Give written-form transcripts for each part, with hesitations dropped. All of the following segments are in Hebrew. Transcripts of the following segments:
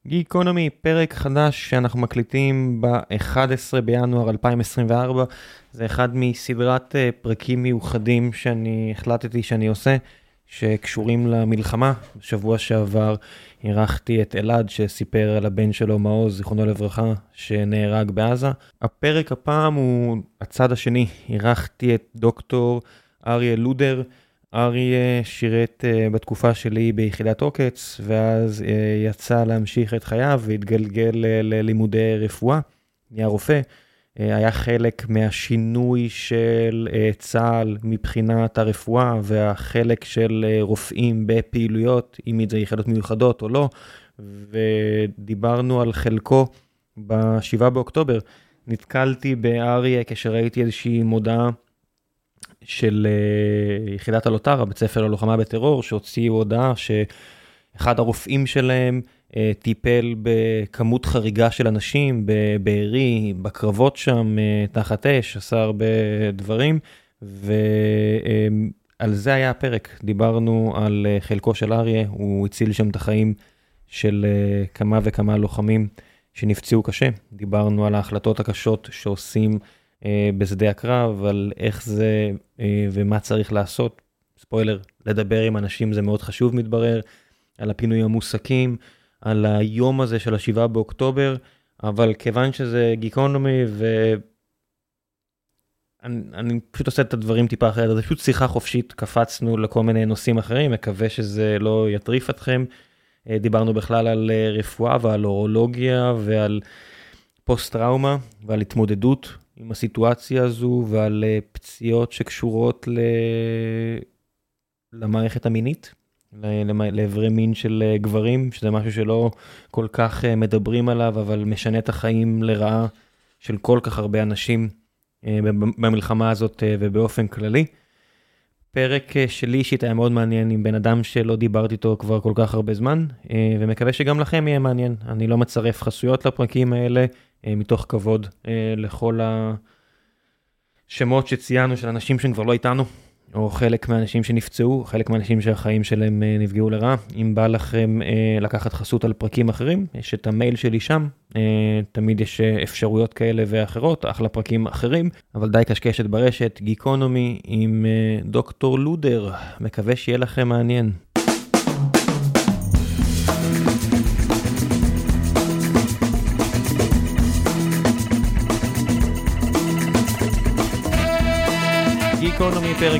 גיקונומי, פרק חדש שאנחנו מקליטים ב-11 בינואר 2024. זה אחד מסדרת פרקים מיוחדים שאני החלטתי שאני עושה, שקשורים למלחמה. בשבוע שעבר אירחתי את אלעד שסיפר על הבן שלו מעוז, זיכרונו לברכה, שנהרג בעזה. הפרק הפעם הוא הצד השני. אירחתי את דוקטור אריה לודר. אריה שירת בתקופה שלי ביחידת עוקץ, ואז יצא להמשיך את חייו והתגלגל ללימודי רפואה, נהיה רופא. היה חלק מהשינוי של צה"ל מבחינת הרפואה, והחלק של רופאים בפעילויות, אם זה יחידות מיוחדות או לא, ודיברנו על חלקו ב7 באוקטובר. נתקלתי באריה כשראיתי איזושהי מודעה, של יחידת הלוטרה, בית ספר ללוחמה בטרור, שהוציאו הודעה שאחד הרופאים שלהם טיפל בכמות חריגה של אנשים, בבארי, בקרבות שם, תחת אש, עשה הרבה דברים, ועל זה היה הפרק. דיברנו על חלקו של אריה, הוא הציל שם את החיים של כמה וכמה לוחמים שנפצעו קשה. דיברנו על ההחלטות הקשות שעושים בשדה הקרב, על איך זה ומה צריך לעשות. ספוילר, לדבר עם אנשים זה מאוד חשוב מתברר, על הפינוי המוסקים, על היום הזה של ה7 באוקטובר, אבל כיוון שזה גיקונומי, ואני פשוט עושה את הדברים טיפה אחרת, זה פשוט שיחה חופשית, קפצנו לכל מיני נושאים אחרים, מקווה שזה לא יטריף אתכם. דיברנו בכלל על רפואה ועל אורולוגיה ועל פוסט-טראומה ועל התמודדות עם הסיטואציה הזו, ועל פציעות שקשורות למערכת המינית, לעברי מין של גברים, שזה משהו שלא כל כך מדברים עליו, אבל משנה את החיים לרעה של כל כך הרבה אנשים במלחמה הזאת ובאופן כללי. פרק שלי אישית היה מאוד מעניין עם בן אדם שלא דיברתי איתו כבר כל כך הרבה זמן, ומקווה שגם לכם יהיה מעניין. אני לא מצרף חסויות לפרקים האלה, מתוך כבוד לכל השמות שציינו של אנשים שהם כבר לא איתנו, או חלק מהאנשים שנפצעו, חלק מהאנשים שהחיים שלהם נפגעו לרעה. אם בא לכם לקחת חסות על פרקים אחרים, יש את המייל שלי שם, תמיד יש אפשרויות כאלה ואחרות, אחלה פרקים אחרים, אבל די קשקשת ברשת, גיקונומי עם דוקטור לודר, מקווה שיהיה לכם מעניין. גיקונומי פרק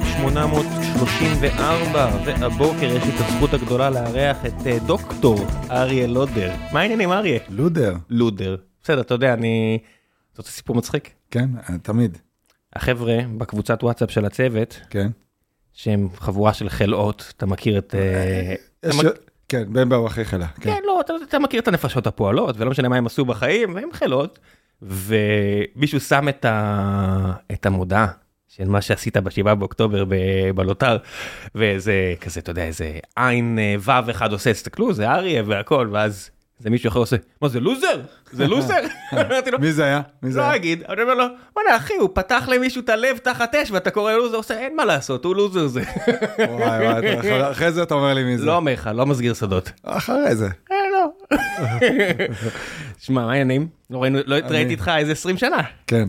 834, והבוקר יש לי את הזכות הגדולה לארח את דוקטור אריה לודר. מה העניינים אריה? לודר. בסדר, אתה יודע, זאת סיפור מצחיק. כן, תמיד. החבר'ה בקבוצת וואטסאפ של הצוות, כן. שהם חבורה של חלאות, אתה מכיר את... כן, בהם באו אחרי חלה. כן, לא, אתה מכיר את הנפשות הפועלות, ולא משנה מה הם עשו בחיים, והם חלאות, ומישהו שם את המודעה, של מה שעשית ב7 באוקטובר בלוטר, וזה כזה, אתה יודע, איזה עין וו אחד עושה, תסתכלו, זה אריה והכל, ואז זה מישהו אחר עושה, מה זה לוזר? זה לוזר? מי זה היה? לא אגיד, אני אומר לו, וואלה אחי, הוא פתח למישהו את הלב תחת אש, ואתה קורא לוזר, עושה, אין מה לעשות, הוא לוזר זה. וואי, אחרי זה אתה אומר לי מי זה. לא אומר לך, לא מסגיר שדות. אחרי זה. לא. שמע, מה העניינים? לא ראיתי איתך איזה 20 שנה. כן.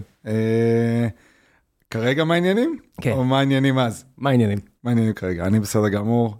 כרגע מה העניינים? כן. או מה העניינים אז? מה העניינים? מה העניינים כרגע? אני בסדר גמור.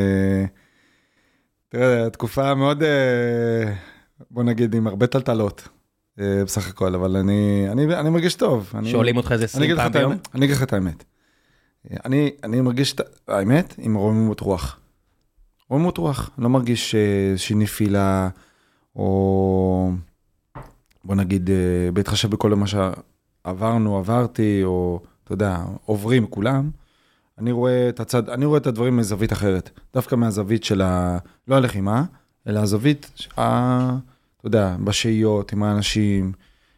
תראה, התקופה מאוד, בוא נגיד, עם הרבה טלטלות, בסך הכל, אבל אני מרגיש טוב. שואלים אותך איזה 20 פעם ביום? אני אגיד לך את האמת. אני מרגיש את האמת עם רוממות רוח. רוממות רוח. לא מרגיש שהיא נפילה, או בוא נגיד, בהתחשב בכל מה עברתי, או אתה יודע, עוברים כולם. אני רואה את הדברים מזווית אחרת. דווקא מהזווית של לא הלחימה, אלא הזווית, אתה יודע, בשאיות עם האנשים,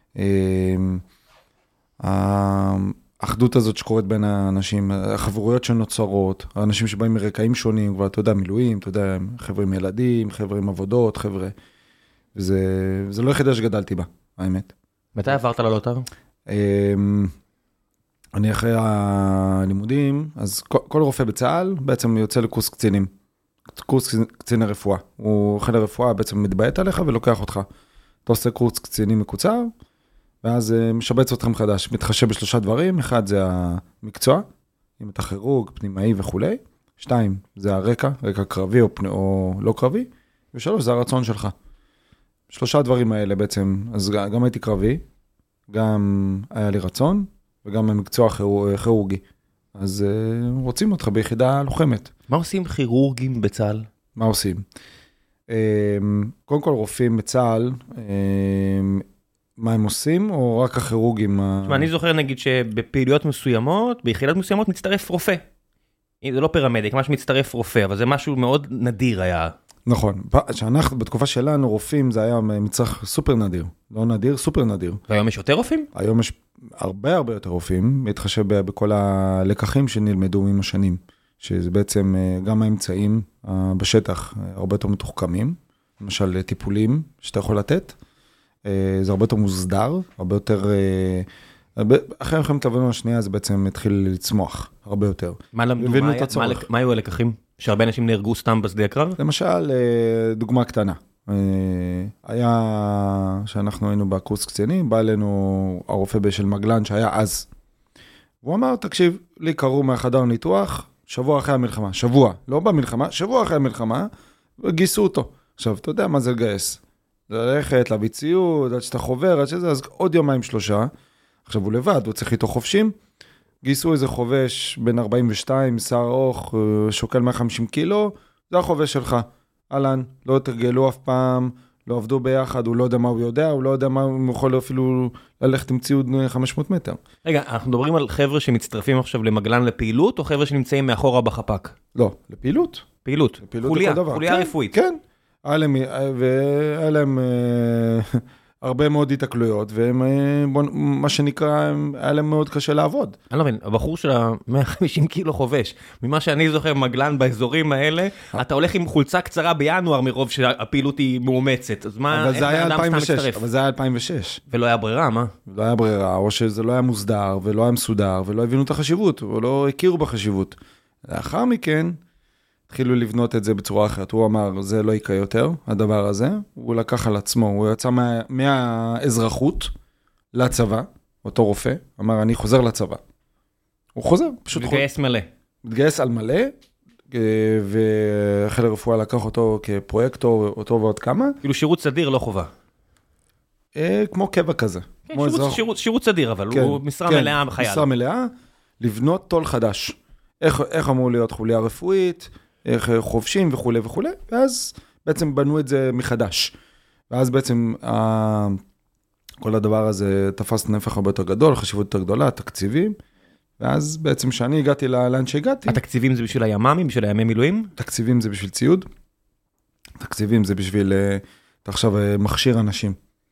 האחדות הזאת שקורית בין האנשים, החברויות שנוצרות, האנשים שבאים מרקעים שונים, כבר אתה יודע, מילואים, אתה יודע, חבר'ה עם ילדים, חבר'ה עם עבודות, חבר'ה, וזה לא יחידה שגדלתי בה, האמת. מתי עברת ללוטר? אני אחרי הלימודים, אז כל רופא בצה"ל בעצם יוצא לקורס קצינים. קורס קצין הרפואה. הוא חיל הרפואה בעצם מתביית עליך ולוקח אותך. אתה עושה קורס קצינים מקוצר, ואז משבץ אתכם חדש. מתחשב בשלושה דברים, אחד זה המקצוע, אם אתה כירורג, פנימאי וכו'. 2, זה הרקע, רקע קרבי או לא קרבי. ו3, זה הרצון שלך. 3 דברים האלה בעצם, אז גם הייתי קרבי, גם היה לי רצון, וגם המקצוע כירורגי. אז רוצים אותך ביחידה לוחמת. מה עושים כירורגים בצה"ל? מה עושים? קודם כל רופאים בצה"ל, מה הם עושים, או רק הכירורגים? תשמע, אני זוכר נגיד שבפעילויות מסוימות, ביחידות מסוימות מצטרף רופא. זה לא פרמדיק, ממש מצטרף רופא, אבל זה משהו מאוד נדיר היה. נכון, שאנחנו, בתקופה שלנו, רופאים זה היה מצרך סופר נדיר. לא נדיר, סופר נדיר. והיום יש יותר רופאים? היום יש הרבה יותר רופאים, מתחשב בכל הלקחים שנלמדו עם השנים. שזה בעצם גם האמצעים בשטח הרבה יותר מתוחכמים, למשל טיפולים שאתה יכול לתת, זה הרבה יותר מוסדר, הרבה יותר, אחרי מלחמת לבנון השנייה זה בעצם התחיל לצמוח הרבה יותר. מה למדו? מה היו הלקחים? שהרבה אנשים נהרגו סתם בשדה הקרב? למשל, דוגמה קטנה, היה, שאנחנו היינו בקורס קצינים, בא אלינו הרופא של מגלן שהיה אז, הוא אמר, תקשיב, לי קראו מהחדר ניתוח, שבוע אחרי המלחמה, שבוע, לא במלחמה, שבוע אחרי המלחמה, וגייסו אותו. עכשיו, אתה יודע מה זה לגייס? ללכת, להביא ציוד, עד שאתה חובר, עד שזה, אז עוד יומיים 3. עכשיו הוא לבד, הוא צריך איתו חופשים. גייסו איזה חובש בין 42, שר ארוך, שוקל 150 קילו, זה החובש שלך. אלן, לא תרגלו אף פעם, לא עבדו ביחד, הוא לא יודע מה הוא יודע, הוא לא יודע מה הוא יכול אפילו ללכת עם ציוד 500 מטר. רגע, אנחנו מדברים על חבר'ה שמצטרפים עכשיו למגלן לפעילות, או חבר'ה שנמצאים מאחורה בחפ"ק? לא, לפעילות. פעילות, חוליה רפואית. כן, והיה להם הרבה מאוד התקלויות, ומה שנקרא, היה להם מאוד קשה לעבוד. אני לא מבין, הבחור של ה-150 קילו חובש, ממה שאני זוכר מגלן באזורים האלה, אתה הולך עם חולצה קצרה בינואר מרוב שהפעילות היא מאומצת, אז מה, איך האדם סתם מצטרף? אבל זה היה 2006. ולא היה ברירה, מה? לא היה ברירה, או שזה לא היה מוסדר, ולא היה מסודר, ולא הבינו את החשיבות, או לא הכירו בחשיבות. לאחר מכן, התחילו לבנות את זה בצורה אחרת. הוא אמר, זה לא יקרה יותר, הדבר הזה. הוא לקח על עצמו, הוא יצא מהאזרחות לצבא, אותו רופא, אמר, אני חוזר לצבא. הוא חוזר, פשוט חוזר. מתגייס מלא. מתגייס על מלא, וחיל הרפואה לקח אותו כפרויקטור, אותו ועוד כמה. כאילו שירות סדיר, לא חובה. כמו קבע כזה. כן, שירות סדיר, אבל הוא משרה מלאה בחייל. משרה מלאה, לבנות תול חדש. איך אמור להיות חוליה רפואית, איך חובשים וכו' וכו', ואז בעצם בנו את זה מחדש. ואז בעצם כל הדבר הזה תפס נפח הרבה יותר גדול, חשיבות יותר גדולה, תקציבים, ואז בעצם שאני הגעתי לאן שהגעתי. התקציבים זה בשביל הימ"מים, בשביל הימי מילואים? תקציבים זה בשביל ציוד, תקציבים זה בשביל, אתה עכשיו מכשיר אנשים,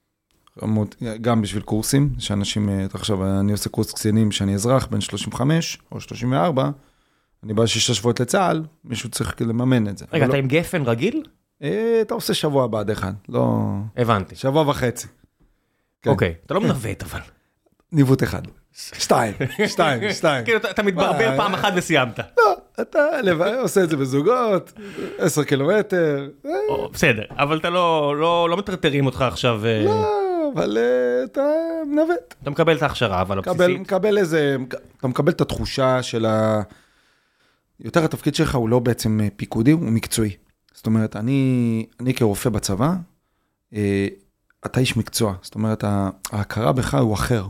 גם בשביל קורסים, שאנשים, עכשיו אני עושה קורס קצינים שאני אזרח בין 35 או 34, אני בא 6 שבועות לצה"ל, מישהו צריך לממן את זה. רגע, אתה עם גפן רגיל? אתה עושה שבוע בעד אחד, לא... הבנתי. שבוע וחצי. אוקיי, אתה לא מנווט אבל. ניווט אחד. 2. כאילו, אתה מתברבר פעם אחת וסיימת. לא, אתה עושה את זה בזוגות, 10 קילומטר. בסדר, אבל אתה לא מטרטרים אותך עכשיו. לא, אבל אתה מנווט. אתה מקבל את ההכשרה, אבל הבסיסית. אתה מקבל את התחושה של יותר התפקיד שלך הוא לא בעצם פיקודי, הוא מקצועי. זאת אומרת, אני כרופא בצבא, אתה איש מקצוע. זאת אומרת, ההכרה בך הוא אחר.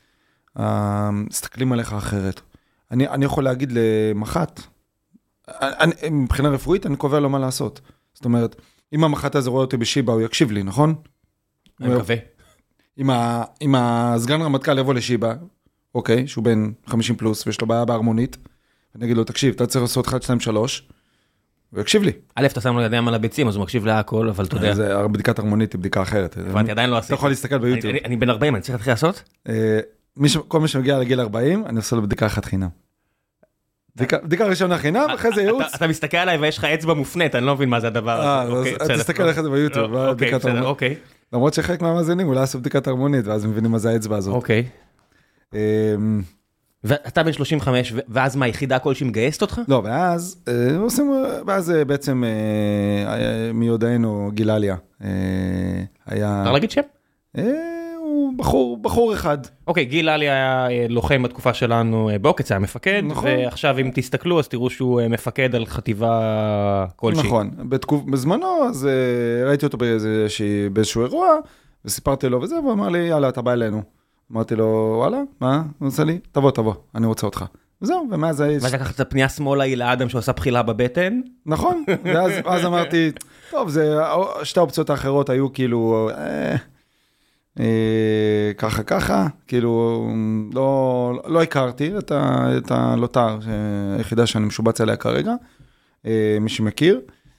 מסתכלים עליך אחרת. אני יכול להגיד למח"ט, מבחינה רפואית, אני קובע לו מה לעשות. זאת אומרת, אם המח"ט הזה רואה אותי בשיבה, הוא יקשיב לי, נכון? אני מקווה. אם הסגן רמטכ"ל יבוא לשיבה, אוקיי, שהוא בן 50 פלוס, ויש לו בעיה בהרמונית, אני אגיד לו, תקשיב, אתה צריך לעשות 1, 2, 3, הוא יקשיב לי. א', אתה שם לו ידיים על הביצים, אז הוא מקשיב להכל, אבל אתה יודע. בדיקת הרמונית היא בדיקה אחרת. הבנתי, עדיין לא עשיתי. אתה יכול להסתכל ביוטיוב. אני בן 40, אני צריך להתחיל לעשות? כל מי שמגיע לגיל 40, אני עושה לו בדיקה אחת חינם. בדיקה ראשונה חינם, אחרי זה ייעוץ. אתה מסתכל עליי ויש לך אצבע מופנית, אני לא מבין מה זה הדבר הזה. תסתכל עליך זה ביוטיוב. אוקיי. למרות שחלק מהמאזינים אולי עשו בדיקת הרמונית, ואז מבינים מה זה האצבע הזאת. אוקיי. ואתה בן 35, ואז מה, היחידה כלשהי מגייסת אותך? לא, ואז בעצם מיודענו גילליה היה... אפשר להגיד שם? הוא בחור אחד. אוקיי, גיל אלי היה לוחם בתקופה שלנו בעוקץ, היה מפקד, ועכשיו אם תסתכלו אז תראו שהוא מפקד על חטיבה כלשהי. נכון, בזמנו אז ראיתי אותו באיזשהו אירוע, וסיפרתי לו וזה, והוא אמר לי, יאללה, אתה בא אלינו. אמרתי לו, וואלה, מה? הוא עושה לי, תבוא, אני רוצה אותך. וזהו, ומאז... ואז לקחת את הפנייה שמאלה היא לאדם שעושה בחילה בבטן. נכון, ואז אמרתי, טוב, שתי האופציות האחרות היו כאילו... ככה, כאילו, לא הכרתי את הלוטר, היחידה שאני משובץ עליה כרגע, מי שמכיר,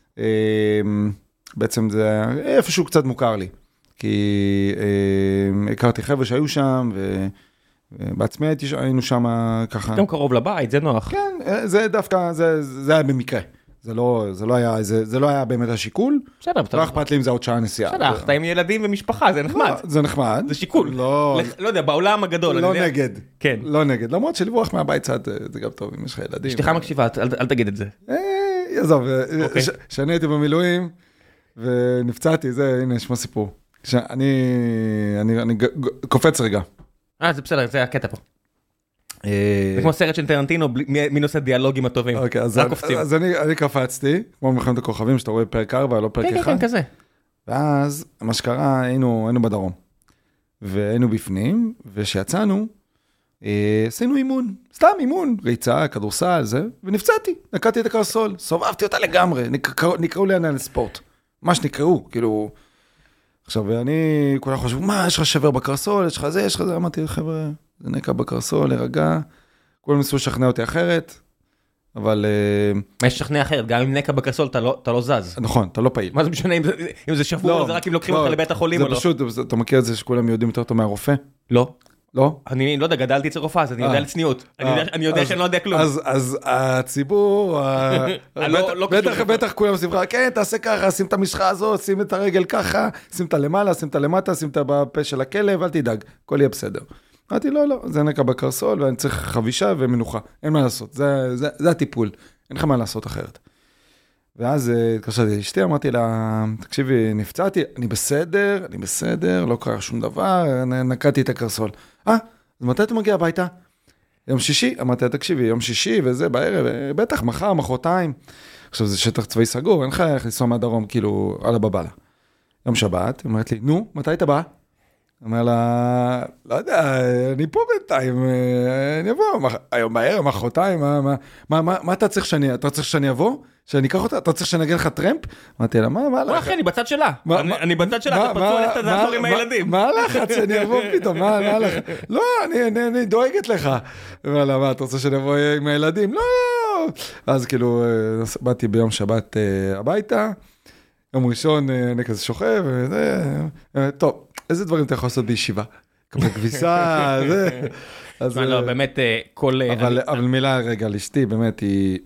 בעצם זה איפשהו קצת מוכר לי, כי הכרתי חבר'ה שהיו שם, ובעצמי היינו שם ככה. גם קרוב לבית, זה נוח. כן, זה דווקא, זה היה במקרה. זה לא היה באמת השיקול. בסדר. לא אכפת לי אם זה עוד שעה נסיעה. בסדר, אתה עם ילדים ומשפחה, זה נחמד. זה נחמד. זה שיקול. לא יודע, בעולם הגדול. לא נגד. כן. לא נגד. למרות שלברוח מהבית קצת, זה גם טוב, אם יש לך ילדים. אשתך מקשיבה, אל תגיד את זה. יעזוב, שאני הייתי במילואים, ונפצעתי, הנה, נשמע סיפור. אני קופץ רגע. זה בסדר, זה הקטע פה. זה כמו סרט של טרנטינו, מי נושא דיאלוגים הטובים. רק קופצים. אז אני קפצתי, כמו מלחמת הכוכבים, שאתה רואה פרק 4, לא פרק 1. כן, כזה. ואז, מה שקרה, היינו בדרום. והיינו בפנים, ושיצאנו, עשינו אימון. סתם אימון, ריצה, כדורסל, זה, ונפצעתי. נקעתי את הקרסול, סובבתי אותה לגמרי. נקראו לי עניין לספורט. מה שנקראו, כאילו... עכשיו, אני כולה חושב, מה, יש לך שבר בקרסול, יש לך זה, אמרתי, חבר'ה, זה נקע בקרסול, להירגע, כולם ניסו לשכנע אותי אחרת, אבל... מה יש לשכנע אחרת? גם אם נקע בקרסול, אתה לא זז. נכון, אתה לא פעיל. מה זה משנה אם זה שבוע, זה רק אם לוקחים אותך לבית החולים או לא? זה פשוט, אתה מכיר את זה שכולם יודעים יותר טוב מהרופא? לא. לא? אני לא יודע, גדלתי אצל רופאה, אז אני יודע על צניעות. אני יודע שאני לא יודע כלום. אז הציבור, בטח כולם עושים לך, כן, תעשה ככה, שים את המשחה הזאת, שים את הרגל ככה, שים את למעלה, שים את למטה, שים את בפה של הכלב, אל תדאג, הכל יהיה בסדר. אמרתי, לא, זה נקע בקרסול, ואני צריך חבישה ומנוחה, אין מה לעשות, זה הטיפול, אין לך מה לעשות אחרת. ואז התקשרתי לאשתי, אמרתי לה, תקשיבי, נפצעתי, אני בסדר, לא קרה שום דבר, נקעתי את הקרסול. אז מתי אתה מגיע הביתה? יום שישי, אמרתי לה, תקשיבי, יום שישי וזה בערב, בטח, מחר, מחרתיים. עכשיו זה שטח צבאי סגור, אין לך איך לנסוע מהדרום, כאילו, על הבבלה. יום שבת, היא אומרת לי, נו, מתי אתה בא? אומר לה, לא יודע, אני פה בינתיים, אני אבוא, היום בערב, מחרתיים, מה אתה צריך שאני אבוא? שאני אקח אותה? אתה צריך שאני אגיד לך טרמפ? אמרתי לה, מה לך? אחי, אני בצד שלה. אני בצד שלה, אתה פצוע, לך תעזור עם הילדים. מה הלחץ שאני אבוא פתאום? מה הלחץ? לא, אני דואגת לך. אמר לה, מה, אתה רוצה שאני אבוא עם הילדים? לא. אז כאילו, באתי ביום שבת הביתה, יום ראשון אני כזה שוכב, טוב, איזה דברים אתה יכול לעשות בישיבה? קבל כביסה, זה. לא, באמת, כל... אבל מילה רגע, לאשתי, באמת היא...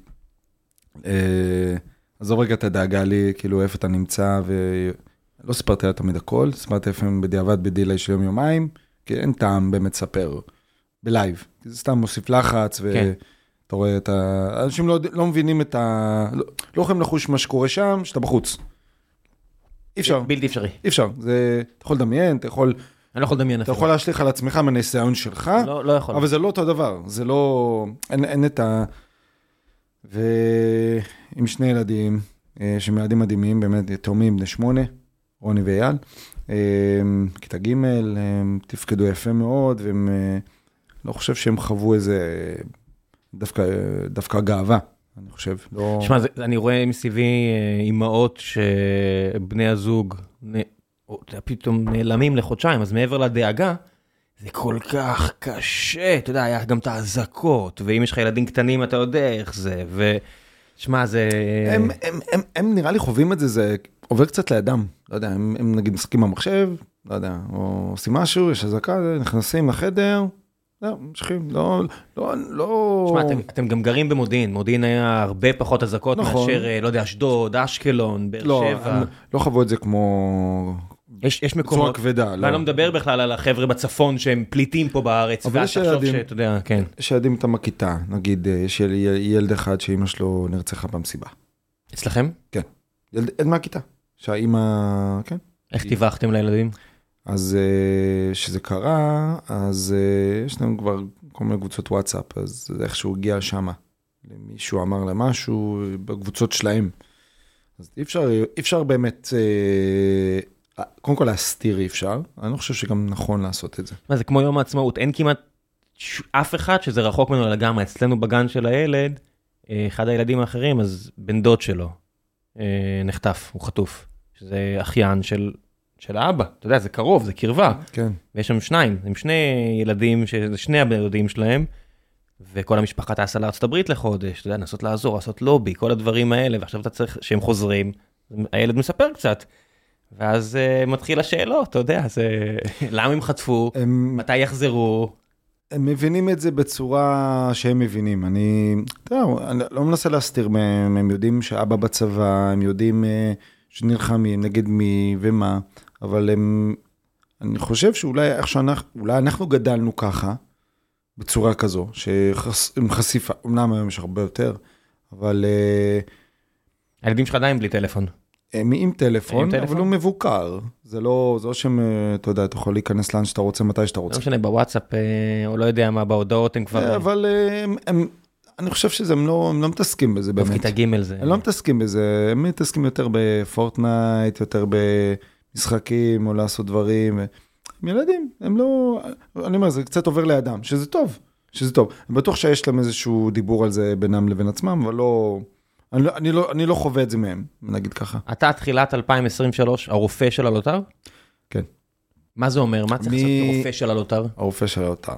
עזוב רגע את הדאגה לי, כאילו איפה אתה נמצא, ולא סיפרתי לה תמיד הכל, סיפרתי לפעמים בדיעבד בדילי של יום-יומיים, כי אין טעם באמת ספר בלייב, זה סתם מוסיף לחץ, ואתה רואה את ה... אנשים לא מבינים את ה... לא יכולים לחוש מה שקורה שם, שאתה בחוץ. אי אפשר. בלתי אפשרי. אי אפשר, זה... אתה יכול לדמיין, אתה יכול... אני לא יכול לדמיין אפילו. אתה יכול להשליך על עצמך מהניסיון שלך, לא יכול. אבל זה לא אותו דבר, זה לא... אין את ה... ועם שני ילדים, שהם ילדים מדהימים, באמת תאומים בני 8, רוני ואייל, כיתה ג', הם תפקדו יפה מאוד, והם לא חושב שהם חוו איזה, דווקא גאווה, אני חושב. תשמע, אני רואה מסביבי אימהות שבני הזוג פתאום נעלמים לחודשיים, אז מעבר לדאגה, זה כל כך קשה, אתה יודע, היה גם את ההזקות, ואם יש לך ילדים קטנים, אתה יודע איך זה, ושמע, זה... הם נראה לי חווים את זה, זה עובר קצת לידם, לא יודע, הם נגיד משחקים במחשב, לא יודע, או עושים משהו, יש הזקה, נכנסים לחדר, לא, משחקים, לא... שמע, אתם גם גרים במודיעין, מודיעין היה הרבה פחות הזקות מאשר, לא יודע, אשדוד, אשקלון, באר שבע. לא חוו את זה כמו... יש בצורה מקומות, כבדה. ואני לא מדבר בכלל על החבר'ה בצפון שהם פליטים פה בארץ, אבל יש ילדים, שאתה יודע, כן. יש ילדים איתם בכיתה, נגיד, יש ילד אחד שאמא שלו נרצחה במסיבה. אצלכם? כן, ילד מהכיתה, שהאמא, כן. איך טיווחתם לילדים? אז שזה קרה, אז יש להם כבר כל מיני קבוצות וואטסאפ, אז איכשהו הגיע שמה. מישהו אמר למשהו בקבוצות שלהם. אז אי אפשר באמת, קודם כל להסתיר אי אפשר, אני לא חושב שגם נכון לעשות את זה. מה זה כמו יום העצמאות, אין כמעט אף אחד שזה רחוק ממנו לגמרי, אצלנו בגן של הילד, אחד הילדים האחרים, אז בן דוד שלו נחטף, הוא חטוף, שזה אחיין של האבא, אתה יודע, זה קרוב, זה קרבה, כן. ויש שם שניים, הם שני ילדים, שזה שני הבן דודים שלהם, וכל המשפחה טסה לארצות הברית לחודש, אתה יודע, לנסות לעזור, לעשות לובי, כל הדברים האלה, ועכשיו אתה צריך שהם חוזרים, הילד מספר קצת, ואז מתחיל השאלות, אתה יודע, למה הם חטפו, מתי יחזרו? הם מבינים את זה בצורה שהם מבינים, אני לא מנסה להסתיר מהם, הם יודעים שאבא בצבא, הם יודעים שנלחמים נגד מי ומה, אבל אני חושב שאולי אולי אנחנו גדלנו ככה, בצורה כזו, עם חשיפה, אמנם היום יש הרבה יותר, אבל הילדים שלך עדיין בלי טלפון. הם עם טלפון, אבל הוא מבוקר. זה לא שהם, אתה יודע, אתה יכול להיכנס לאן שאתה רוצה, מתי שאתה רוצה. לא משנה, בוואטסאפ, או לא יודע מה, בהודעות הם כבר... אבל אני חושב שהם לא מתעסקים בזה באמת. כיתה ג' זה... הם לא מתעסקים בזה, הם מתעסקים יותר בפורטנייט, יותר במשחקים, או לעשות דברים. הם ילדים, הם לא... אני אומר, זה קצת עובר לידם, שזה טוב. אני בטוח שיש להם איזשהו דיבור על זה בינם לבין עצמם, אבל לא... אני לא חווה את זה מהם, נגיד ככה. אתה תחילת 2023, הרופא של הלוטר? כן. מה זה אומר? מה צריך לעשות כרופא של הלוטר? הרופא של הלוטר.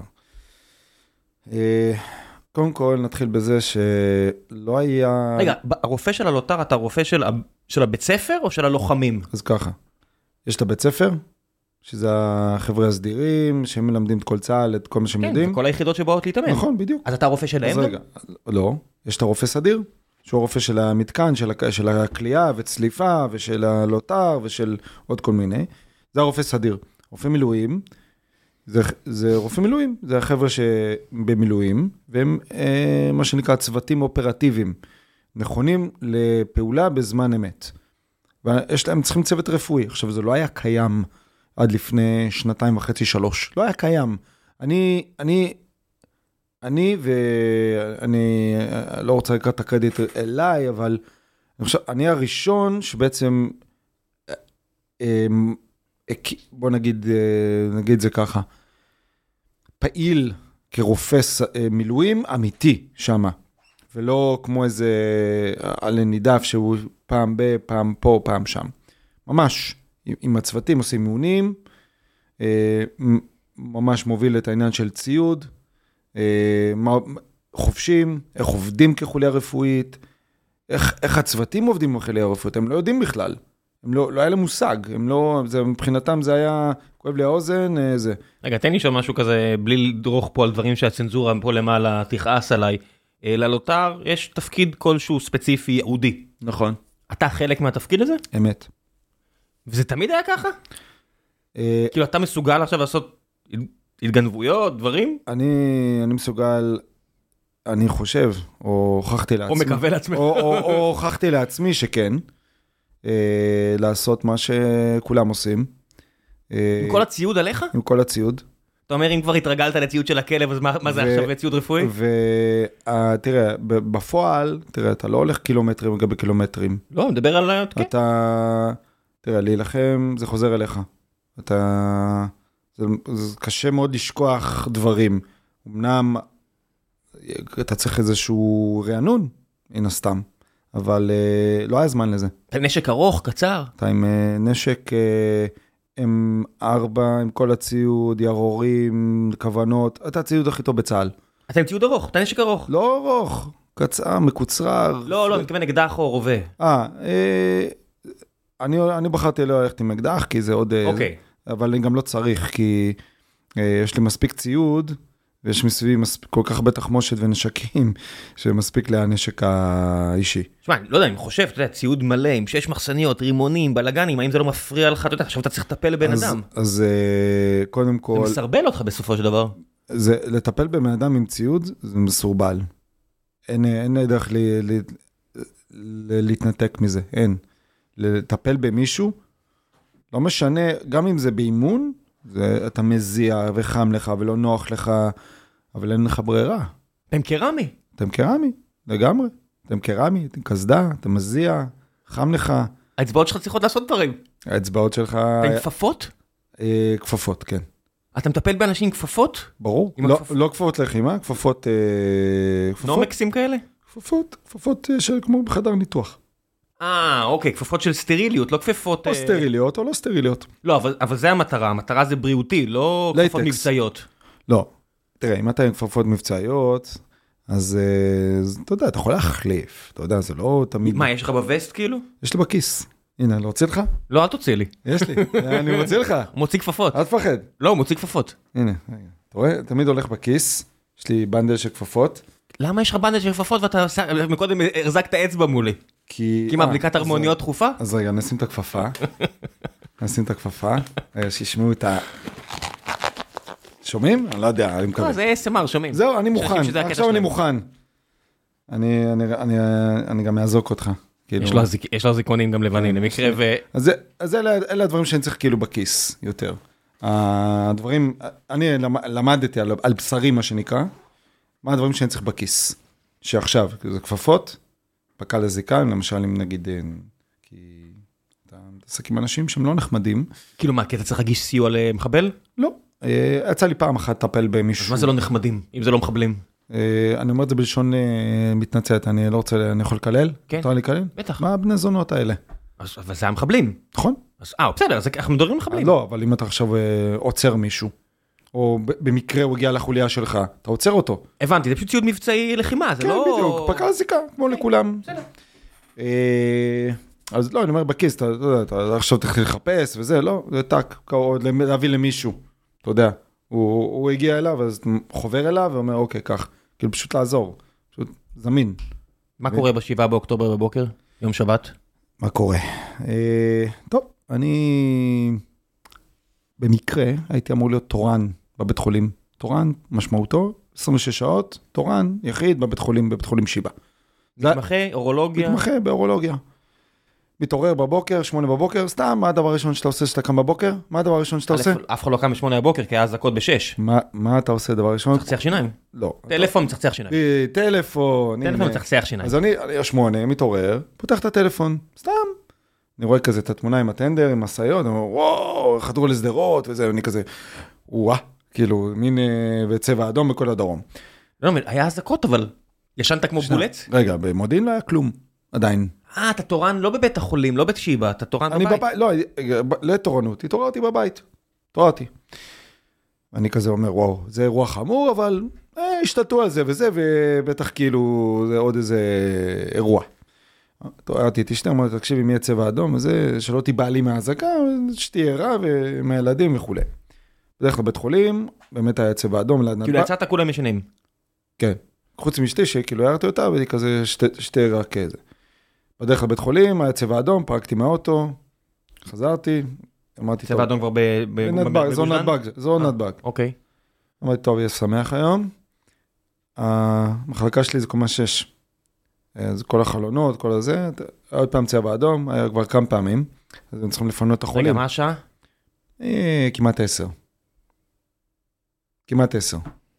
קודם כל נתחיל בזה שלא היה... רגע, הרופא של הלוטר, אתה רופא של הבית ספר או של הלוחמים? אז ככה, יש את הבית ספר, שזה החבר'ה הסדירים, שהם מלמדים את כל צה"ל, את כל מה שהם יודעים. כן, וכל היחידות שבאות להתאמן. נכון, בדיוק. אז אתה הרופא שלהם? אז רגע, לא, יש את הרופא סדיר, שהוא הרופא של המתקן, של הכלייה וצליפה, ושל הלוטר, ושל עוד כל מיני. זה הרופא סדיר. רופא מילואים, זה רופא מילואים, זה החבר'ה שבמילואים, והם מה שנקרא צוותים אופרטיביים, נכונים לפעולה בזמן אמת. והם צריכים צוות רפואי. עכשיו, זה לא היה קיים עד לפני 2.5-3. לא היה קיים. אני לא רוצה לקרוא את הקרדיט אליי, אבל אני הראשון שבעצם, בוא נגיד זה ככה, פעיל כרופא מילואים אמיתי שמה, ולא כמו איזה על נידף שהוא פעם פעם פה, פעם שם. ממש, עם הצוותים עושים אימונים, ממש מוביל את העניין של ציוד, חופשים, איך עובדים כחוליה רפואית, איך הצוותים עובדים כחוליה רפואית, הם לא יודעים בכלל, לא היה להם מושג, מבחינתם זה היה, כואב לי האוזן, זה. רגע, תן לי שם משהו כזה, בלי לדרוך פה על דברים שהצנזורה פה למעלה תכעס עליי, ללוטר יש תפקיד כלשהו ספציפי ייעודי. נכון. אתה חלק מהתפקיד הזה? אמת. וזה תמיד היה ככה? כאילו אתה מסוגל עכשיו לעשות התגנבויות, דברים? אני מסוגל, אני חושב, או הוכחתי לעצמי. או מקווה לעצמי. או הוכחתי לעצמי שכן, לעשות מה שכולם עושים. עם כל הציוד עליך? עם כל הציוד. אתה אומר, אם כבר התרגלת לציוד של הכלב, אז מה זה עכשיו ציוד רפואי? ותראה, בפועל, תראה, אתה לא הולך קילומטרים לגבי קילומטרים. לא, מדבר על... תראה, להילחם, זה חוזר אליך. זה קשה מאוד לשכוח דברים. אמנם, אתה צריך איזשהו רענון, הנה סתם. אבל לא היה זמן לזה. נשק ארוך, קצר. אתה עם נשק M4, עם כל הציוד, ירורים, כוונות, אתה הציוד הכי טוב בצה"ל. אתה עם ציוד ארוך, אתה נשק ארוך. לא ארוך, קצר, מקוצרר. לא, אני מתכוון אקדח או רובה. אני בחרתי לא ללכת עם אקדח, כי זה עוד... אוקיי. אבל אני גם לא צריך, כי יש לי מספיק ציוד, ויש מסביבי כל כך הרבה תחמושת ונשקים, שמספיק להנשק האישי. תשמע, אני לא יודע, אני חושב, אתה יודע, ציוד מלא, עם 6 מחסניות, רימונים, בלגנים, האם זה לא מפריע לך, אתה יודע, עכשיו אתה צריך לטפל בבן אדם. אז קודם כל... זה מסרבל אותך בסופו של דבר. לטפל בבן אדם עם ציוד, זה מסורבל. אין דרך להתנתק מזה, אין. לטפל במישהו, לא משנה, גם אם זה באימון, אתה מזיע וחם לך ולא נוח לך, אבל אין לך ברירה. אתם קרמי. אתם קרמי, לגמרי. אתם קרמי, אתם כסדה, אתם מזיע, חם לך. האצבעות שלך צריכות לעשות דברים. האצבעות שלך... אתם כפפות? כפפות, כן. אתה מטפל באנשים עם כפפות? ברור. לא כפפות לחימה, כפפות... נומקסים כאלה? כפפות של כמו בחדר ניתוח. אוקיי, כפפות של סטריליות, לא כפפות... או סטריליות או לא סטריליות. לא, אבל זה המטרה, המטרה זה בריאותי, לא כפפות מבצעיות. לא, תראה, אם אתה עם כפפות מבצעיות, אז אתה יודע, אתה יכול להחליף, אתה יודע, זה לא תמיד... מה, יש לך בווסט כאילו? יש לי בכיס. הנה, אני רוצה לך? לא, אל תוציא לי. יש לי, אני רוצה לך. מוציא כפפות. אל תפחד. לא, מוציא כפפות. הנה, אתה רואה? תמיד הולך בכיס, יש לי בנדל של כפפות. למה יש לך בנדל של כפפות ואתה מקודם הרזקת אצבע מולי? כי מה, בדיקת הרמוניות תכופה? אז רגע, נשים את הכפפה. נשים את הכפפה. שישמעו את ה... שומעים? אני לא יודע, אני מקווה. זה SMR, שומעים. זהו, אני מוכן. עכשיו אני מוכן. אני גם אעזוק אותך. יש לו זיכרונים גם לבנים, למקרה ו... אז אלה הדברים שאני צריך כאילו בכיס יותר. הדברים, אני למדתי על בשרי, מה שנקרא, מה הדברים שאני צריך בכיס. שעכשיו, זה כפפות, פקע לזיקה, למשל אם נגיד, כי אתה מתעסק עם אנשים שהם לא נחמדים. כאילו מה, כי אתה צריך להגיש סיוע למחבל? לא. יצא לי פעם אחת לטפל במישהו. אז מה זה לא נחמדים, אם זה לא מחבלים? אני אומר את זה בלשון מתנצלת, אני לא רוצה, אני יכול לקלל? כן. אתה לקלל? בטח. מה הבני זונות האלה? אבל זה המחבלים. נכון. בסדר, אנחנו מדברים מחבלים. לא, אבל אם אתה עכשיו עוצר מישהו, או במקרה הוא הגיע לחוליה שלך, אתה עוצר אותו. הבנתי, זה פשוט ציוד מבצעי לחימה, זה לא... כן, בדיוק, פקע לזיקה, כמו לכולם. בסדר. אז לא, אני אומר בכיס, אתה עכשיו צריך לחפש וזה, לא, זה טק, להביא למישהו, אתה יודע. הוא הגיע אליו, אז חובר אליו ואומר, אוקיי, כך, כאילו פשוט לעזור, פשוט זמין. מה קורה ב7 באוקטובר בבוקר, יום שבת? מה קורה? טוב, אני במקרה הייתי אמור להיות תורן בבית חולים. תורן, משמעותו, 26 שעות, תורן, יחיד בבית חולים שיבא. מתמחה, אורולוגיה? מתמחה באורולוגיה. מתעורר בבוקר, 8 בבוקר, סתם, מה הדבר הראשון שאתה עושה שאתה קם בבוקר? מה הדבר הראשון שאתה עושה? אף אחד לא קם ב8 בבוקר, כי היה זקות ב6. מה אתה עושה דבר ראשון? צחצח שיניים. לא. טלפון מצחצח שיניים. טלפון. טלפון מצחצח שיניים. אז אני 8, מתעורר, פותח את הטלפון, סתם. אני רואה כזה את התמונה עם הטנדר, עם מסעיות, אני אומר, וואו, חדרו לסדרות וזה, אני כזה, וואה, כאילו, מין וצבע אדום בכל הדרום. לא, היה זקות, אבל ישנת כמו בולץ? רגע, במודיעין לא היה כלום, עדיין. אתה תורן לא בבית החולים, לא בשיבא, אתה תורן בבית. לא, לתורנות, התעוררתי בבית. התעוררתי. אני כזה אומר, וואו, זה אירוע חמור, אבל השתתו על זה וזה, ובטח כאילו, זה עוד איזה אירוע. התעוררתי את אשתי, אמרתי, תקשיבי, מי הצבע האדום, וזה, שלא תיבעלי מהזקה, שתהיה רע, ומהילדים וכו'. בדרך לבית חולים, באמת היה צבע אדום. כאילו יצאת כולם ישנים. כן. חוץ משתי שכאילו הערתי אותה, והיא כזה שתי רק כזה. בדרך לבית חולים, היה צבע אדום, פרקתי מהאוטו, חזרתי, אמרתי, צבע אדום כבר בנתב"ג, זו נתב"ג. אוקיי. אמרתי, טוב, יש שמח היום. המחלקה שלי זה קומה 6. אז כל החלונות, כל הזה, עוד פעם צבע אדום, היה כבר כמה פעמים, אז הם צריכים לפנות את החולים. רגע, מה השעה? כמעט 10. כמעט 10.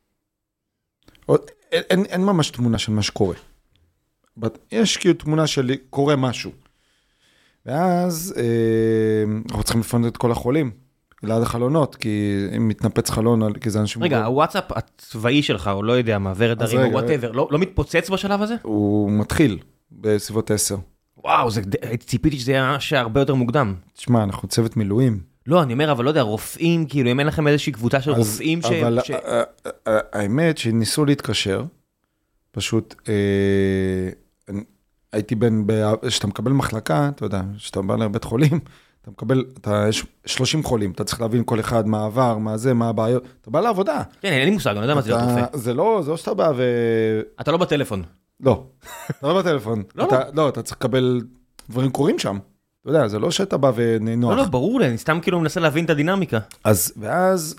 אין ממש תמונה של מה שקורה. יש כאילו תמונה של קורה משהו. ואז אנחנו צריכים לפנות את כל החולים, ליד החלונות, כי אם מתנפץ חלון, כי זה אנשים... רגע, הוואטסאפ הצבאי שלך, או לא יודע מה, ורד דרים, או whatever, לא מתפוצץ בשלב הזה? הוא מתחיל בסביבות 10. וואו, ציפיתי שזה היה הרבה יותר מוקדם. תשמע, אנחנו צוות מילואים. לא, אני אומר, אבל לא יודע, רופאים, כאילו, אם אין לכם איזושהי קבוצה של רופאים ש... אבל האמת שניסו להתקשר, פשוט הייתי שאתה מקבל מחלקה, אתה יודע, שאתה בא לבית חולים, אתה מקבל, יש 30 חולים, אתה צריך להבין כל אחד מה עבר, מה זה, מה הבעיות, אתה בא לעבודה. כן, אין לי מושג, אני יודע מה זה להיות רופא. זה לא שאתה בא אתה לא בטלפון. לא, אתה לא בטלפון. לא, אתה צריך לקבל, דברים קורים שם. אתה יודע, זה לא שאתה בא ונינוח. לא, ברור לי, אני סתם כאילו מנסה להבין את הדינמיקה. ואז,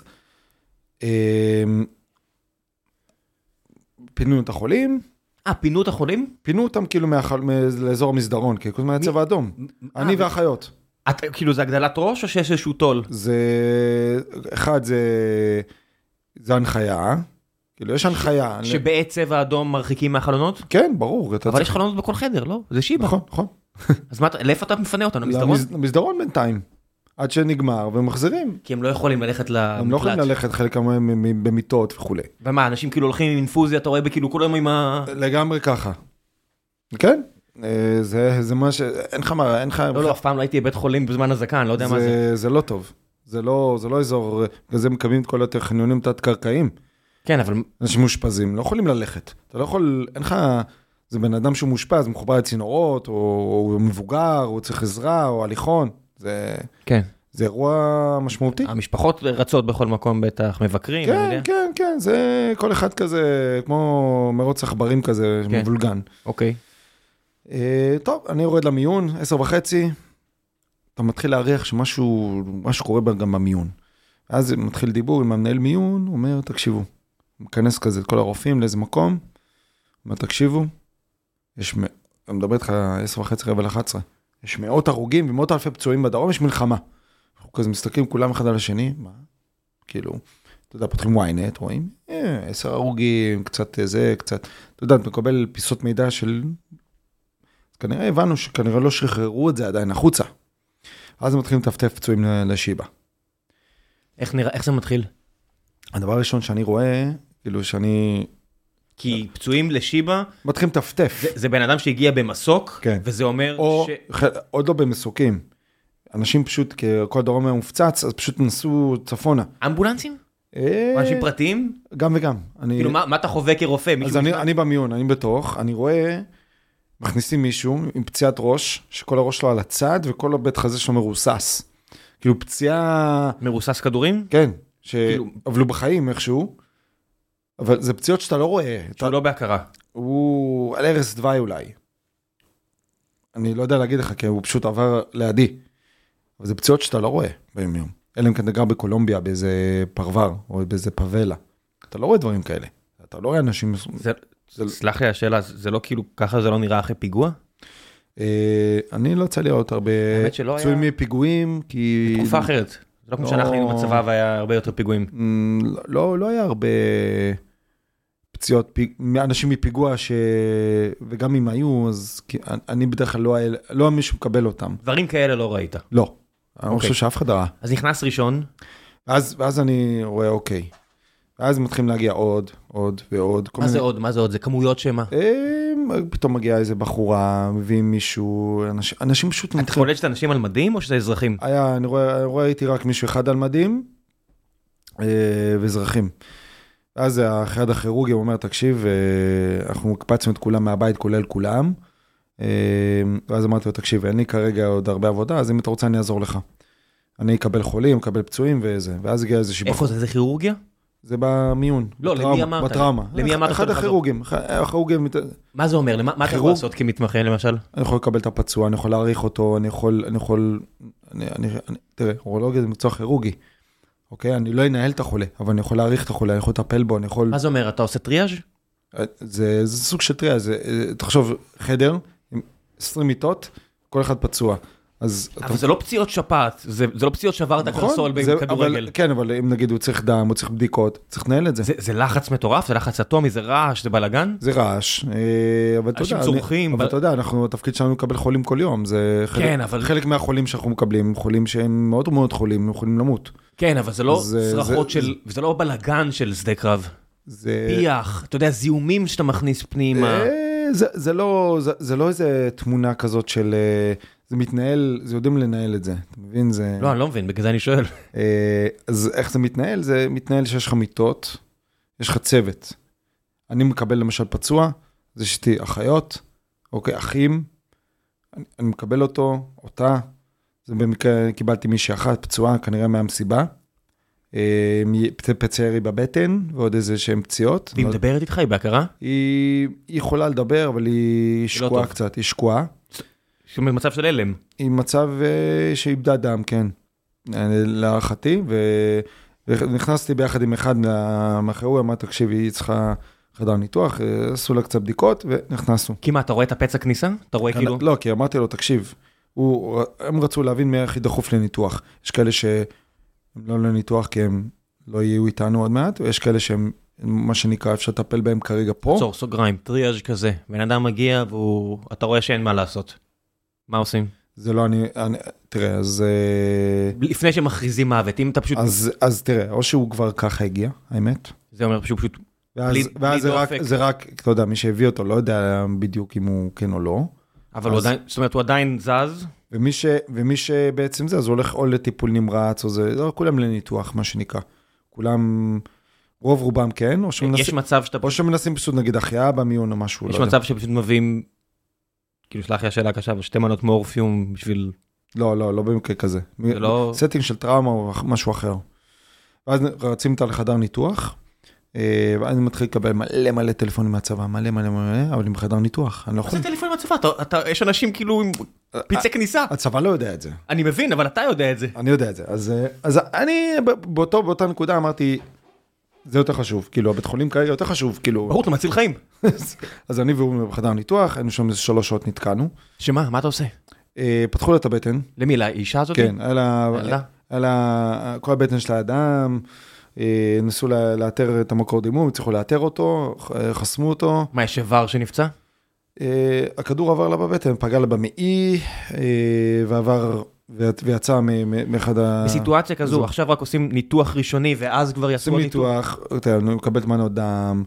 פינו את החולים. פינו את החולים? פינו אותם כאילו לאזור המסדרון, כי כל מהצבע אדום. אני והאחיות. כאילו זה הגדלת ראש או שיש איזשהו טול? אחד זה הנחיה, כאילו יש הנחיה. שבעת צבע אדום מרחיקים מהחלונות? כן, ברור. אבל יש חלונות בכל חדר, לא? זה שיבה. נכון. אז לאיפה אתה מפנה אותנו? למסדרון? למסדרון בינתיים. עד שנגמר ומחזירים. כי הם לא יכולים ללכת למקלט. הם לא יכולים ללכת חלק במיטות וכו'. ומה, אנשים כאילו הולכים עם אינפוזיה, אתה רואה בכאילו כולם עם לגמרי ככה. כן? זה מה אין לך מה, אין לך... לא, אף פעם לא הייתי בבית חולים בזמן הזקן, לא יודע מה זה. זה לא טוב. זה לא אזור, וזה מקבלים את כל החניונים תת-קרקעיים. כן, אבל... אנשים מאושפזים, לא יכולים ללכת. אתה לא יכול, אין לך... זה בן אדם שהוא מאושפז, מחובר לצינורות, או מבוגר, או צריך עזרה, או הליכון. כן. זה אירוע משמעותי. המשפחות רצות בכל מקום בטח, מבקרים, אני יודע. כן, זה כל אחד כזה, כמו מרוץ עכברים כזה, מבולגן. אוקיי. טוב, אני יורד למיון, 10:30, אתה מתחיל להריח שמשהו קורה גם במיון. אז מתחיל דיבור עם המנהל מיון, הוא אומר, תקשיבו, מכנס כזה את כל הרופאים לאיזה מקום, הוא אומר, תקשיבו, אני מדבר איתך 10:30, יש מאות הרוגים ומאות אלפי פצועים בדרום, יש מלחמה. אנחנו כזה מסתכלים כולם אחד על השני, מה? כאילו, אתה יודע, פותחים ynet, רואים, 10 הרוגים, קצת זה, קצת, אתה יודע, אתה מקבל פיסות מידע של... אז כנראה הבנו שכנראה לא שחררו את זה עדיין החוצה. אז הם מתחילים לטפטף פצועים לשיבה. איך זה מתחיל? הדבר הראשון שאני רואה, כאילו שאני... כי פצועים לשיבה... מתחילים לטפטף. זה בן אדם שהגיע במסוק, כן. וזה אומר עוד לא במסוקים. אנשים פשוט, כי כל הדרום היה מופצץ, אז פשוט נסו צפונה. אמבולנסים? אנשים פרטיים? גם וגם. כאילו, מה אתה חווה כרופא? אז אני במיון, אני בתוך, אני רואה, מכניסים מישהו עם פציעת ראש, שכל הראש שלו על הצד, וכל הבית חזה שלו מרוסס. כאילו פציעה... מרוסס כדורים? כן, שעבלו בחיים איכשהו, אבל זה פציעות שאתה לא רואה. שהוא לא בהכרה. הוא על ערש דווי אולי. אני לא יודע להגיד לך, כי הוא פשוט עבר לידי. אבל זה פציעות שאתה לא רואה ביום יום. אלא אם כן אתה גר בקולומביה, באיזה פרבר, או באיזה פאבלה. אתה לא רואה דברים כאלה. אתה לא רואה אנשים... סלח לי השאלה, זה לא כאילו, ככה זה לא נראה אחרי פיגוע? אני לא רוצה לראות הרבה פצועים מפיגועים, כי... תקופה אחרת. זה לא כמו שאנחנו היינו בצבא והיה הרבה יותר פיגועים. לא היה הרבה פציעות, אנשים מפיגוע וגם אם היו, אז אני בדרך כלל לא מישהו מקבל אותם. דברים כאלה לא ראית? לא. אני חושב שאף אחד ראה. אז נכנס ראשון. ואז אני רואה אוקיי. ואז מתחילים להגיע עוד ועוד. מה זה עוד? זה כמויות שמה? פתאום מגיעה איזה בחורה, מביאים מישהו, אנשים פשוט... אתה חולד שאתה אנשים על מדים או שאתה אזרחים? אני ראיתי רק מישהו אחד על מדים, ואזרחים. אז האחד הכירורגי אומר, תקשיב, אנחנו מקפצנו את כולם מהבית, כולל כולם, ואז אמרתי לו, תקשיב, אין לי כרגע עוד הרבה עבודה, אז אם אתה רוצה אני אעזור לך. אני אקבל חולים, אקבל פצועים וזה, ואז הגיע איזה שיבח. איפה זה? זה כירורגיה? זה במיון. לא, למי אמרת? בטראומה. למי אמרת? אחד הכירורגים. מה זה אומר? מה אתה יכול לעשות כמתמחה למשל? אני יכול לקבל את הפצוע, אני יכול להעריך אותו, אני יכול... תראה, אורולוגיה זה מקצוע כירורגי. אוקיי? אני לא אנהל את החולה, אבל אני יכול להעריך את החולה, אני יכול לטפל בו, אני יכול... מה זה אומר? אתה עושה טריאז'? זה סוג של טריאז'. תחשוב, חדר עם 20 מיטות, כל אחד פצוע. אבל זה לא פציעות שפעת, זה לא פציעות שברת קרסול בכדורגל. כן, אבל אם נגיד הוא צריך דם, הוא צריך בדיקות, צריך לנהל את זה. זה לחץ מטורף, זה לחץ אטומי, זה רעש, זה בלגן? זה רעש, אנשים צורכים. אבל אתה יודע, התפקיד שלנו לקבל חולים כל יום, זה חלק מהחולים שאנחנו מקבלים, חולים שהם מאוד מאוד חולים, הם יכולים למות. כן, אבל זה לא צרחות של, וזה לא בלגן של שדה קרב. פיח, אתה יודע, זיהומים שאתה מכניס פנימה. זה לא איזה תמונה כזאת של... זה מתנהל, זה יודעים לנהל את זה, אתה מבין? לא, אני לא מבין, בגלל זה אני שואל. אז איך זה מתנהל? זה מתנהל שיש לך מיטות, יש לך צוות. אני מקבל למשל פצוע, זה שתי אחיות, אוקיי, אחים, אני מקבל אותה, זה במקרה, קיבלתי מישהי אחת, פצועה, כנראה מהמסיבה, פצע ירי בבטן, ועוד איזה שהן פציעות. והיא מדברת איתך, היא בהכרה? היא יכולה לדבר, אבל היא שקועה קצת, היא שקועה. זאת אומרת, מצב של הלם. היא מצב שאיבדה דם, כן, להערכתי, ונכנסתי ביחד עם אחד מהמחרו, אמר, תקשיב, היא צריכה חדר ניתוח, עשו לה קצת בדיקות, ונכנסנו. כי מה, אתה רואה את הפצע כניסה? אתה רואה כאילו? לא, כי אמרתי לו, תקשיב, הם רצו להבין מי הכי דחוף לניתוח. יש כאלה שהם לא לניתוח, כי הם לא יהיו איתנו עוד מעט, ויש כאלה שהם, מה שנקרא, אפשר לטפל בהם כרגע פה. עצור, סוגריים, טריאז' כזה. בן אדם מגיע, ואתה רואה שאין מה לעשות. מה עושים? זה לא תראה, אז... לפני שמכריזים מוות, אם אתה פשוט... אז תראה, או שהוא כבר ככה הגיע, האמת. זה אומר שהוא פשוט... ואז זה רק, אתה יודע, מי שהביא אותו לא יודע בדיוק אם הוא כן או לא. אבל הוא עדיין, זאת אומרת, הוא עדיין זז. ומי שבעצם זה, אז הוא הולך או לטיפול נמרץ, או זה, לא, כולם לניתוח, מה שנקרא. כולם, רוב רובם כן, יש מצב שאתה... או שמנסים פשוט, נגיד, החייאה במיון או משהו. יש מצב שפשוט מביאים, כאילו, שלח לי השאלה קשה, אבל 2 מנות מורפיום בשביל... לא במקרה כזה. זה לא... סטינג של טראומה או משהו אחר. ואז רצים אותה לחדר ניתוח, ואני מתחיל לקבל מלא טלפונים מהצבא, מלא, אבל עם חדר ניתוח, אני לא יכול. זה טלפון מהצבא, יש אנשים כאילו עם פצעי כניסה. הצבא לא יודע את זה. אני מבין, אבל אתה יודע את זה. אני יודע את זה. אז אני באותה נקודה אמרתי, זה יותר חשוב, כאילו, הבית חולים כרגע יותר חשוב, כאילו... ברור, אתה מציל חיים. אז אני והוא בחדר ניתוח, היינו שם 3 שעות נתקענו. שמה? מה אתה עושה? פתחו לה את הבטן. למי? לאישה הזאת? כן, היה לה, כל הבטן של האדם, נסו לאתר את המקור דימום, הצליחו לאתר אותו, חסמו אותו. מה, יש איבר שנפצע? הכדור עבר לה בבטן, פגע לה במעי, ועבר, ויצא מאחד בסיטואציה כזו, עכשיו רק עושים ניתוח ראשוני, ואז כבר יעשו עושים ניתוח, הוא מקבל מנות דם,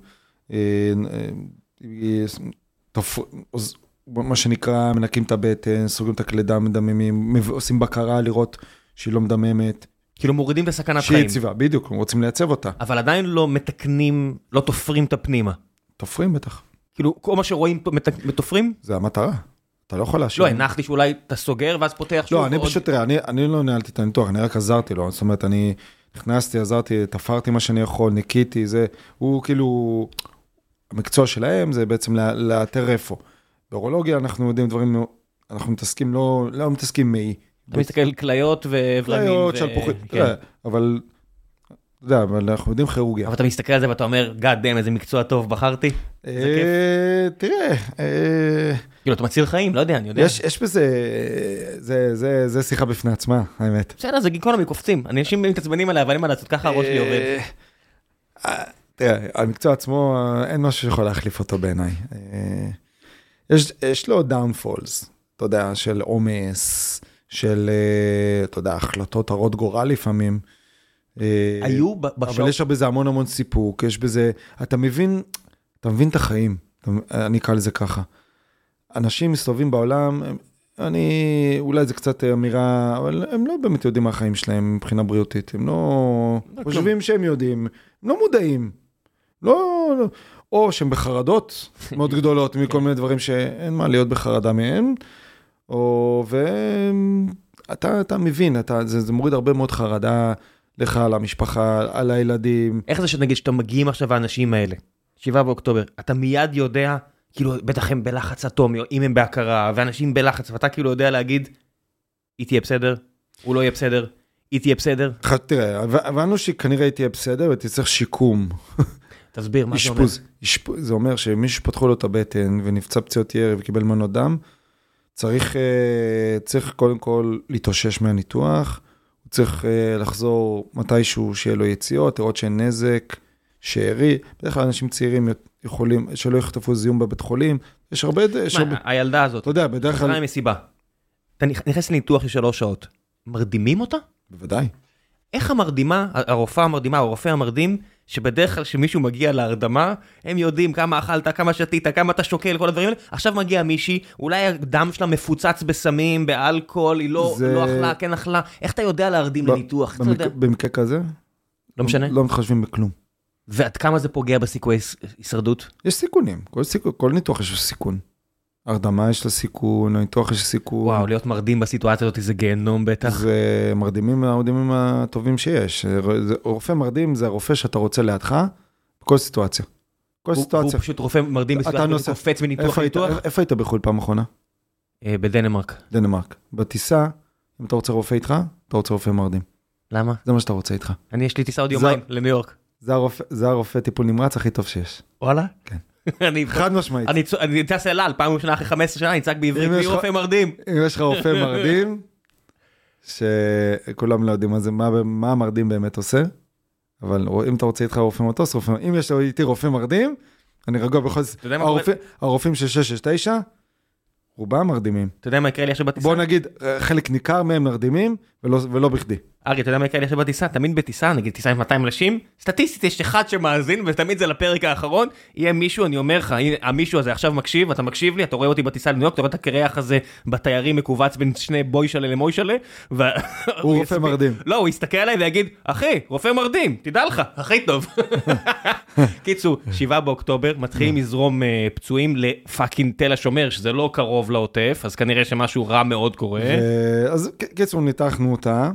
מה שנקרא, מנקים את הבטן, סוגרים את הכלי דם מדממים, עושים בקרה לראות שהיא לא מדממת. כאילו מורידים את הסכנת חיים. שהיא יציבה, בדיוק, רוצים לייצב אותה. אבל עדיין לא מתקנים, לא תופרים את הפנימה. תופרים בטח. כאילו, כל מה שרואים מתופרים? זה המטרה. אתה לא יכול להשאיר. לא, הנחתי שאולי אתה סוגר ואז פותח שוב. לא, אני פשוט, תראה, אני לא ניהלתי את הניתוח, אני רק עזרתי לו. זאת אומרת, אני נכנסתי, עזרתי, תפרתי מה שאני יכול, ניקיתי, זה, הוא כאילו, המקצוע שלהם זה בעצם לאתר איפה. באורולוגיה אנחנו יודעים דברים, אנחנו מתעסקים, לא מתעסקים מעי. אתה מסתכל על כליות ואיברים. כליות, שלפוחית, אבל, אתה יודע, אבל אנחנו יודעים כירורגיה. אבל אתה מסתכל על זה ואתה אומר, God damn, איזה מקצוע טוב בחרתי? זה כיף. תראה. כאילו, אתה מציל חיים, לא יודע, אני יודע. יש בזה, זה שיחה בפני עצמה, האמת. בסדר, זה גיקונומי, קופצים. אנשים מתעצבנים עליה, אבל אין מה לעשות, ככה הראש לי עובד. תראה, המקצוע עצמו, אין משהו שיכול להחליף אותו בעיניי. יש לו downfalls, אתה יודע, של עומס, של, אתה יודע, החלטות הרות גורל לפעמים. היו בשעות... אבל יש בזה המון סיפוק, יש בזה, אתה מבין את החיים, אני אקרא לזה ככה. אנשים מסתובבים בעולם, אולי זה קצת אמירה, אבל הם לא באמת יודעים מה החיים שלהם מבחינה בריאותית, הם לא חושבים שהם יודעים, הם לא מודעים, או שהם בחרדות מאוד גדולות מכל מיני דברים שאין מה להיות בחרדה מהם, ואתה מבין, זה מוריד הרבה מאוד חרדה לך, על המשפחה, על הילדים. איך זה שנגיד שאתה מגיעים עכשיו האנשים האלה, 7 באוקטובר, אתה מיד יודע, כאילו בטח הם בלחץ אטומי, או אם הם בהכרה, ואנשים בלחץ, ואתה כאילו יודע להגיד, היא תהיה בסדר, הוא לא יהיה בסדר, היא תהיה בסדר. תראה, הבנו שכנראה היא תהיה בסדר, ותצטרך שיקום. תסביר, מה זה אומר? זה אומר שמישהו פתחו לו את הבטן, ונפצע פציעות ירי וקיבל מנות דם, צריך קודם כל להתאושש מהניתוח, הוא צריך לחזור מתישהו שיהיה לו יציאות, לראות שאין נזק, שארי, בדרך כלל אנשים צעירים יכולים, שלא יחטפו זיהום בבית חולים, יש הרבה... הילדה הזאת, אתה יודע, בדרך כלל... מסיבה. אתה נכנס לניתוח של 3 שעות, מרדימים אותה? בוודאי. איך המרדימה, הרופאה המרדימה, הרופא המרדים, שבדרך כלל כשמישהו מגיע להרדמה, הם יודעים כמה אכלת, כמה שתית, כמה אתה שוקל, כל הדברים האלה. עכשיו מגיע מישהי, אולי הדם שלה מפוצץ בסמים, באלכוהול, היא לא אכלה, כן אכלה. איך אתה יודע להרדים לניתוח? במקרה כזה? לא משנה? לא מתחשבים בכלום. ועד כמה זה פוגע בסיכוי הישרדות? יש סיכונים. כל ניתוח יש סיכון. הרדמה יש לה סיכון, הניתוח יש סיכון. וואו, להיות מרדים בסיטואציה הזאת זה גיהנום בטח. זה מרדימים הטובים שיש. רופא מרדים זה הרופא שאתה רוצה לידך, בכל סיטואציה. כל סיטואציה. הוא פשוט רופא מרדים בסיטואציה, הוא קופץ מניתוח לניתוח. איפה היית בחו"ל פעם אחרונה? בדנמרק. דנמרק. בטיסה, אם אתה רוצה רופא איתך, אתה רוצה רופא מרדים. למה? זה מה שאתה רוצה איתך. יש לי טיסה עוד יומיים לניו יורק. זה הרופא טיפול נמרץ הכי טוב שיש. וואלה? כן. חד משמעית. אני טס אל על, פעם ראשונה אחרי 15 שנה, אני צעק בעברית בלי רופא מרדים. אם יש לך רופא מרדים, שכולם לא יודעים מה המרדים באמת עושה, אבל אם אתה רוצה איתך רופא מטוס, אם יש איתי רופא מרדים, אני רגוע בכל זאת. הרופאים של 669, רובם מרדימים. אתה יודע מה יקרה לי עכשיו בטיסה? בוא נגיד, חלק ניכר מהם מרדימים, ולא בכדי. ארי, אתה יודע מה יקרה לי עכשיו בטיסה? תמיד בטיסה, נגיד טיסה עם 200 אנשים, סטטיסטית יש אחד שמאזין, ותמיד זה לפרק האחרון, יהיה מישהו, אני אומר לך, המישהו הזה עכשיו מקשיב, אתה מקשיב לי, אתה רואה אותי בטיסה לניו יורק, אתה רואה את הקרח הזה בתיירים מקובץ בין שני בוישלה למוישלה, הוא רופא מרדים. לא, הוא יסתכל עליי ויגיד, אחי, רופא מרדים, תדע לך, הכי טוב. קיצור, 7 באוקטובר, מתחילים לזרום פצועים לפאקינג תל השומר, שזה לא קרוב לעוטף, אז כנראה שמשהו רע מאוד קורה. אז קיצור, ניתחנו אותה.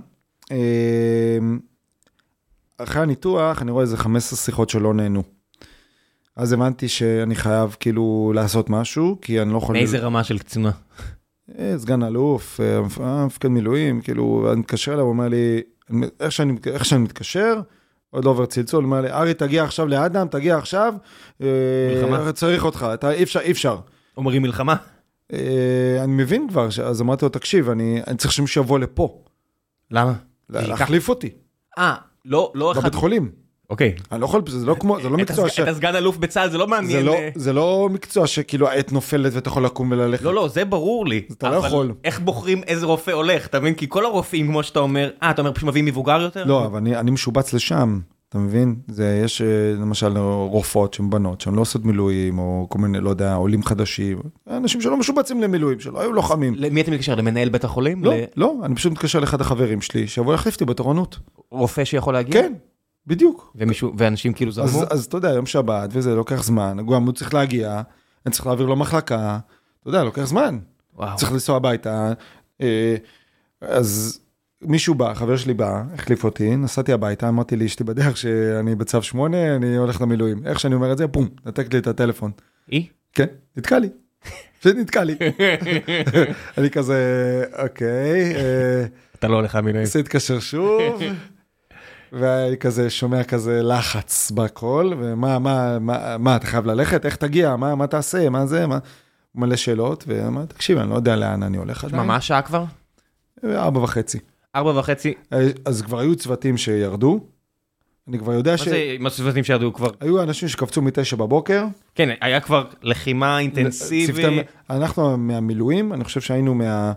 אחרי הניתוח, אני רואה איזה 15 שיחות שלא נהנו. אז הבנתי שאני חייב כאילו לעשות משהו, כי אני לא יכול... מאיזה רמה של קצונה? סגן אלוף, מפקד מילואים, כאילו, אני מתקשר אליו, הוא אומר לי, איך שאני מתקשר, עוד לא עובר צלצול, הוא אומר לי, ארי, תגיע עכשיו לאדם, תגיע עכשיו, צריך אותך, אי אפשר. אומרים מלחמה? אני מבין כבר, אז אמרתי לו, תקשיב, אני צריך שמישהו יבוא לפה. למה? להחליף אותי. לא אחד... בבית חולים. אוקיי. אני לא יכול, זה לא כמו, זה לא מקצוע ש... את הסגן אלוף בצה"ל, זה לא מעניין. זה לא מקצוע שכאילו העת נופלת ואתה יכול לקום וללכת. לא, זה ברור לי. אתה לא יכול. איך בוחרים איזה רופא הולך? אתה מבין? כי כל הרופאים, כמו שאתה אומר, אתה אומר פשוט מביאים מבוגר יותר? לא, אבל אני משובץ לשם. אתה מבין? יש למשל רופאות שהן בנות, שהן לא עושות מילואים, או כל מיני, לא יודע, עולים חדשים, אנשים שלא משובצים למילואים, שלא היו לוחמים. למי אתה מתקשר? למנהל בית החולים? לא, אני פשוט מתקשר לאחד החברים שלי, שיבוא להחליף אותי בתורנות. רופא שיכול להגיע? כן, בדיוק. ואנשים כאילו זרמו? אז אתה יודע, יום שבת, וזה לוקח זמן, גם הוא צריך להגיע, אני צריך להעביר לו מחלקה, אתה יודע, לוקח זמן. צריך לנסוע הביתה, אז... מישהו בא, חבר שלי בא, החליף אותי, נסעתי הביתה, אמרתי לי, אשתי בדרך שאני בצו 8, אני הולך למילואים. איך שאני אומר את זה, פום, נתק לי את הטלפון. כן, נתקע לי. נתקע לי. אני כזה, אוקיי. אתה לא הולך למילואים. עושה התקשר שוב, ואני כזה שומע כזה לחץ בכל, ומה, אתה חייב ללכת? איך תגיע? מה תעשה? מה זה? מלא שאלות, ואמרתי, תקשיב, אני לא יודע לאן אני הולך עדיין. מה השעה כבר? 4:30. 4:30. אז כבר היו צוותים שירדו, אני כבר יודע מה זה צוותים שירדו כבר? היו אנשים שקפצו 9 בבוקר. כן, היה כבר לחימה אינטנסיבית. אנחנו מהמילואים, אני חושב שהיינו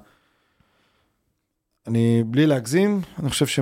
אני בלי להגזים, אני חושב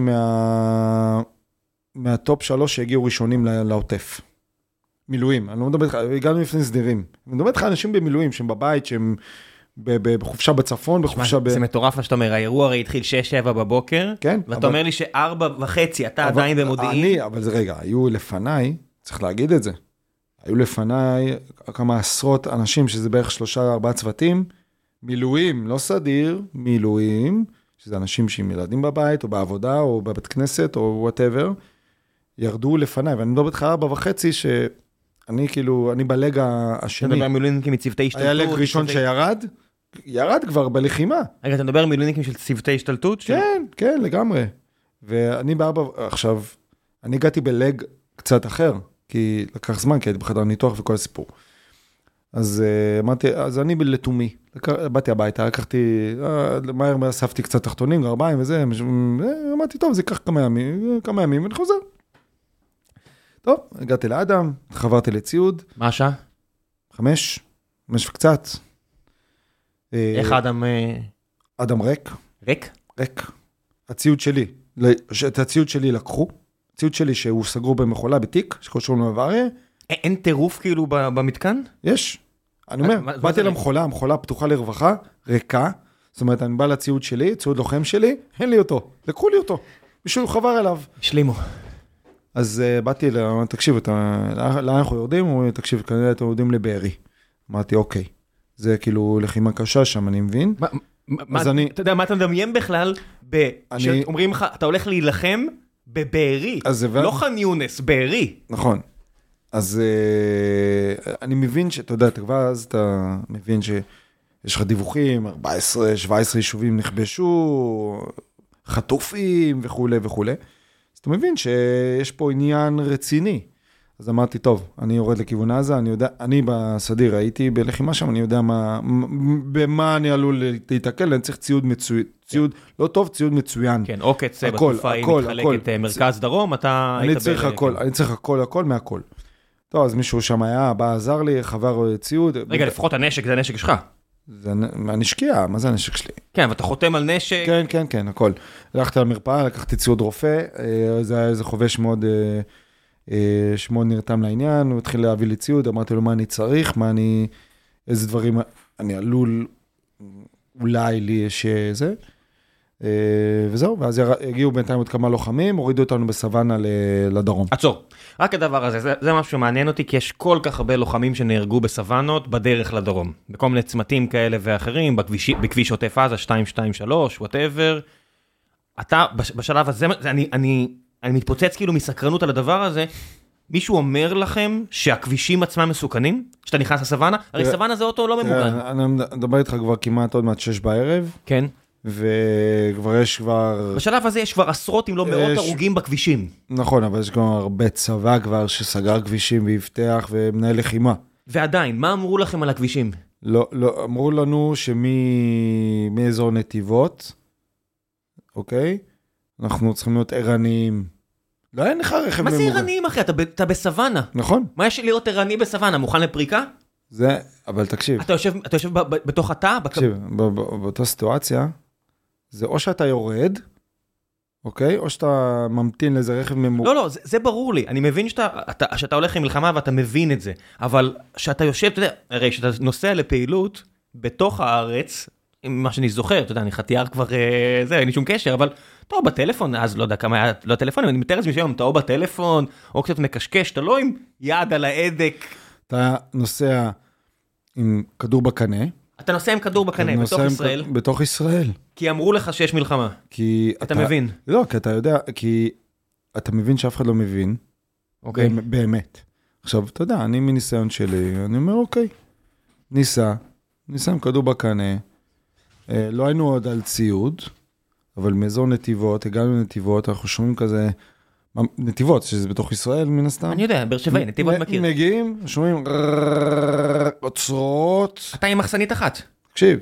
מהטופ 3 שהגיעו ראשונים לעוטף. מילואים, אני לא מדבר איתך, הגענו לפני סדירים. אני מדבר איתך אנשים במילואים, שהם בבית, שהם... בחופשה בצפון, בחופשה זה מטורף מה שאתה אומר, האירוע הרי התחיל 6-7 בבוקר, כן, ואתה אומר לי ש4:30 אתה עדיין במודיעין. אבל זה רגע, היו לפניי, צריך להגיד את זה, היו לפניי כמה עשרות אנשים, שזה בערך 3-4 צוותים, מילואים, לא סדיר, מילואים, שזה אנשים שהם ילדים בבית, או בעבודה, או בבית כנסת, או whatever, ירדו לפניי, ואני מדבר איתך 4:30 שאני כאילו, אני בלג השני. אתה מדבר על מילואימניקים מצוותי השתלטות. היה לג ראשון ירד כבר בלחימה. רגע, אתה מדבר על מילואימניקים של צוותי השתלטות? כן, כן, לגמרי. ואני עכשיו, אני הגעתי בלג קצת אחר, כי לקח זמן, כי הייתי בחדר ניתוח וכל הסיפור. אז אמרתי, אז אני לתומי, באתי הביתה, לקחתי, מהר אספתי קצת תחתונים, גרביים וזה, אמרתי, טוב, זה ייקח כמה ימים, ואני חוזר. טוב, הגעתי לאדם, חברתי לציוד. מה השעה? 5 וקצת. איך אדם... אדם ריק. ריק? ריק. הציוד שלי, את הציוד שלי לקחו, הציוד שלי שהוא סגרו במחולה, בתיק, שקושרו למעבריה. אין טירוף כאילו במתקן? יש. אני אומר, באתי למחולה, המחולה פתוחה לרווחה, ריקה, זאת אומרת, אני בא לציוד שלי, ציוד לוחם שלי, אין לי אותו, לקחו לי אותו, מישהו חבר אליו. השלימו. אז באתי, תקשיב, לאן אנחנו יורדים? הוא אומר, תקשיב, כנראה אתם יורדים לבארי. אמרתי, אוקיי. זה כאילו לחימה קשה שם, אני מבין. אתה יודע, מה אתה מדמיין בכלל, שאומרים לך, אתה הולך להילחם בבארי, לא ח'אן יונס, בארי. נכון. אז אני מבין שאתה יודע, כבר אז אתה מבין שיש לך דיווחים, 14, 17 יישובים נכבשו, חטופים וכו' וכו'. אז אתה מבין שיש פה עניין רציני. אז אמרתי, טוב, אני יורד לכיוון עזה, אני בסדיר הייתי בלחימה שם, אני יודע במה אני עלול להתקל, אני צריך ציוד לא טוב, ציוד מצוין. כן, עוקץ בתקופה היא מתחלקת מרכז דרום, אתה היית אני צריך הכל מהכל. טוב, אז מישהו שם היה, בא, עזר לי, חבר ציוד. רגע, לפחות הנשק זה הנשק שלך. הנשקיע, מה זה הנשק שלי? כן, ואתה חותם על נשק. כן, הכל. הלכתי למרפאה, לקחתי ציוד רופא, זה היה איזה חובש מאוד נרתם לעניין, הוא התחיל להביא לי ציוד, אמרתי לו מה אני צריך, איזה דברים אני עלול, אולי לי יש זה, וזהו, ואז הגיעו בינתיים עוד כמה לוחמים, הורידו אותנו בסוואנה לדרום. עצור, רק הדבר הזה, זה משהו שמעניין אותי, כי יש כל כך הרבה לוחמים שנהרגו בסוואנות בדרך לדרום, בכל מיני צמתים כאלה ואחרים, בכביש עוטף עזה, 223, whatever. אתה, בשלב הזה, אני מתפוצץ כאילו מסקרנות על הדבר הזה, מישהו אומר לכם שהכבישים עצמם מסוכנים? שאתה נכנס לסוואנה? הרי סוואנה זה אוטו לא ממוגן. אני מדבר איתך כבר כמעט עוד מעט 6 בערב. כן. וכבר יש כבר... בשלב הזה יש כבר עשרות אם לא מאות הרוגים בכבישים. נכון, אבל יש גם הרבה צבא כבר שסגר כבישים והבטח ומנהל לחימה. ועדיין, מה אמרו לכם על הכבישים? לא, אמרו לנו מאזור נתיבות, אוקיי? אנחנו צריכים להיות ערניים. לא אין לך רכב ממוגן. מה זה ערניים אחי? אתה בסוואנה. נכון. מה יש להיות ערני בסוואנה? מוכן לפריקה? זה, אבל תקשיב. אתה יושב בתוך התא? תקשיב, באותה סיטואציה, זה או שאתה יורד, אוקיי? או שאתה ממתין לאיזה רכב ממוגן. לא, זה ברור לי. אני מבין שאתה הולך עם מלחמה ואתה מבין את זה. אבל שאתה יושב, אתה יודע, הרי שאתה נוסע לפעילות בתוך הארץ, מה שאני זוכר, אתה יודע, אני חתיאר כבר, אין לי שום קשר, אבל אתה או בטלפון, אז לא יודע כמה היה, לא טלפון, אני מתאר את זה משם, אתה או בטלפון, או קצת מקשקש, אתה לא עם יד על ההדק. אתה נוסע עם כדור בקנה. אתה נוסע עם כדור בקנה, בתוך ישראל. בתוך ישראל. כי אמרו לך שיש מלחמה. כי אתה מבין. לא, כי אתה יודע, כי אתה מבין שאף אחד לא מבין. אוקיי. באמת. עכשיו, אתה יודע, אני מניסיון שלי, אני אומר, אוקיי, ניסע עם כדור בקנה, לא היינו עוד על ציוד, אבל מאזור נתיבות, הגענו לנתיבות, אנחנו שומעים כזה, נתיבות, שזה בתוך ישראל מן הסתם. אני יודע, באר שבעי, נתיבות מכיר. מגיעים, שומעים צרורות. אתה עם מחסנית אחת. תקשיב,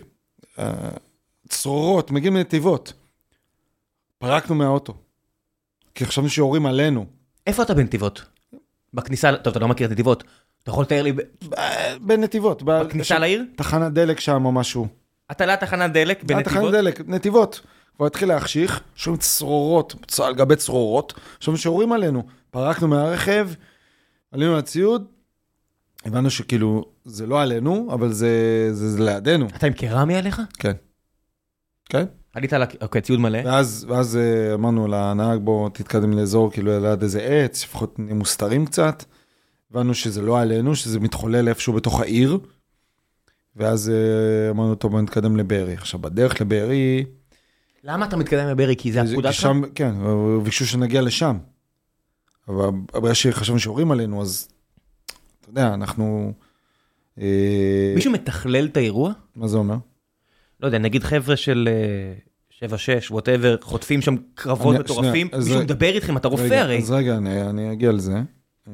צרורות, מגיעים לנתיבות. פרקנו מהאוטו. כי חשבנו שיורים עלינו. איפה אתה בנתיבות? בכניסה, טוב, אתה לא מכיר את נתיבות. אתה יכול לתאר לי... בנתיבות. בכניסה לעיר? תחנת דלק שם או משהו. אתה לא תחנת דלק בנתיבות? תחנת דלק, נתיבות. כבר התחיל להחשיך, שומעים צרורות, על גבי צרורות, שומעים שיורים עלינו. פרקנו מהרכב, עלינו לציוד, הבנו שכאילו, זה לא עלינו, אבל זה לידינו. אתה עם קרמי עליך? כן. כן? עלית על ציוד מלא? ואז אמרנו לנהג, בוא תתקדם לאזור, כאילו ליד איזה עץ, לפחות מוסתרים קצת. הבנו שזה לא עלינו, שזה מתחולל איפשהו בתוך העיר. ואז אמרנו, טוב, בוא נתקדם לבארי. עכשיו, בדרך לבארי... למה אתה מתקדם לבארי? כי זה הפקודה שלך? כן, ביקשו שנגיע לשם. אבל שחשבנו שיורים עלינו, אז אתה יודע, אנחנו... מישהו מתכלל את האירוע? מה זה אומר? לא יודע, נגיד חבר'ה של 7-6, whatever, חוטפים שם קרבות מטורפים, מישהו מדבר איתכם, אתה רופא הרי. אז רגע, אני אגיע לזה.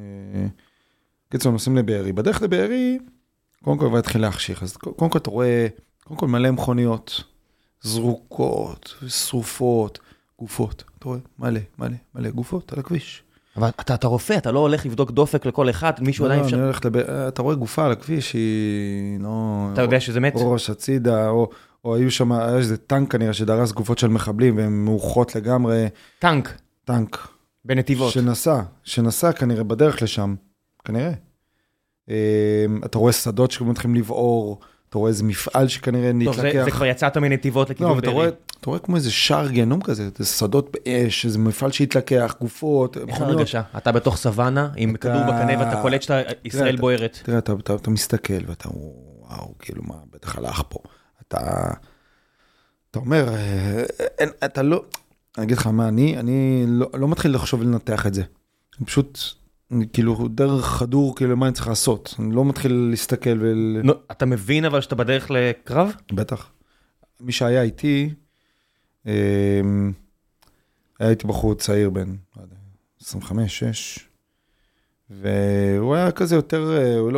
קיצור, נוסעים לבארי. בדרך לבארי, קודם כל כבר התחיל להחשיך. אז קודם כל אתה רואה, קודם כל מלא מכוניות, זרוקות, שרופות, גופות. אתה רואה מלא גופות על הכביש. אבל אתה רופא, אתה לא הולך לבדוק דופק לכל אחד, מישהו עדיין אפשר... אתה רואה גופה על הכביש, היא לא... אתה יודע שזה מת? ראש הצידה, או היו שם, היה איזה טנק כנראה שדרס גופות של מחבלים, והן מאוחות לגמרי. טנק. בנתיבות. שנסע כנראה בדרך לשם, כנראה. אתה רואה שדות שמתחילים לבעור, אתה רואה איזה מפעל שכנראה נתלקח. טוב, זה כבר יצאת מנתיבות לכיוון בארי. אתה רואה כמו איזה שער גיהנום כזה, זה שדות באש, איזה מפעל שהתלקח, גופות, איך הרגשה? אתה בתוך סוואנה, עם כדור בקנה, ואתה קולט שאתה ישראל בוערת. תראה, אתה מסתכל, ואתה, וואו, כאילו מה, בטח הלך פה. אתה אומר, אתה לא, אני אגיד לך מה, אני לא מתחיל לחשוב לנתח את זה. אני פשוט, כאילו, דרך חדור, כאילו, מה אני צריך לעשות? אני לא מתחיל להסתכל אתה מבין אבל שאתה בדרך לקרב? בטח. מי שהיה איתי, היה איתי בחור צעיר בין 25, 6, והוא היה כזה יותר, הוא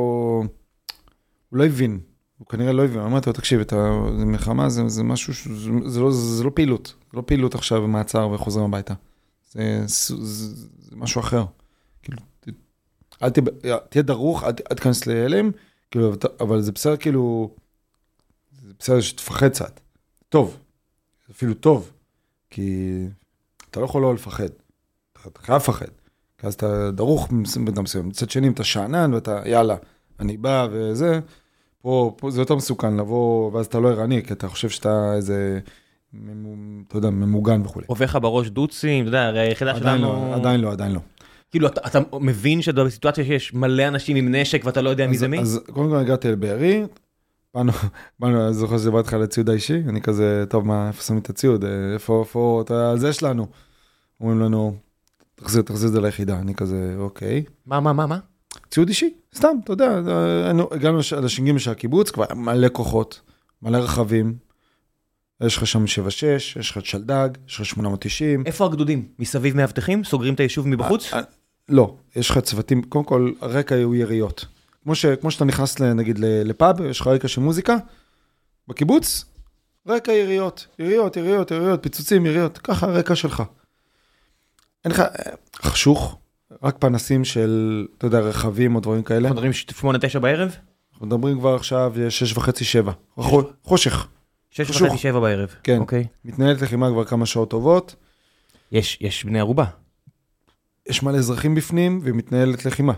לא הבין, הוא כנראה לא הבין, אמרתי לו, תקשיב, זה מלחמה, זה משהו, זה לא פעילות, זה לא פעילות עכשיו במעצר וחוזרים הביתה, זה משהו אחר, כאילו, תהיה דרוך, אל תכנס להלם, כאילו, אבל זה בסדר, כאילו, זה בסדר שתפחד קצת, טוב, אפילו טוב, כי אתה לא יכול לא לפחד, אתה חייב לפחד, כי אז אתה דרוך בדם מסוים, מצד שני, אתה שענן ואתה, יאללה, אני בא וזה, פה זה יותר מסוכן לבוא, ואז אתה לא ערני, כי אתה חושב שאתה איזה, אתה יודע, ממוגן וכו'. עובר לך בראש דוצים, אתה יודע, הרי היחידה שלנו... עדיין לא. כאילו, אתה מבין שאתה בסיטואציה שיש מלא אנשים עם נשק ואתה לא יודע מי זה מי? אז קודם כל הגעתי לבארי, באנו, אני זוכר שבאת לך לציוד האישי, אני כזה, טוב, מה, איפה שמים את הציוד? איפה, על זה שלנו. אומרים לנו, תחזיר את זה ליחידה, אני כזה, אוקיי. מה? ציוד אישי, סתם, אתה יודע, הגענו לשינגים של הקיבוץ, כבר מלא כוחות, מלא רכבים, יש לך שם 76, יש לך שלדג, יש לך 890. איפה הגדודים? מסביב מאבטחים? סוגרים את היישוב מבחוץ? לא, יש לך צוותים, קודם כל, הרקע הוא יריות. כמו שאתה נכנס, נגיד, לפאב, יש לך רקע של מוזיקה, בקיבוץ, רקע יריות, פיצוצים, יריות, ככה הרקע שלך. אין לך חשוך, רק פנסים של, אתה יודע, רכבים או דברים כאלה. אנחנו מדברים 8-9 בערב? אנחנו מדברים כבר עכשיו 6:30-7. חושך. 6:30-7 בערב. כן. אוקיי. מתנהלת לחימה כבר כמה שעות טובות. יש בני ערובה. יש מלא אזרחים בפנים ומתנהלת לחימה.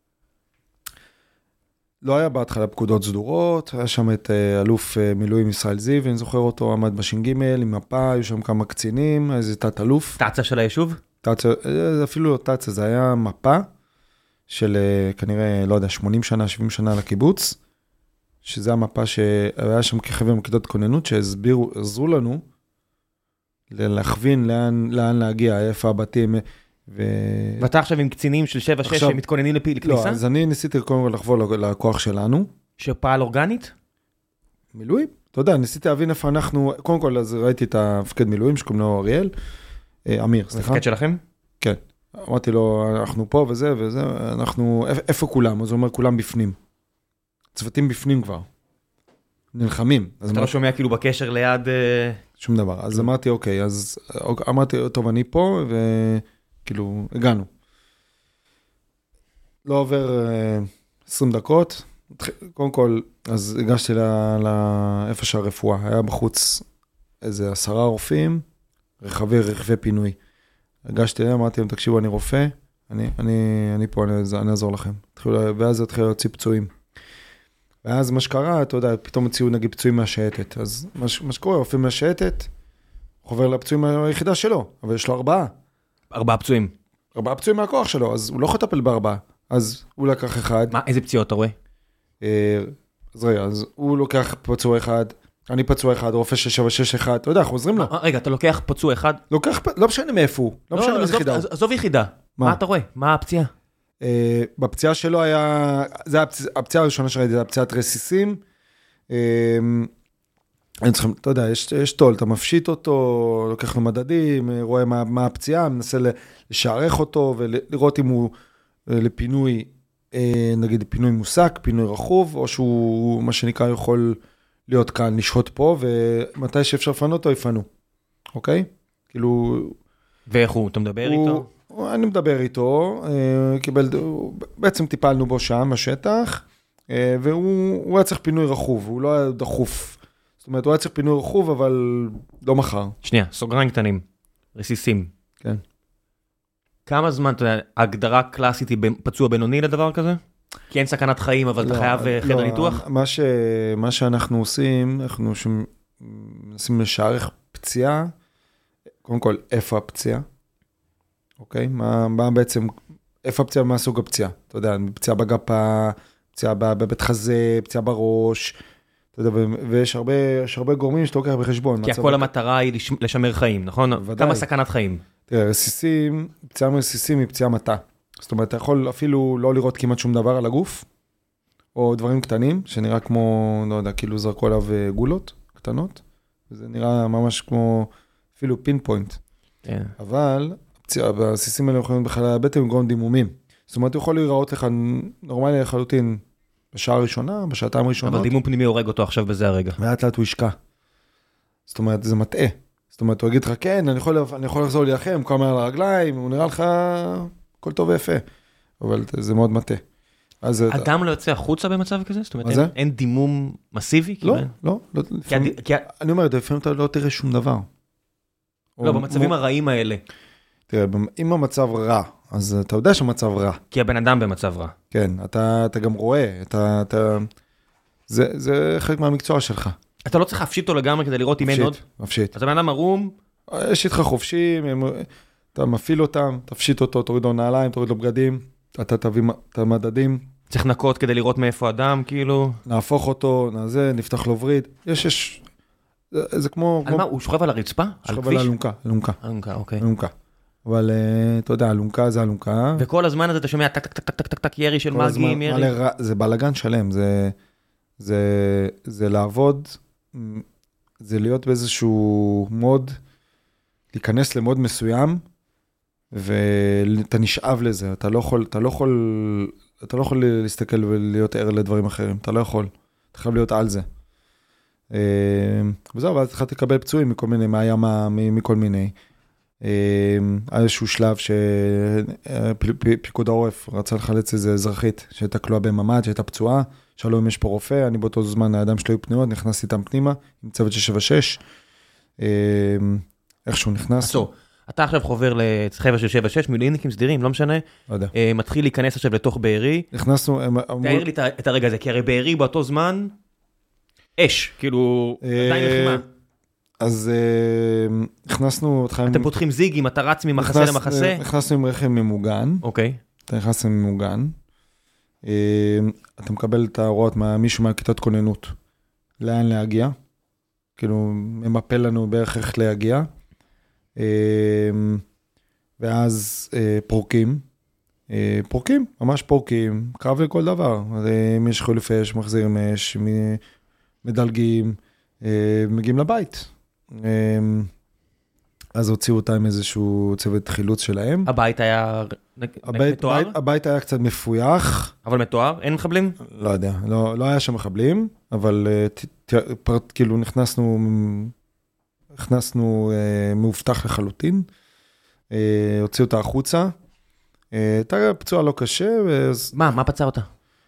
לא היה בהתחלה פקודות סדורות, היה שם את אלוף מילואים ישראל זיו, אני זוכר אותו, עמד בש"ג עם מפה, היו שם כמה קצינים, איזה תת אלוף. תצה של היישוב? אפילו לא תצה, זה היה מפה של כנראה, לא יודע, 80 שנה, 70 שנה לקיבוץ, שזה המפה שהיה שם כחבר מכיתות כוננות, שעזרו לנו להכווין לאן להגיע, איפה הבתים, ואתה עכשיו עם קצינים של 7-6 שמתכוננים לכניסה? לא, אז אני ניסיתי קודם כל לחבור לכוח שלנו. שפעל אורגנית? מילואים? אתה יודע, ניסיתי להבין איפה אנחנו, קודם כל אז ראיתי את המפקד מילואים שקוראים לו אריאל, אמיר, סליחה. מפקד שלכם? כן. אמרתי לו, אנחנו פה וזה, אנחנו, איפה כולם? אז הוא אומר, כולם בפנים. צוותים בפנים כבר. נלחמים. אתה לא שומע כאילו בקשר ליד... שום דבר. אז אמרתי, אוקיי, אז אמרתי, טוב, אני פה, וכאילו, הגענו. לא עובר 20 דקות. קודם כל, אז הגשתי לאיפה שהרפואה. היה בחוץ איזה 10 רופאים, רכבי פינוי. הגשתי להם, אמרתי להם, תקשיבו, אני רופא, אני פה, אני אעזור לכם. ואז התחיל להוציא פצועים. ואז מה שקרה, אתה יודע, פתאום הציעו נגיד פצועים מהשייטת. אז מה שקורה, רופא מהשייטת, חובר לפצועים היחידה שלו, אבל יש לו 4. 4 פצועים. 4 פצועים מהכוח שלו, אז הוא לא יכול לטפל ב4. אז הוא לקח 1. מה, איזה פציעות אתה רואה? אז רגע, אז הוא לוקח פצוע 1, אני פצוע 1, רופא 671, אתה יודע, חוזרים לו. רגע, אתה לוקח פצוע 1? לא משנה מאיפה הוא, לא משנה מאיזה יחידה. עזוב יחידה. מה אתה רואה? מה הפציעה? בפציעה שלו היה, זה הפציעה הראשונה שראיתי, זה הפציעת רסיסים. אני צריכים, אתה יודע, יש תול, אתה מפשיט אותו, לוקח לו מדדים, רואה מה הפציעה, מנסה לשערך אותו ולראות אם הוא לפינוי, נגיד פינוי מוסק, פינוי רחוב, או שהוא, מה שנקרא, יכול להיות כאן, לשהות פה, ומתי שאפשר לפנות אותו, יפנו. אוקיי? כאילו... ואיך הוא? אתה מדבר איתו? אני מדבר איתו, בעצם טיפלנו בו שם, בשטח, והוא היה צריך פינוי רחוב, הוא לא היה דחוף. זאת אומרת, הוא היה צריך פינוי רחוב, אבל לא מחר. שנייה, סוגריים קטנים, רסיסים. כן. כמה זמן, אתה יודע, ההגדרה קלאסית היא פצוע בינוני לדבר כזה? כי אין סכנת חיים, אבל אתה חייב חדר ניתוח? מה שאנחנו עושים, אנחנו מנסים לשערך פציעה, קודם כל, איפה הפציעה? אוקיי? מה בעצם, איפה הפציעה ומה סוג הפציעה? אתה יודע, פציעה בגפה, פציעה בבית חזה, פציעה בראש, אתה יודע, ויש הרבה גורמים שאתה לוקח בחשבון. כי הכל המטרה היא לשמר חיים, נכון? ודאי. כמה סכנת חיים. תראה, רסיסים, פציעה מרסיסים היא פציעה מטה. זאת אומרת, אתה יכול אפילו לא לראות כמעט שום דבר על הגוף, או דברים קטנים, שנראה כמו, לא יודע, כאילו זרקו עליו גולות קטנות, וזה נראה ממש כמו אפילו פין פוינט. אבל הרסיסים האלה יכולים בכלל הבטן לגרום דימומים. זאת אומרת, הוא יכול להיראות לך נורמלי לחלוטין בשעה הראשונה, בשעתיים ראשונות. אבל דימום פנימי הורג אותו עכשיו בזה הרגע. לאט לאט הוא ישקע. זאת אומרת, זה מטעה. זאת אומרת, הוא יגיד לך, כן, אני יכול לחזור להילחם, כל מעל הרגליים, הוא נראה לך הכל טוב ויפה. אבל זה מאוד מטעה. אדם לא יוצא החוצה במצב כזה? זאת אומרת, מה זה? אין דימום מסיבי? לא. אני אומר, לפעמים אתה לא תראה שום דבר. לא, במצבים הרעים האלה. תראה, אם המצב רע, אז אתה יודע שהמצב רע. כי הבן אדם במצב רע. כן, אתה גם רואה, זה חלק מהמקצוע שלך. אתה לא צריך להפשיט אותו לגמרי כדי לראות אם אין עוד. מפשיט. אז הבן אדם ערום. יש איתך חופשים, אתה מפעיל אותם, תפשיט אותו, תוריד לו נעליים, תוריד לו בגדים, אתה תביא את המדדים. צריך נקות כדי לראות מאיפה אדם, כאילו. נהפוך אותו, נפתח לו וריד. זה כמו... על מה? הוא שוכב על הרצפה? שוכב על אלונקה. אלונקה, אוקיי. אלונקה. אבל אתה יודע, אלונקה זה אלונקה. וכל הזמן הזה אתה שומע טק טק טק טק טק טק ירי של מגים, ירי. זה בלגן שלם, זה לעבוד, זה להיות באיזשהו מוד, להיכנס למוד מסוים, ואתה נשאב לזה, אתה לא יכול להסתכל ולהיות ער לדברים אחרים, אתה לא יכול, אתה חייב להיות על זה. וזהו, ואז אתה תקבל פצועים מכל מיני, מהימה, מכל מיני. היה איזשהו שלב שפיקוד העורף רצה לחלץ איזה אזרחית שהייתה כלואה בממד, שהייתה פצועה, שאלו אם יש פה רופא, אני באותו זמן הידיים שלי היו פנויות, נכנסתי איתם פנימה, עם צוות 676, איכשהו נכנס. עצור, אתה עכשיו חובר לחבר של 76, מילואימניקים סדירים, לא משנה, לא יודע. מתחיל להיכנס עכשיו לתוך בארי, נכנסנו, תאר לי את הרגע הזה, כי הרי בארי באותו זמן, אש, כאילו, עדיין לחימה. אז נכנסנו... אתם פותחים זיגים, אתה רץ ממחסה למחסה? נכנסנו עם רכב ממוגן. אוקיי. אתה נכנס עם ממוגן. אתה מקבל את ההוראות מישהו מהכיתת כוננות. לאן להגיע. כאילו, ממפה לנו בערך איך להגיע. ואז פורקים. פורקים, ממש פורקים. קרב לכל דבר. אם יש חילוף אש, מחזירים אש, מדלגים, מגיעים לבית. אז הוציאו אותה עם איזשהו צוות חילוץ שלהם. הבית היה מתואר? הבית היה קצת מפויח. אבל מתואר? אין מחבלים? לא יודע, לא היה שם מחבלים, אבל כאילו נכנסנו מאובטח לחלוטין, הוציאו אותה החוצה, הייתה פצועה לא קשה. מה פצע אותה?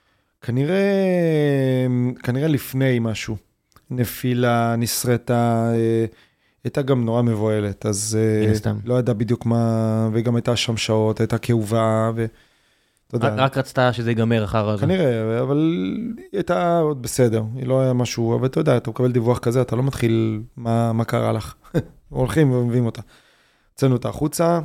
כנראה לפני משהו. נפילה, נסרטה, הייתה גם נורא מבועלת, אז לא ידע בדיוק מה, וגם הייתה שם שעות, הייתה כאובה, רק רצתה שזה ייגמר אחר הזה. כנראה, אבל היא הייתה עוד בסדר, היא לא היה משהו, אבל אתה יודע, אתה מקבל דיווח כזה, אתה לא מתחיל מה קרה לך. הולכים ומביאים אותה. הוצאנו אותה החוצה,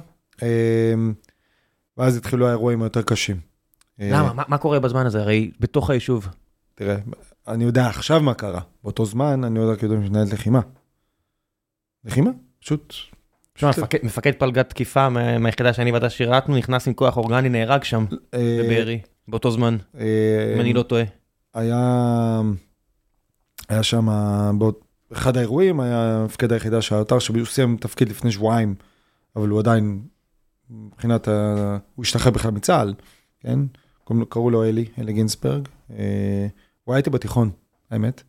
ואז התחילו האירועים היותר קשים. למה? מה קורה בזמן הזה? הרי בתוך היישוב. תראה, אני יודע עכשיו מה קרה. באותו זמן אני יודע כאילו שמנהלת לחימה. לחימה? פשוט... מפקד פלגת תקיפה מהיחידה שאני ואתה שירתנו, נכנס עם כוח אורגני, נהרג שם בבארי, באותו זמן, אם אני לא טועה. היה שם, באחד האירועים, היה מפקד היחידה של האתר, שהוא סיים תפקיד לפני שבועיים, אבל הוא עדיין, מבחינת, הוא השתחרר בכלל מצה"ל, כן? קראו לו אלי גינסברג. הוא היה איתי בתיכון, האמת,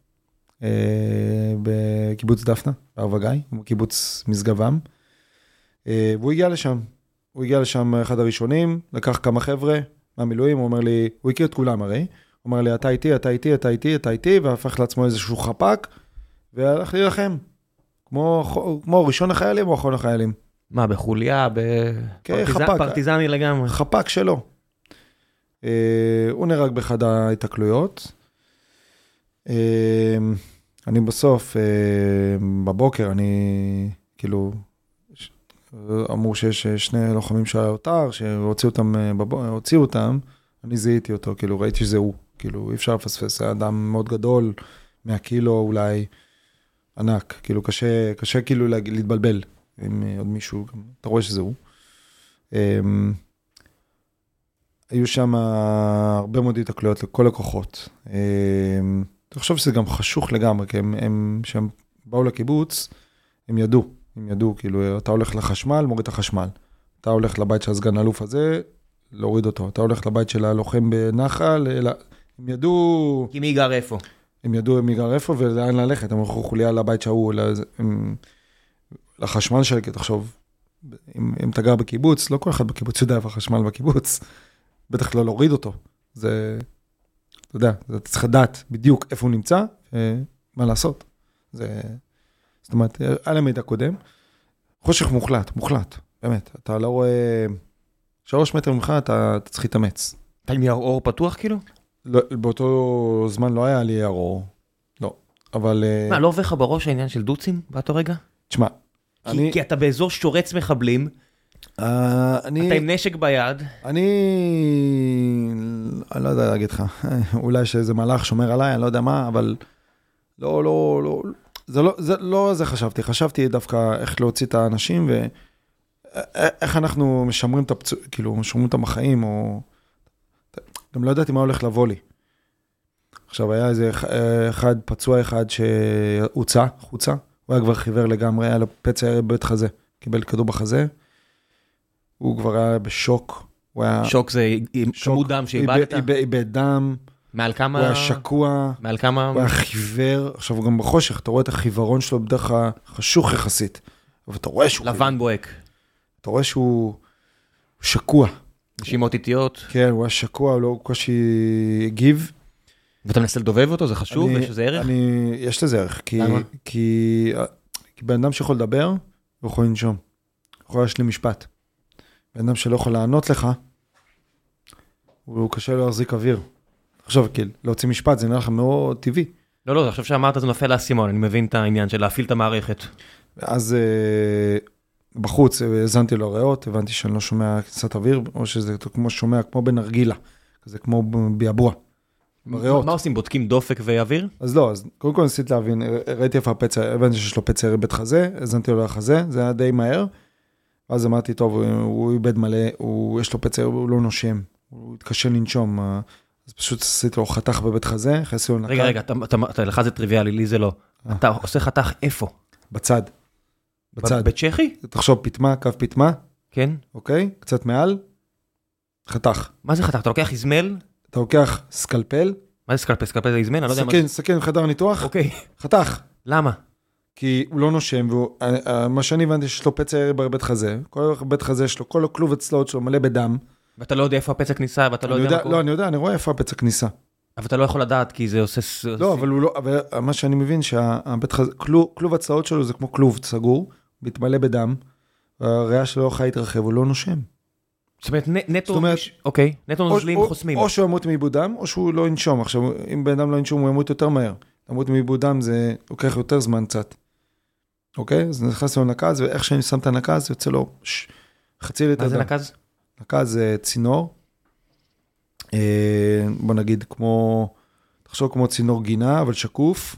בקיבוץ דפנה, בערב הגיא, בקיבוץ משגבם, והוא הגיע לשם. הוא הגיע לשם אחד הראשונים, לקח כמה חבר'ה מהמילואים, הוא אומר לי, הוא הכיר את כולם הרי, הוא אומר לי, אתה איתי, והפך לעצמו איזשהו חפק, והלך להילחם, כמו ראשון החיילים או אחרון החיילים. מה, בחוליה, פרטיזני לגמרי? חפק שלו. הוא נהרג באחד ההתקלויות. אני בסוף, בבוקר, אני כאילו, אמרו שיש שני לוחמים של האתר, שהוציאו אותם, אני זיהיתי אותו, כאילו ראיתי שזה הוא, כאילו, אי אפשר לפספס, זה אדם מאוד גדול, 100 קילו אולי, ענק, כאילו, קשה כאילו להתבלבל עם עוד מישהו, אתה רואה שזה הוא. היו שם הרבה מאוד התקלויות לכל הכוחות. אני חושב שזה גם חשוך לגמרי, כי כשהם באו לקיבוץ, הם ידעו, כאילו, אתה הולך לחשמל, מוריד את החשמל. אתה הולך לבית של הסגן אלוף הזה, להוריד אותו. אתה הולך לבית של הלוחם בנחל, הם ידעו... כי מי גר איפה? הם ידעו מי גר איפה ולאן ללכת. הם הולכו חוליה לבית שההוא, לחשמל שלי, כי תחשוב, אם אתה גר בקיבוץ, לא כל אחד בקיבוץ יודע איפה החשמל בקיבוץ, בטח לא להוריד אותו. זה, אתה יודע, אתה צריך לדעת בדיוק איפה הוא נמצא, ומה לעשות. זאת אומרת, על המידע קודם, חושך מוחלט, באמת. אתה לא רואה, 3 מטר ממך, אתה צריך להתאמץ. אתה עם אור פתוח כאילו? לא, באותו זמן לא היה לי אור, לא, אבל... מה, לא עובר לך בראש העניין של דוצים באותו רגע? תשמע, כי אתה באזור שורץ מחבלים, אתה עם נשק ביד. אני לא יודע להגיד לך, אולי שאיזה מלאך שומר עליי, אני לא יודע מה, אבל זה חשבתי דווקא איך להוציא את האנשים, ואיך אנחנו משמרים את הפצוע, כאילו, משמרים את המחאים, או... גם לא ידעתי מה הולך לבוא לי. עכשיו, היה איזה פצוע אחד שהוצא, חוצה, הוא היה כבר חיוור לגמרי, היה לו פצע ירי בבית חזה, קיבל כדור בחזה, הוא כבר היה בשוק, שוק זה כמות דם שאיבדת? איבד דם, מעל כמה? הוא היה שקוע, מעל כמה? הוא היה חיוור, עכשיו הוא גם בחושך, אתה רואה את החיוורון שלו בדרך חשוך יחסית, אבל אתה רואה שהוא... לבן בוהק. אתה רואה שהוא שקוע. נשימות איטיות. כן, הוא היה שקוע, הוא לא קושי הגיב. ואתה מנסה לדובב אותו, זה חשוב, יש לזה ערך? יש לזה ערך. למה? כי בן אדם שיכול לדבר, הוא יכול לנשום. הוא יכול להשלים משפט. בן אדם שלא יכול לענות לך, הוא קשה לו להחזיק אוויר. עכשיו, כאילו, להוציא משפט, זה נראה לך מאוד טבעי. לא, עכשיו שאמרת, זה נופל לאסימון, אני מבין את העניין של להפעיל את המערכת. ואז בחוץ, הזנתי לו ריאות, הבנתי שאני לא שומע כניסת אוויר, או שזה כמו שומע, כמו בנרגילה, כזה כמו ביבוע. בריאות. מה עושים? בודקים דופק ואוויר? אז לא, אז קודם כל ניסיתי להבין, ראיתי איפה הפצע, הבנתי שיש לו פצע ירי בית חזה, הזנתי לו לחזה, זה היה די מהר, ואז אמרתי, טוב, הוא איבד מלא, יש לו פצע ירי, הוא לא נושם, הוא התקשה לנשום, אז פשוט עשיתי לו חתך בבית חזה, חסי לו נקל. רגע, לך זה טריוויאלי, לי זה לא. אתה עושה חתך איפה? בצד. בצ'כי? תחשוב פתמה, קו פתמה. כן. אוקיי? קצת מעל. חתך. מה זה חתך? אתה לוקח איזמל? אתה לוקח סקלפל. מה זה סקלפל? סקלפל זה איזמל? אני לא יודע מה זה. סכין חדר ניתוח. אוקיי. חתך. למה? כי הוא לא נושם, ומה שאני הבנתי שיש לו פצע ירי בבית חזה. כל בית חזה יש לו, כל הכלוב הצלעות שלו מלא בדם. ואתה לא יודע איפה הפצע כניסה, ואתה לא יודע לא, אני יודע, אני רואה איפה הפצע כניסה. אבל אתה לא יכול לדעת, כי זה עושה... לא, אבל הוא לא, אבל מה שאני מבין, שהבית חזה, כלוב הצלעות שלו זה כמו כלוב סגור, מתמלא בדם, והריאה שלו לא יכולה להתרחב, הוא לא נושם. זאת אומרת, נטו נוזלים חוסמים. או שהוא ימות מאיבוד דם, או שהוא לא ינשום. עכשיו, אם בן אדם לא ינשום, הוא ימות יותר מהר. למות מאיבוד דם זה לוקח יותר זמן קצת. אוקיי? אז נכנס לו נקז, ואיך שאני שם את הנקז, יוצא לו חצי ליטר דם. מה זה נקז? נקז זה צינור. בוא נגיד תחשוב כמו צינור גינה, אבל שקוף.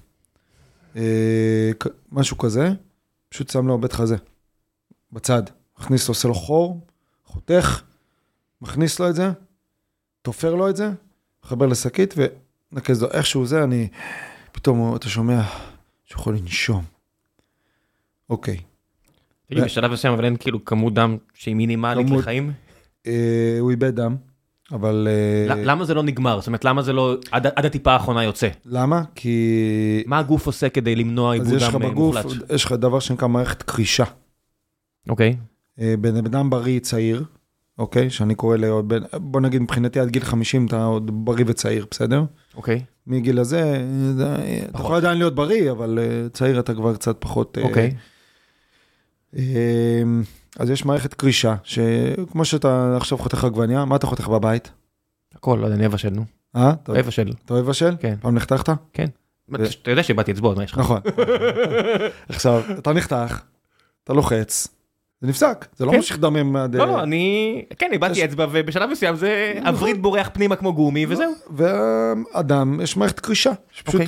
משהו כזה. פשוט שם לו בית חזה. בצד. מכניס לו, עושה לו חור, חותך, מכניס לו את זה, תופר לו את זה, מחבר לשקית ונקז לו. איכשהו זה, פתאום אתה שומע שיכול לנשום. אוקיי. תגיד, בשלב מסוים, אבל אין כאילו כמות דם שהיא מינימלית לחיים? הוא איבד דם, אבל... למה זה לא נגמר? זאת אומרת, למה זה לא... עד הטיפה האחרונה יוצא? למה? כי... מה הגוף עושה כדי למנוע איבוד דם מוחלט? יש לך דבר שנקרא מערכת קרישה. אוקיי. בן אדם בריא צעיר, אוקיי? שאני קורא בוא נגיד מבחינתי עד גיל 50 אתה עוד בריא וצעיר, בסדר? אוקיי. מגיל הזה, אתה יכול עדיין להיות בריא, אבל צעיר אתה כבר קצת פחות... אוקיי. אז יש מערכת קרישה, שכמו שאתה עכשיו חותך עגבניה, מה אתה חותך בבית? הכל, לא יודע, אני אבשל, נו. אוהב אבשל. אתה אוהב אבשל? כן. פעם נחתכת? כן. אתה יודע שבאתי אצבעות, מה יש לך? נכון. עכשיו, אתה נחתך, אתה לוחץ, זה נפסק, זה לא ממשיך דמם. לא, כן, איבדתי אצבע, ובשלב מסוים זה הברית בורח פנימה כמו גומי, וזהו. ואדם, יש מערכת קרישה, שפשוט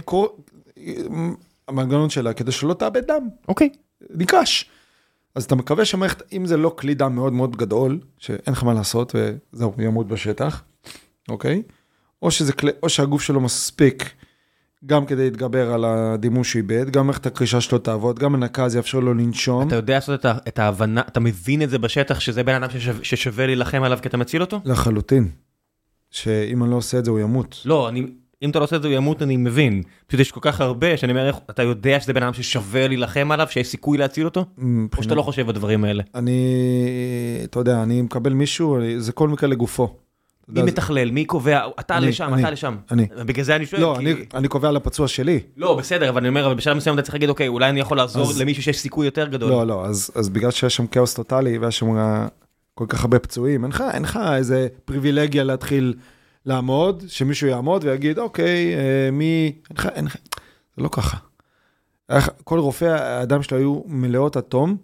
המנגנון שלה, כדי שלא תאבד דם. אוקיי. נקרש. אז אתה מקווה שהמערכת, אם זה לא כלי דם מאוד מאוד גדול, שאין לך מה לעשות, וזהו, ימות בשטח, אוקיי? או שהגוף שלו מספיק, גם כדי להתגבר על הדימום שאיבד, גם איך את הקרישה שלו תעבוד, גם הנקז יאפשר לו לנשום. אתה יודע לעשות את ההבנה, אתה מבין את זה בשטח, שזה בן אדם ששווה להילחם עליו כי אתה מציל אותו? לחלוטין. שאם אני לא עושה את זה, הוא ימות. לא, אם אתה לא עושה את זה, הוא ימות, אני מבין. פשוט יש כל כך הרבה, שאני אומר, אתה יודע שזה בן אדם ששווה להילחם עליו, שיש סיכוי להציל אותו? או שאתה לא חושב בדברים האלה? אתה יודע, אני מקבל מישהו, זה כל מקרה לגופו. מי מתכלל, מי קובע, אתה לשם, אתה לשם. בגלל זה אני שואל. לא, אני קובע על הפצוע שלי. לא, בסדר, אבל אני אומר, אבל בשלב מסוים אתה צריך להגיד, אוקיי, אולי אני יכול לעזור למישהו שיש סיכוי יותר גדול. לא, לא, אז בגלל שיש שם כאוס טוטלי, ויש שם כל כך הרבה פצועים, אין לך איזה פריבילגיה להתחיל לעמוד, שמישהו יעמוד ויגיד, אוקיי, אין לך, זה לא ככה. כל רופא, האדם שלו היו מלאות אטום,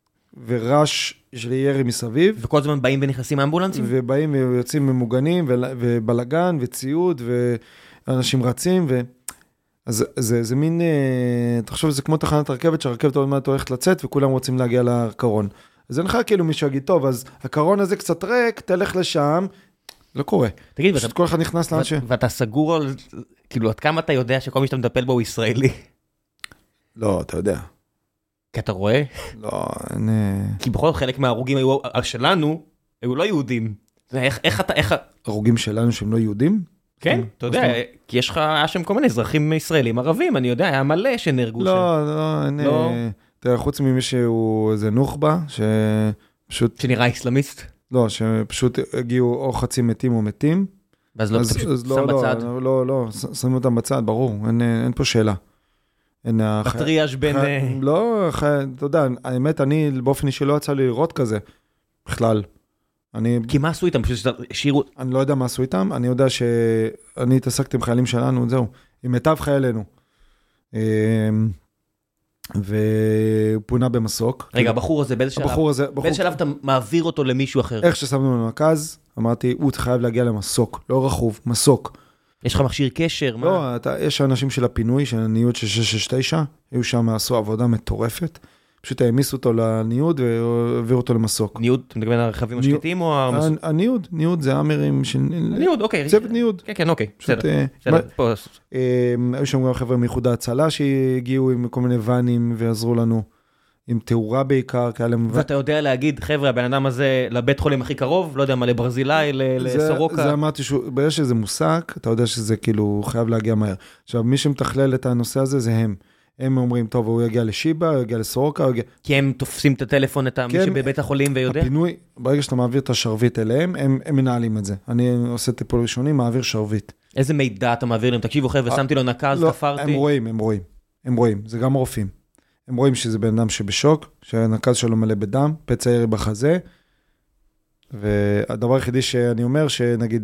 ורש של ירי מסביב. וכל זמן באים ונכנסים האמבולנסים? ובאים ויוצאים ממוגנים, ובלגן, וציוד, ואנשים רצים, אז זה מין, תחשוב, זה כמו תחנת רכבת, שהרכבת עוד מעט הולכת לצאת, וכולם רוצים להגיע לקרון. אז אין לך כאילו מישהו יגיד, טוב, אז הקרון הזה קצת ריק, תלך לשם, לא קורה. תגיד, פשוט כל אחד נכנס לאנשי. ואתה סגור על, כאילו, עד כמה אתה יודע שכל מי שאתה מטפל בו הוא ישראלי? לא, אתה יודע. כי אתה רואה? לא, אין... כי בכל חלק מההרוגים שלנו, היו לא יהודים. איך אתה... הרוגים שלנו שהם לא יהודים? כן, אתה יודע, כי יש לך, היה שם כל מיני אזרחים ישראלים ערבים, אני יודע, היה מלא שנהרגו שם. לא, אין... תראה, חוץ ממישהו איזה נוח'בה, שפשוט... שנראה איסלאמיסט? לא, שפשוט הגיעו או חצי מתים או מתים. ואז לא, שם בצד? לא, שמים אותם בצד, ברור, אין פה שאלה. בטריאז' בין... לא, אתה יודע, האמת, אני באופן אישי לא יצא לי לראות כזה, בכלל. כי מה עשו איתם? פשוט השאירו... אני לא יודע מה עשו איתם, אני יודע שאני התעסקתי עם חיילים שלנו, זהו, עם מיטב חיילינו. והוא פונה במסוק. רגע, הבחור הזה, באיזה שלב אתה מעביר אותו למישהו אחר? איך ששמנו במרכז, אמרתי, הוא חייב להגיע למסוק, לא רכוב, מסוק. יש לך מכשיר קשר? לא, יש אנשים של הפינוי, של הניוד של 669, היו שם, עשו עבודה מטורפת, פשוט העמיסו אותו לניוד והעבירו אותו למסוק. ניוד, אתה מתכוון הרכבים השקטים או המסוק? הניוד זה האמרים של... ניוד, אוקיי. צוות ניוד. כן, כן, אוקיי, בסדר. היו שם גם חבר'ה מאיחוד ההצלה שהגיעו עם כל מיני ואנים ועזרו לנו, עם תאורה בעיקר. ואתה יודע להגיד, חבר'ה, הבן אדם הזה לבית חולים הכי קרוב, לא יודע מה, לברזילאי, לסורוקה? זה אמרתי, ברגע שזה מוסק, אתה יודע שזה כאילו חייב להגיע מהר. עכשיו, מי שמתכלל את הנושא הזה זה הם. הם אומרים, טוב, הוא יגיע לשיבה, הוא יגיע לסורוקה, הוא יגיע... כי הם תופסים את הטלפון, את מי שבבית החולים ויודע? הפינוי, ברגע שאתה מעביר את השרביט אליהם, הם מנהלים את זה. אני עושה טיפול ראשוני, מעביר שרביט. איזה מידע אתה מעביר להם? תקשיבו, חבר'ה, שמתי לו נקז, תפרתי. הם רואים, זה גם רופאים. הם רואים שזה בן אדם שבשוק, שהנקז שלו מלא בדם, פצע ירי בחזה, והדבר היחידי שאני אומר, שנגיד,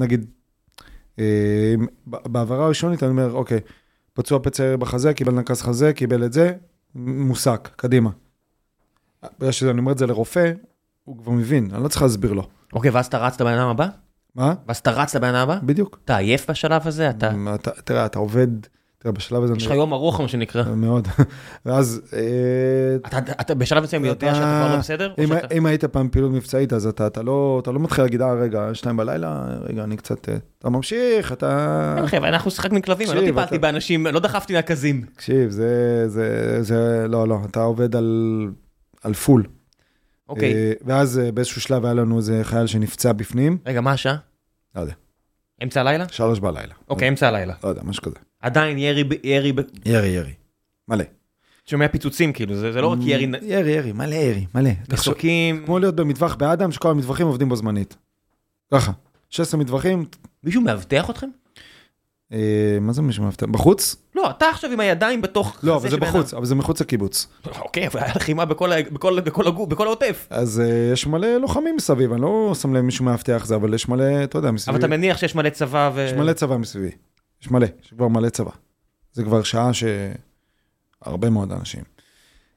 בעברה הראשונית, אני אומר, אוקיי, פצוע פצע ירי בחזה, קיבל נקז חזה, קיבל את זה, מוסק, קדימה. בגלל שאני אומר את זה לרופא, הוא כבר מבין, אני לא צריך להסביר לו. אוקיי, ואז אתה רץ לבן אדם הבא? מה? ואז אתה רץ לבן אדם הבא? בדיוק. אתה עייף בשלב הזה? תראה, אתה עובד... תראה, בשלב הזה... יש לך יום ארוך, מה שנקרא. מאוד. ואז... אתה בשלב מסוים יודע שאתה כבר לא בסדר? אם היית פעם פעילות מבצעית, אז אתה לא מתחיל להגיד, רגע, 2 בלילה, רגע, אני קצת... אתה ממשיך, אתה... אין חבר'ה, אנחנו שחק מכלבים, אני לא טיפלתי באנשים, לא דחפתי נקזים. תקשיב, זה... לא, אתה עובד על פול. אוקיי. ואז באיזשהו שלב היה לנו איזה חייל שנפצע בפנים. רגע, מה השעה? לא יודע. אמצע הלילה? 3 בלילה. אוקיי, אמצע הלילה. לא יודע, משהו כזה. עדיין ירי. מלא. שומע פיצוצים, כאילו, זה לא רק ירי... ירי, מלא. מסוקים... כמו להיות במטווח באדם, שכל המטווחים עובדים בו זמנית. ככה. 16 מטווחים. מישהו מאבטח אתכם? מה זה מישהו מאבטח? בחוץ? לא, אתה עכשיו עם הידיים בתוך... לא, אבל זה בחוץ, אבל זה מחוץ לקיבוץ. אוקיי, אבל היה לחימה בכל העוטף. אז יש מלא לוחמים מסביב, אני לא שם להם מישהו מאבטח זה, אבל יש מלא, אתה יודע, מסביב. אבל אתה מניח שיש מלא צבא ו... יש מלא צבא מסביבי. יש כבר מלא צבא. זה כבר שעה שהרבה מאוד אנשים.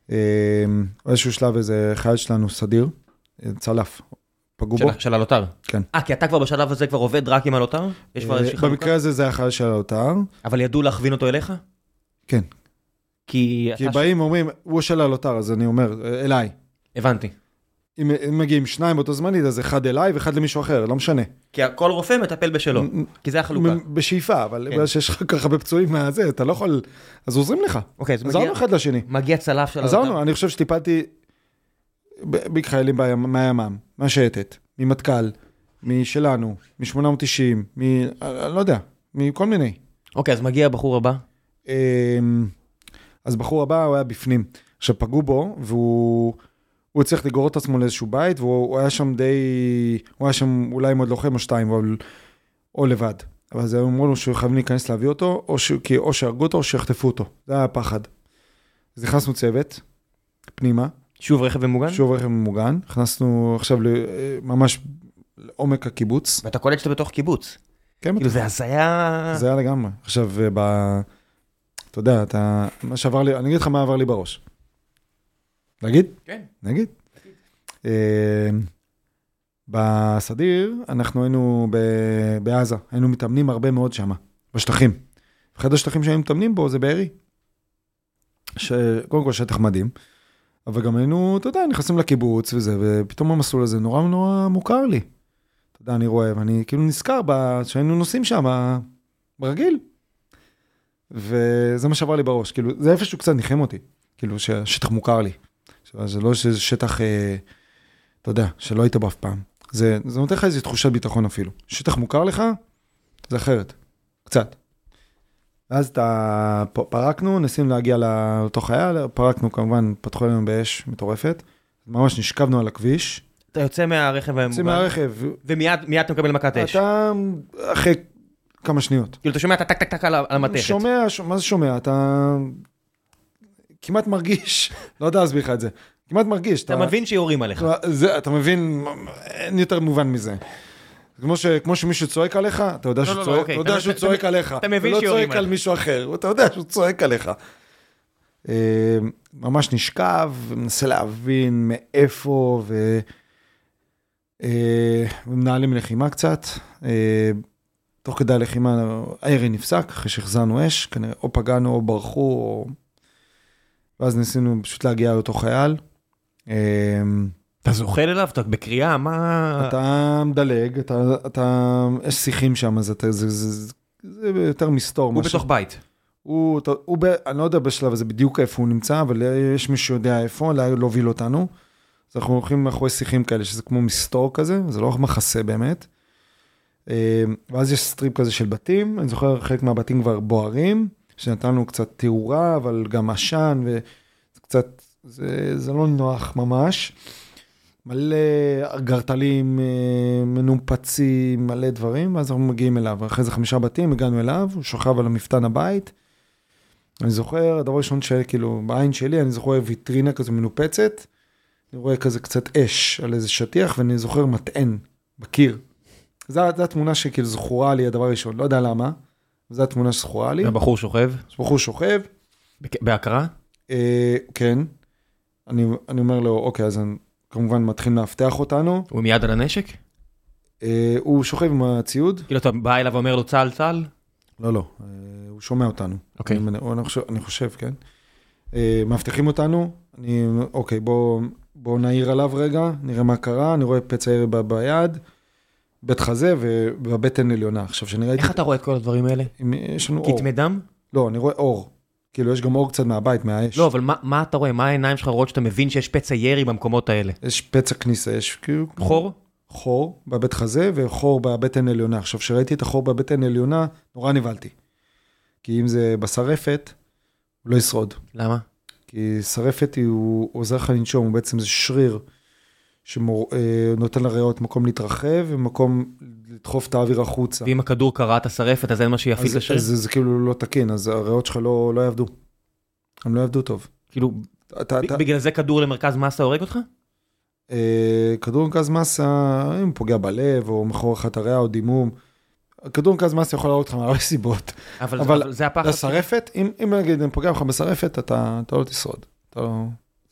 באיזשהו שלב איזה חייל שלנו סדיר, צלף, פגעו בו. של הלוטר? כן. כי אתה כבר בשלב הזה כבר עובד רק עם הלוטר? במקרה הזה זה החייל של הלוטר. אבל ידעו להכווין אותו אליך? כן. כי באים ואומרים, הוא של הלוטר, אז אני אומר, אליי. הבנתי. אם מגיעים שניים באותו זמנית, אז אחד אליי ואחד למישהו אחר, לא משנה. כי כל רופא מטפל בשלו, כי זה החלוקה. בשאיפה, אבל בגלל שיש לך ככה בפצועים מהזה, אתה לא יכול, אז עוזרים לך. אוקיי, אז עזרנו אחד לשני. מגיע צלף של הלוטר. עזרנו, אני חושב שטיפלתי ביג חיילים מהימ"מ, מהשייטת, ממטכ"ל, משלנו, מ-890, לא יודע, מכל מיני. אוקיי, אז מגיע הבחור הבא. אז בחור הבא הוא היה בפנים. עכשיו פגעו בו, והוא הצליח לגרור את עצמו לאיזשהו בית, והוא היה שם הוא היה שם אולי עם עוד לוחם או שתיים, או לבד. אבל אז אמרו לו שהוא חייב להיכנס להביא אותו, או שהרגו אותו, או שיחטפו אותו. זה היה הפחד. אז נכנסנו צוות, פנימה. שוב רכב ממוגן? שוב רכב ממוגן. נכנסנו עכשיו ממש לעומק הקיבוץ. ואתה קולט שאתה בתוך קיבוץ. כן, כאילו זה הזיה... זה היה לגמרי. עכשיו, אתה יודע, מה שעבר לי, אני אגיד לך מה עבר לי בראש. נגיד? כן. נגיד. בסדיר, אנחנו היינו בעזה, היינו מתאמנים הרבה מאוד שם, בשטחים. אחד השטחים שהיינו מתאמנים בו זה בארי. קודם כל שטח מדהים, אבל גם היינו, אתה יודע, נכנסים לקיבוץ וזה, ופתאום המסלול הזה נורא נורא מוכר לי. אתה יודע, אני רואה, ואני כאילו נזכר שהיינו נוסעים שם, ברגיל. וזה מה שעבר לי בראש, כאילו, זה איפשהו קצת ניחם אותי, כאילו, שהשטח מוכר לי. זה לא שזה שטח, אתה יודע, שלא היית בו אף פעם. זה נותן לך איזו תחושת ביטחון אפילו. שטח מוכר לך, זה אחרת. קצת. אז פרקנו, נסים להגיע לאותו חייל, פרקנו כמובן, פתחו לנו באש מטורפת, ממש נשכבנו על הכביש. אתה יוצא מהרכב המוגן. יוצא מהרכב. ומיד אתה מקבל מכת אש. אתה אחרי כמה שניות. כאילו אתה שומע, אתה טק טק טק על המתכת. שומע, מה זה שומע? אתה כמעט מרגיש, לא יודע להסביר לך את זה, כמעט מרגיש. אתה מבין שיורים עליך. אתה מבין, אין יותר מובן מזה. כמו שמישהו צועק עליך, אתה יודע שהוא צועק עליך. אתה מבין שיורים עליך. ולא צועק על מישהו אחר, אתה יודע שהוא צועק עליך. ממש נשכב, מנסה להבין מאיפה, ומנהלים לחימה קצת. תוך כדי הלחימה, הירי נפסק, אחרי שהחזרנו אש, כנראה או פגענו או ברחו, ואז ניסינו פשוט להגיע לאותו חייל. אתה זוחל אליו? אתה בקריאה? מה... אתה מדלג, יש שיחים שם, זה יותר מסתור. הוא בתוך בית. אני לא יודע בשלב הזה בדיוק איפה הוא נמצא, אבל יש מי שיודע איפה, להוביל אותנו. אז אנחנו הולכים מאחורי שיחים כאלה, שזה כמו מסתור כזה, זה לא מחסה באמת. ואז יש סטריפ כזה של בתים, אני זוכר חלק מהבתים כבר בוערים, שנתנו קצת תאורה, אבל גם עשן, וקצת, זה לא נוח ממש. מלא גרטלים, מנופצים, מלא דברים, ואז אנחנו מגיעים אליו. אחרי זה 5 בתים, הגענו אליו, הוא שוכב על המפתן הבית. אני זוכר, הדבר ראשון שכאילו, בעין שלי, אני זוכר ויטרינה כזו מנופצת, אני רואה כזה קצת אש על איזה שטיח, ואני זוכר מטען בקיר. זו התמונה שכאילו זכורה לי, הדבר ראשון, לא יודע למה, זו התמונה שזכורה לי. הבחור שוכב? הבחור שוכב. בהכרה? כן. אני אומר לו, אוקיי, אז כמובן מתחיל להפתח אותנו. הוא מיד על הנשק? הוא שוכב עם הציוד. כאילו אתה בא אליו ואומר לו צהל צהל? לא, הוא שומע אותנו. אוקיי. אני חושב, כן. מבטיחים אותנו, אוקיי, בוא נעיר עליו רגע, נראה מה קרה, אני רואה פצע ירי ביד, בית חזה ובבטן עליונה. עכשיו שנראיתי... איך אתה רואה את כל הדברים האלה? יש לנו אור. כתמי דם? לא, אני רואה אור. כאילו יש גם אור קצת מהבית, מהאש. לא, אבל מה אתה רואה? מה העיניים שלך רואות שאתה מבין שיש פצע ירי במקומות האלה? יש פצע כניסה, יש כאילו... חור? חור בבית חזה וחור בבטן עליונה. עכשיו שראיתי את החור בבטן עליונה, נורא נבלתי. כי אם זה בשרפת, הוא לא ישרוד. למה? כי שרפת הוא עוזר לך לנשום, הוא בעצם זה שריר שנותן לריאות מקום להתרחב ומקום לדחוף את האוויר החוצה. ואם הכדור קרא את השרפת, אז אין מה שיפיל את השריר? זה כאילו לא תקין, אז הריאות שלך לא יעבדו. הם לא יעבדו טוב. כאילו, בגלל זה כדור למרכז מסה הורג אותך? כדור למרכז מסה, אם פוגע בלב או מחור אחת הריאה או דימום, כדור למרכז מסה יכול להראות לך מהרבה סיבות. אבל זה הפחד. לשרפת, אם נגיד, אם פוגע לך בשרפת, אתה לא תשרוד.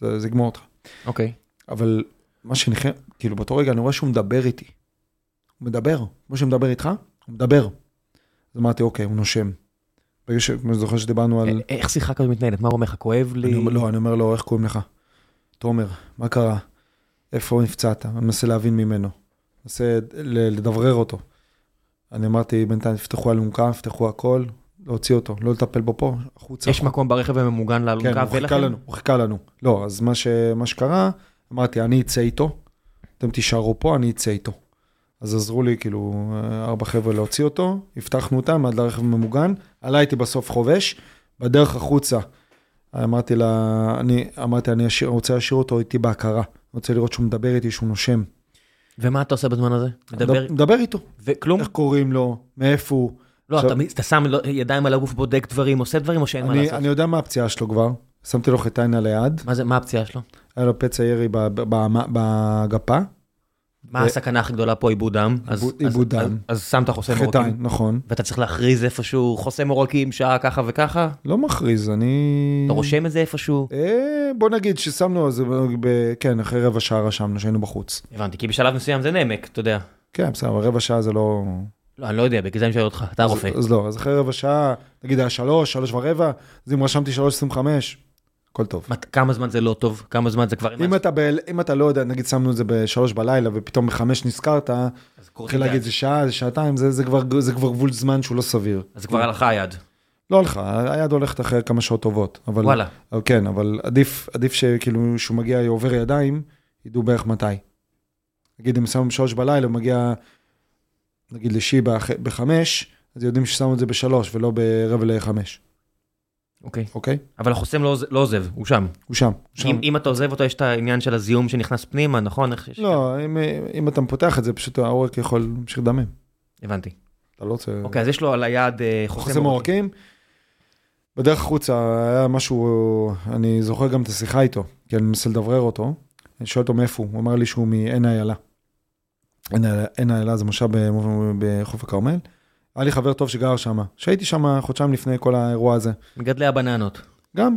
זה יגמור אותך. אוקיי. אבל מה שנכנס, כאילו באותו רגע אני רואה שהוא מדבר איתי. הוא מדבר, כמו שהוא מדבר איתך, הוא מדבר. אז אמרתי, אוקיי, הוא נושם. ברגע שאני זוכר שדיברנו על... איך שיחה כזאת מתנהלת? מה הוא אומר לך? כואב לי? אני אומר לו, איך קוראים לך? תומר, מה קרה? איפה נפצעת? אני מנסה להבין ממנו. מנסה לדברר אותו. אני אמרתי, בינתיים, תפתחו אלונקה, תפתחו הכל, להוציא אותו, לא לטפל בו פה, החוצה. יש מקום ברכב וממוגן לאלונקה ולכם? כן, הוא חיכה לנו. לא, אז מה שקרה, אמרתי, אני אצא איתו, אתם תישארו פה, אני אצא איתו. אז עזרו לי, כאילו, 4 חבר'ה להוציא אותו, הבטחנו אותם עד לרכב ממוגן, עלה איתי בסוף חובש, בדרך החוצה, אמרתי, אני רוצה להשאיר אותו איתי בהכרה, אני רוצה לראות שהוא מדבר איתי, שהוא נושם. ומה אתה עושה בזמן הזה? מדבר איתו. וכלום? איך קוראים לו, מאיפה הוא. לא, אתה שם ידיים על הגוף, בודק דברים, עושה דברים, או שאין מה לעשות? אני יודע מה הפציעה שלו כבר, שמתי לו חיטיים על היד. מה הפציעה שלו? היה לו פצע ירי בגפה. מה הסכנה הכי גדולה פה? עיבוד דם. עיבוד דם. אז שמת חוסם עורקים. חיטיים, נכון. ואתה צריך להכריז איפשהו חוסם עורקים, שעה ככה וככה? לא מכריז, אתה רושם את זה איפשהו? בוא נגיד ששמנו, כן, אחרי 15 שעה רשמנו, שהיינו בחוץ. הבנתי, כי בשלב מסוים זה נמק, אתה יודע. כן, בסדר, 15 שעה זה לא... לא, אני לא יודע, בגלל זה אני שואל אותך, אתה רופא. אז לא, אז אחרי 15 שעה, נגיד היה 3, 3:15, אז אם רשמתי 3:25, הכל טוב. כמה זמן זה לא טוב? כמה זמן זה כבר... אם אתה לא יודע, נגיד שמנו את זה ב3 בלילה, ופתאום ב5 נזכרת, אחרי להגיד זה שעה, זה שעתיים, זה כבר גבול זמן שהוא לא סביר. אז כבר הלכה היד. לא הלכה, היד הולכת אחרי כמה שעות טובות. וואלה. כן, אבל עדיף שכאילו שהוא מגיע, עובר ידיים, ידעו בערך מתי. נגיד, אם שמו ב3 בלילה, הוא מגיע, נגיד לשיבה ב5, אז יודעים ששמו את זה ב3 ולא ב4:45. אוקיי. אבל החוסם לא עוזב, הוא שם. הוא שם. אם אתה עוזב אותו, יש את העניין של הזיהום שנכנס פנימה, נכון? לא, אם אתה פותח את זה, פשוט העורק יכול להמשיך לדמם. הבנתי. אתה לא רוצה... אוקיי, אז יש לו על היד חוסם עורקים. בדרך החוצה היה משהו, אני זוכר גם את השיחה איתו, כי אני מנסה לדברר אותו. אני שואל אותו מאיפה, הוא אמר לי שהוא מעין איילה. עין איילה זה מושב בחוף הכרמל. היה לי חבר טוב שגר שם, שהייתי שם חודשיים לפני כל האירוע הזה. מגדלי הבננות. גם.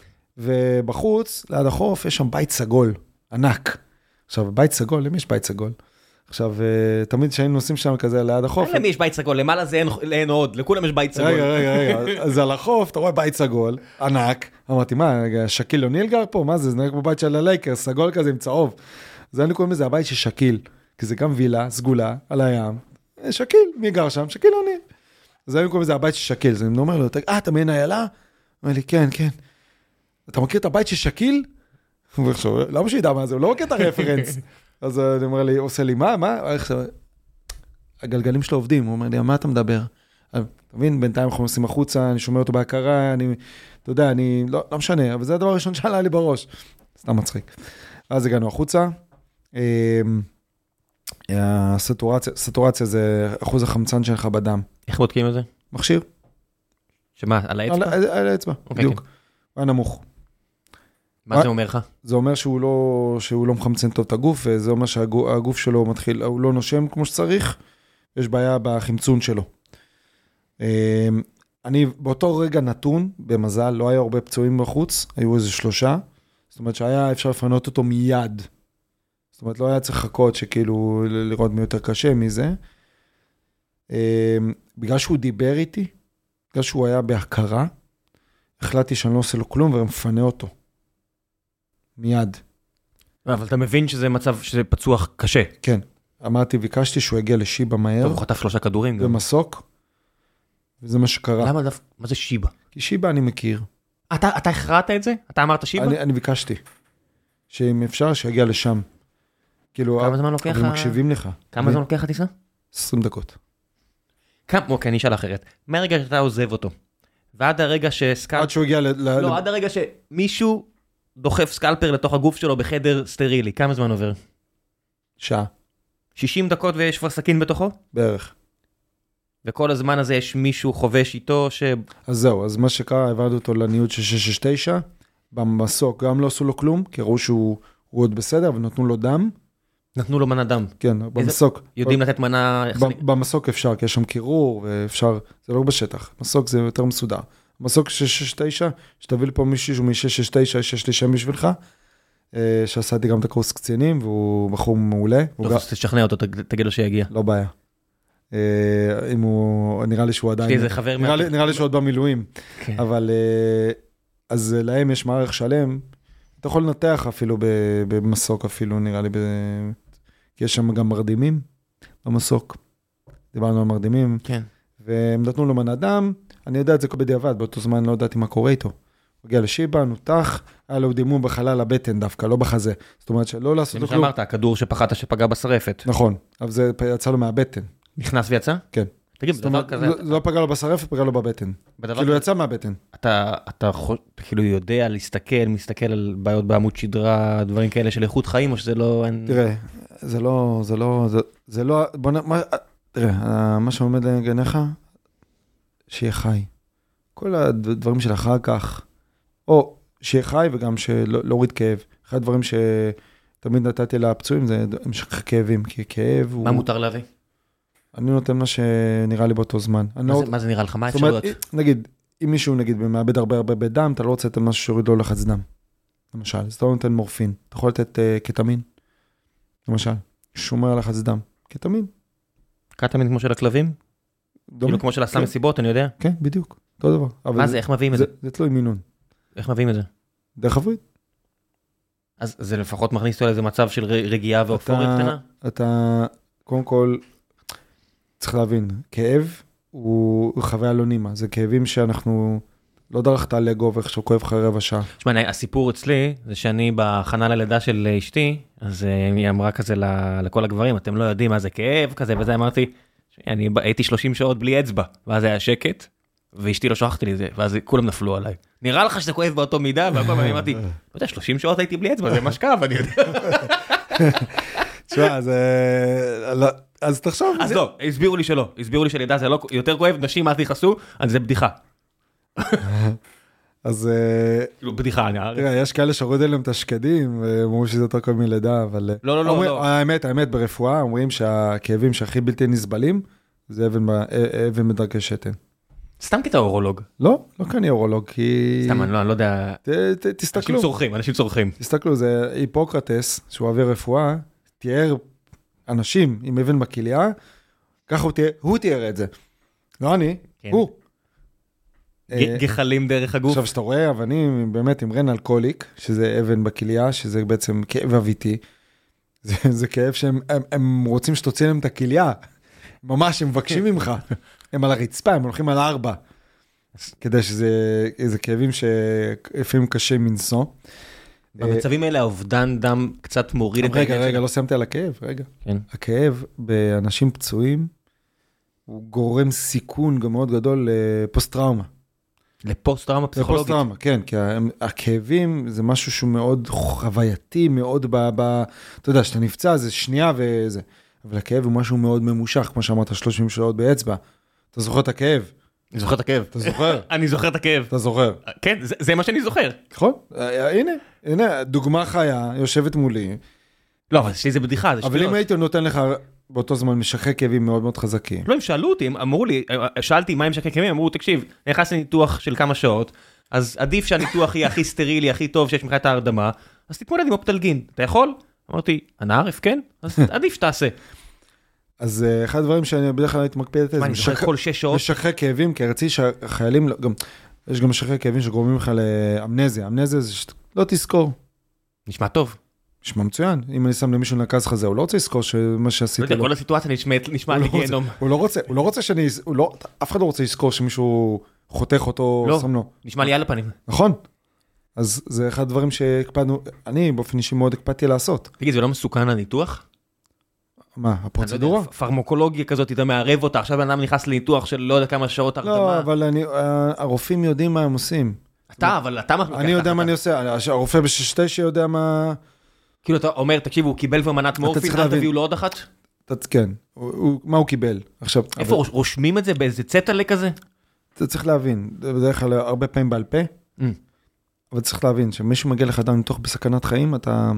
ובחוץ, ליד החוף, יש שם בית סגול, ענק. עכשיו, בית סגול, למי יש בית סגול? עכשיו, תמיד כשהיינו נוסעים שם כזה ליד החוף... למי יש בית סגול? למעלה זה אין עוד, לכולם יש בית סגול. רגע. אז על החוף, אתה רואה בית סגול, ענק. אמרתי, מה, שקיל אוניל גר פה? מה זה? זה נראה כמו בית של הלייקר, סגול כזה עם צהוב. זה אני קוראים לזה, הבית של שקיל. כי זה גם וילה, סגולה, על הים. שקיל, מי גר שם? שקיל אוניל. אז אני קוראים לזה, הבית של שקיל. אז אני אומר לו, אתה מעין איילה? אומר לי, כן. אתה מכיר את הבית של שקיל? למה שידע מה זה? הוא לא מכיר את הרפרנס. אז אני אומר לי, עושה לי, מה? הגלגלים שלו עובדים. הוא אומר לי, מה אתה מדבר? אתה מבין, בינתיים אנחנו עושים החוצה, אני שומע אותו בהכרה, אתה יודע, לא משנה, אבל זה הדבר הראשון שעלה לי בראש. סתם מצחיק. אז הגענו החוצה. הסטורציה זה אחוז החמצן שלך בדם. איך בודקים את זה? מכשיר. שמה, על האצבע? על האצבע, בדיוק. הוא היה נמוך. מה זה אומר לך? זה אומר שהוא לא מחמצן טוב את הגוף, וזה אומר שהגוף שלו מתחיל, הוא לא נושם כמו שצריך, יש בעיה בחמצון שלו. אני באותו רגע נתון, במזל, לא היה הרבה פצועים בחוץ, היו איזה 3, זאת אומרת שהיה אפשר לפנות אותו מיד. זאת אומרת, לא היה צריך לחכות שכאילו לראות מי יותר קשה מזה. בגלל שהוא דיבר איתי, בגלל שהוא היה בהכרה, החלטתי שאני לא עושה לו כלום ומפנה אותו. מיד. אבל אתה מבין שזה מצב, שזה פצוח קשה. כן. אמרתי, ביקשתי שהוא יגיע לשיבה מהר. טוב, הוא חטף 3 כדורים. במסוק. וזה מה שקרה. למה? מה זה שיבה? כי שיבה אני מכיר. אתה הכרעת את זה? אתה אמרת שיבה? אני ביקשתי. שאם אפשר, שיגיע לשם. כאילו, כמה זמן לוקח? אבל מקשיבים לך. כמה זמן לוקח הטיסה? 20 דקות. אוקיי, אני אשאל אחרת. מהרגע שאתה עוזב אותו, ועד הרגע עד שהוא הגיע לא, עד הרגע שמישהו דוחף סקלפר לתוך הגוף שלו בחדר סטרילי, כמה זמן עובר? שעה. 60 דקות ויש כבר סכין בתוכו? בערך. וכל הזמן הזה יש מישהו חובש איתו אז זהו, אז מה שקרה, העברתי אותו לניוד של 669, במסוק גם לא עשו לו כלום, כי ראו שהוא עוד בסדר, ונתנו לו דם. נתנו לו מנה דם. כן, במסוק. יודעים לתת מנה... במסוק אפשר, כי יש שם קירור, ואפשר, זה לא בשטח. מסוק זה יותר מסודר. מסוק 669, שתביא לי פה מישהו מ-669, שיש לי שם בשבילך, שעשיתי גם את הקורס קצינים, והוא בחור מעולה. טוב, אז תשכנע אותו, תגיד לו שיגיע. לא בעיה. אם הוא, נראה לי שהוא עדיין, נראה לי שהוא עוד במילואים. אבל, אז להם יש מערך שלם, אתה יכול לנתח אפילו במסוק אפילו, נראה לי, כי יש שם גם מרדימים במסוק. דיברנו על מרדימים. כן. והם נתנו לו מנת דם, אני יודע את זה בדיעבד, באותו זמן לא ידעתי מה קורה איתו. הוא הגיע לשיבה, נותח, היה לו דימום בחלל הבטן דווקא, לא בחזה. זאת אומרת שלא לעשות כלום. זה מה שאמרת, הכדור שפחדת שפגע בשרפת. נכון, אבל זה יצא לו מהבטן. נכנס ויצא? כן. תגיד, בדבר כזה... לא פגע לו בשרפת, פגע לו בבטן. כאילו יצא מהבטן. אתה כאילו יודע מסתכל על בעיות בעמוד שדרה, דברים כאלה של איכות חיים, או שזה לא... תראה, זה לא... תראה, מה שעומד לגניך, שיהיה חי. כל הדברים של אחר כך, או שיהיה חי וגם להוריד כאב. אחד הדברים שתמיד נתתי לפצועים זה המשך כאבים, כי כאב הוא... מה מותר להביא? אני נותן מה שנראה לי באותו זמן. מה זה נראה לך? מה האפשרויות? נגיד, אם מישהו מאבד הרבה בדם, אתה לא רוצה לתת משהו שיוריד לו לחץ דם. למשל, אז אתה לא נותן מורפין. אתה יכול לתת קטמין. למשל, שומר על לחץ דם. קטמין. קטמין כמו של הכלבים? כאילו כמו של הסם מסיבות, אני יודע? כן, בדיוק. אותו דבר. מה זה? איך מביאים את זה? זה תלוי מינון. איך מביאים את זה? דרך הווריד. אז זה לפחות מכניס אותו לאיזה מצב של רגיעה ואופוריה קטנה? אתה, קודם כל, צריך להבין, כאב הוא חוויה לא נעימה. זה כאבים שאנחנו לא דרכת על לגו ואיך כואב אחרי רבע שעה. תשמע, הסיפור אצלי זה שאני בהכנה ללידה של אשתי, אז היא אמרה כזה לכל הגברים, אתם לא יודעים מה זה כאב כזה, וזה אמרתי, אני הייתי 30 שעות בלי אצבע, ואז היה שקט, ואשתי לא שוכחתי לי את זה, ואז כולם נפלו עליי. נראה לך שזה כואב באותו מידה, ואני אמרתי, לא יודע, 30 שעות הייתי בלי אצבע, זה משכב, אני יודע. תשמע, אז תחשוב. אז לא, הסבירו לי שלא, הסבירו לי שלידה זה לא יותר כואב, נשים אל תכעסו, אז זה בדיחה. אז... בדיחה, אני תראה, יש כאלה שהורידו להם את השקדים, ואומרים שזה יותר כואב מלידה, אבל... לא. האמת, ברפואה, אומרים שהכאבים שהכי בלתי נסבלים, זה אבן בדרכי שתן. סתם כי אתה אורולוג. לא כי אני אורולוג, כי... סתם, אני לא יודע... תסתכלו. אנשים צורכים. תסתכלו, זה היפוקרטס, שהוא אוהב רפואה, תיאר אנשים עם אבן בכליה, ככה הוא תיאר את זה. לא אני, הוא. גחלים דרך הגוף. עכשיו, שאתה רואה אבנים באמת עם רן אלכוהוליק, שזה אבן בכליה, שזה בעצם כאב אביתי, זה כאב שהם רוצים שתוציא להם את הכליה. ממש, הם מבקשים ממך. הם על הרצפה, הם הולכים על 4. כדי שזה כאבים שלפעמים קשה מנסוע. במצבים האלה, האובדן דם קצת מוריד את העניין. רגע, לא סיימתי על הכאב, רגע. הכאב באנשים פצועים, הוא גורם סיכון גם מאוד גדול לפוסט-טראומה. לפוסט-טראומה פסיכולוגית? לפוסט-טראומה, כן, כי הכאבים זה משהו שהוא מאוד חווייתי, מאוד אתה יודע, שאתה נפצע, זה שנייה וזה. אבל הכאב הוא משהו מאוד ממושך, כמו שאמרת, 30 שעות באצבע. אתה זוכר את הכאב? אני זוכר את הכאב. אתה זוכר? אני זוכר את הכאב. אתה זוכר. כן, זה מה שאני זוכר. נכון? הנה, דוגמה חיה, יושבת מולי. לא, אבל שלי זה בדיחה, זה שטויות. אבל אם הייתי נותן לך באותו זמן משכי כאבים מאוד מאוד חזקים. לא, הם שאלו אותי, אמרו לי, שאלתי מה עם משכי כאבים, אמרו, תקשיב, נכנס לניתוח של כמה שעות, אז עדיף שהניתוח יהיה הכי סטרילי, הכי טוב שיש מבחינת ההרדמה, אז תתמודד עם אופטלגין. אתה יכול? אמרתי, אני ערף, כן? אז עדיף שתעשה. אז אחד הדברים שאני בדרך כלל הייתי מקפיד את זה, אני זוכר כל 6 שעות. משכי כאבים, כי רציתי שהחיילים, יש גם משכי כאבים שגורמים לך לאמנזיה. אמנזיה זה לא תזכור. נשמע טוב. נשמע מצוין. אם אני שם למישהו נקז חזה, הוא לא רוצה לזכור שמה שעשיתי לו. כל הסיטואציה נשמע לי גיהנום. הוא לא רוצה שאני, אף אחד לא רוצה לזכור שמישהו חותך אותו, שם לו. נשמע לי על הפנים. נכון. אז זה אחד הדברים שהקפדנו, אני באופן אישי מאוד הקפדתי לעשות. תגיד, זה לא מסוכן הניתוח? מה, הפרוצדורה? פרמוקולוגיה כזאת, אתה מערב אותה, עכשיו אדם נכנס לניתוח של לא יודע כמה שעות הרדמה. לא, אבל הרופאים יודעים מה הם עושים. אבל אתה... אני יודע מה אני עושה, הרופא בששתשי יודע מה... כאילו אתה אומר, תקשיב, הוא קיבל כבר מנת מורפין, אל תביאו לו עוד אחת? כן, מה הוא קיבל? איפה רושמים את זה? באיזה צטלה כזה? אתה צריך להבין, בדרך כלל הרבה פעמים בעל פה, אבל צריך להבין, שמישהו מגיע לך אדם מתוך בסכנת חיים, אתה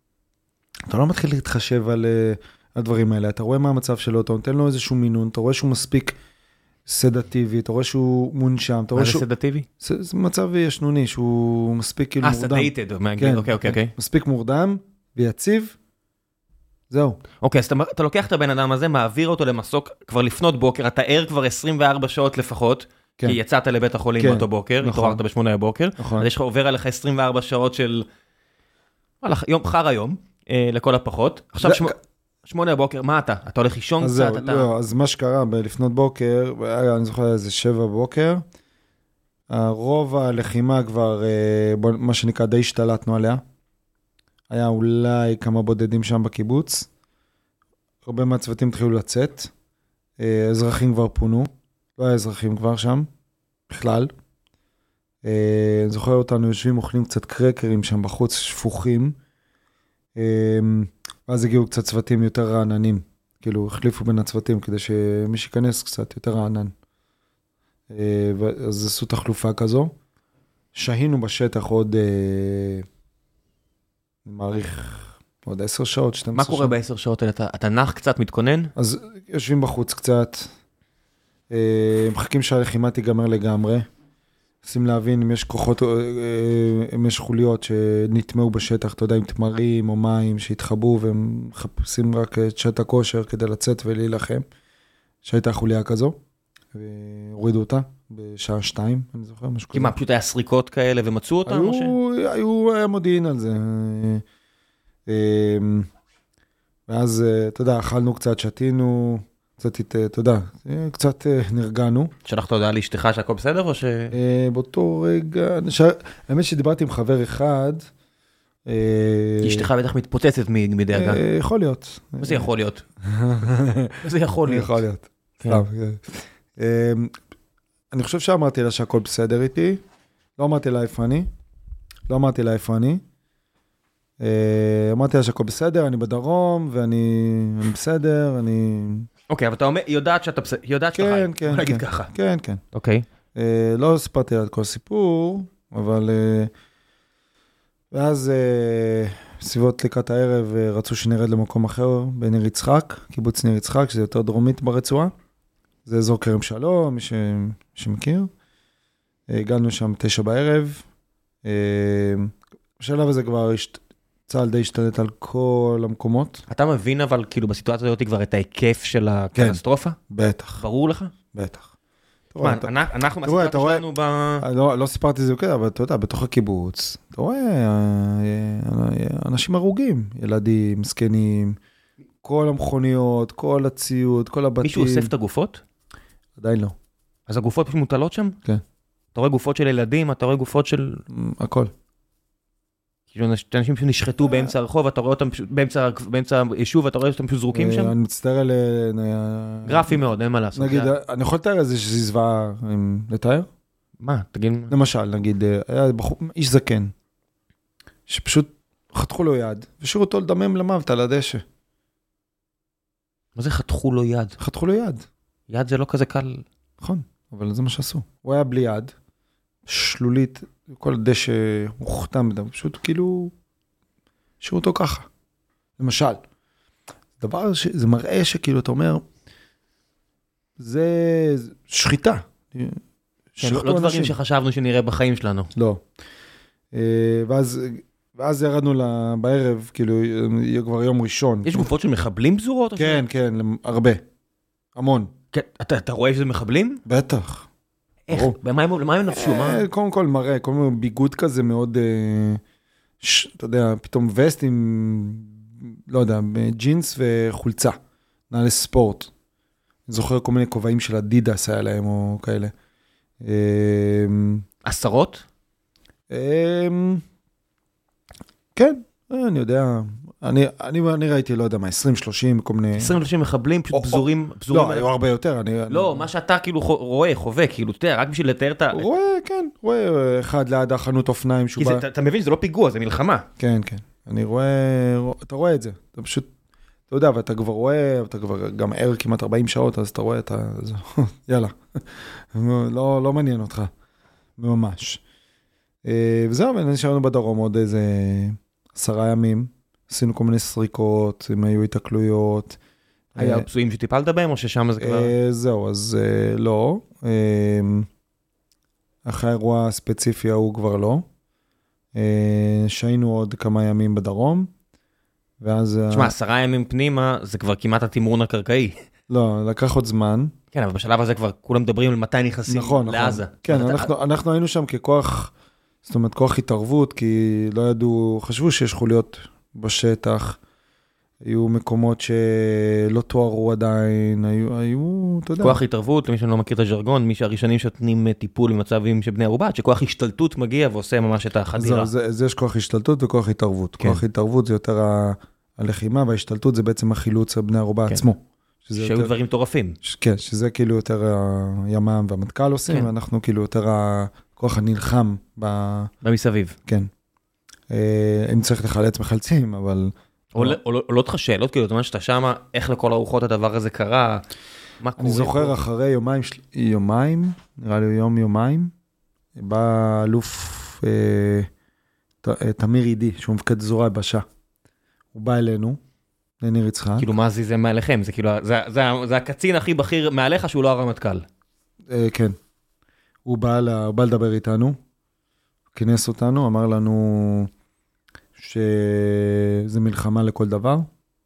לא מתחיל להתחשב על הדברים האלה, אתה רואה מה המצב שלו, אתה נותן לו איזשהו מינון, אתה רואה שהוא מספיק סדטיבי, אתה רואה שהוא מונשם. מה זה סדטיבי? זה מצב ישנוני, שהוא מספיק כאילו מורדם. סדאיטד, אוקיי. מספיק מורדם ויציב, זהו. אוקיי, אז אתה לוקח את הבן אדם הזה, מעביר אותו למסוק כבר לפנות בוקר, אתה ער כבר 24 שעות לפחות, כי יצאת לבית החולים באותו בוקר, התעוררת ב8 בבוקר, אז יש לך עובר עליך 24 שעות של יום חר היום, לכל הפחות. עכשיו 8 בבוקר, מה אתה? אתה הולך לישון קצת? אז מה שקרה לפנות בוקר, אני זוכר איזה 7 בבוקר, רוב הלחימה כבר, מה שנקרא, די השתלטנו עליה. היה אולי כמה בודדים שם בקיבוץ. הרבה מהצוותים התחילו לצאת. אזרחים כבר פונו. לא היה אזרחים כבר שם, בכלל. אני זוכר אותנו יושבים, אוכלים קצת קרקרים שם בחוץ, שפוכים. ואז הגיעו קצת צוותים יותר רעננים. כאילו, החליפו בין הצוותים כדי שמי שיכנס קצת יותר רענן. אז עשו תחלופה כזו. שהינו בשטח עוד... אני מעריך עוד 10 שעות, 12 שעות. מה קורה ב10 שעות האלה? אתה נח קצת, מתכונן? אז יושבים בחוץ קצת, מחכים שהלחימה תיגמר לגמרי, עושים להבין אם יש כוחות, אם יש חוליות שנטמעו בשטח, אתה יודע, עם תמרים או מים שהתחבאו, והם מחפשים רק את שעת הכושר כדי לצאת ולהילחם, שהייתה חוליה כזו, והורידו אותה בשעה 2, אני זוכר, משהו כזה. כי מה, פשוט היה סריקות כאלה ומצאו אותם? היה מודיעין על זה. ואז, אתה יודע, אכלנו קצת, שתינו, קצת, אתה יודע, קצת נרגענו. שלחת הודעה לאשתך שהכל בסדר או ש... באותו רגע, האמת שדיברתי עם חבר אחד. אשתך בטח מתפוצצת מדאגה. יכול להיות. מה זה יכול להיות? זה יכול להיות. יכול להיות. אני חושב שאמרתי לה שהכל בסדר איתי, לא אמרתי לה איפה אני, אמרתי לה שהכל בסדר, אני בדרום, ואני בסדר, אוקיי, אבל אתה אומר, יודעת שאתה חי, בוא נגיד ככה. כן. אוקיי. לא סיפרתי לה את כל הסיפור, אבל... ואז סביבות לקראת הערב רצו שנרד למקום אחר, בניר יצחק, קיבוץ ניר יצחק, שזה יותר דרומית ברצועה. זה אזור כרם שלום, מי שמכיר. הגענו שם 9 בערב. בשלב הזה כבר צה"ל די השתלט על כל המקומות. אתה מבין אבל כאילו בסיטואציה הזאת כבר את ההיקף של הקטסטרופה? בטח. ברור לך? בטח. אנחנו מהסיטואציה שלנו ב... לא סיפרתי זה כזה, אבל אתה יודע, בתוך הקיבוץ, אתה רואה אנשים הרוגים, ילדים, זקנים, כל המכוניות, כל הציוד, כל הבתים. מישהו אוסף את הגופות? עדיין לא. אז הגופות פשוט מוטלות שם? כן. אתה רואה גופות של ילדים, אתה רואה גופות של... הכל. כאילו אנשים שנשחטו באמצע הרחוב, אתה רואה אותם באמצע היישוב, אתה רואה אותם פשוט זרוקים שם? אני מצטער על... גרפי מאוד, אין מה לעשות. נגיד, אני יכול לתאר איזה זוועה לתאר? מה? תגיד... למשל, נגיד, היה איש זקן, שפשוט חתכו לו יד, ושאירו אותו לדמם למוות על הדשא. מה זה חתכו לו יד? חתכו לו יד. יד זה לא כזה קל. נכון, אבל זה מה שעשו. הוא היה בלי יד, שלולית, כל הדשא מוכתם, פשוט כאילו, שאירו אותו ככה. למשל, דבר זה מראה שכאילו אתה אומר, זה שחיטה. לא דברים שחשבנו שנראה בחיים שלנו. לא. ואז ירדנו בערב, כאילו, כבר יום ראשון. יש גופות של מחבלים פזורות? כן, כן, הרבה. המון. אתה רואה שזה מחבלים? בטח. איך? למה הם נפשו? קודם כל מראה, כל מיני ביגוד כזה מאוד, אתה יודע, פתאום וסט עם, לא יודע, ג'ינס וחולצה. נעלי ספורט. אני זוכר כל מיני כובעים של אדידס היה להם או כאלה. עשרות? כן, אני יודע. אני ראיתי, לא יודע מה, 20-30, כל מיני... 20-30 מחבלים, פשוט פזורים... לא, היו הרבה יותר. לא, מה שאתה כאילו רואה, חווה, כאילו, תראה, רק בשביל לתאר את ה... רואה, כן, רואה אחד ליד החנות אופניים שהוא בא... אתה מבין שזה לא פיגוע, זה מלחמה. כן, כן. אני רואה, אתה רואה את זה. אתה פשוט, אתה יודע, ואתה כבר רואה, אתה כבר גם ער כמעט 40 שעות, אז אתה רואה את ה... יאללה. לא מעניין אותך. ממש. וזהו, נשארנו בדרום עוד איזה 10 ימים. עשינו כל מיני סריקות, אם היו התקלויות, היה פצועים שטיפלת בהם, או ששם זה כבר... זהו, אז לא. אחרי האירוע הספציפי ההוא כבר לא. שהיינו עוד כמה ימים בדרום, ואז... תשמע, 10 ימים פנימה, זה כבר כמעט התמרון הקרקעי. לא, לקח עוד זמן. כן, אבל בשלב הזה כבר כולם מדברים על מתי נכנסים לעזה. כן, אנחנו היינו שם ככוח, זאת אומרת, כוח התערבות, כי לא ידעו, חשבו שיש חוליות בשטח, היו מקומות שלא תוארו עדיין, היו, אתה יודע. כוח התערבות, למי שלא מכיר את הז'רגון, מי שהראשונים שנותנים טיפול במצבים של בני ערובה, שכוח השתלטות מגיע ועושה ממש את החדירה. זה יש כוח השתלטות וכוח התערבות. כוח התערבות זה יותר הלחימה, וההשתלטות זה בעצם החילוץ בני ערובה עצמו. שהיו דברים מטורפים. כן, שזה כאילו יותר הימ"מ והמטכ"ל עושים, ואנחנו כאילו יותר הכוח הנלחם במסביב. כן. אם צריך לחלץ מחלצים, אבל... עולות לך שאלות, כאילו, זאת אומרת שאתה שמה, איך לכל הרוחות הדבר הזה קרה, מה קורה? אני זוכר אחרי יומיים, נראה לי יומיים, בא אלוף תמיר עידי, שהוא מפקד זרוע היבשה. הוא בא אלינו, לניר יצחק. כאילו, מה זה מעליכם? זה כאילו, זה הקצין הכי בכיר מעליך, שהוא לא הרמטכ"ל. כן. הוא בא לדבר איתנו, כינס אותנו, אמר לנו שזה מלחמה לכל דבר.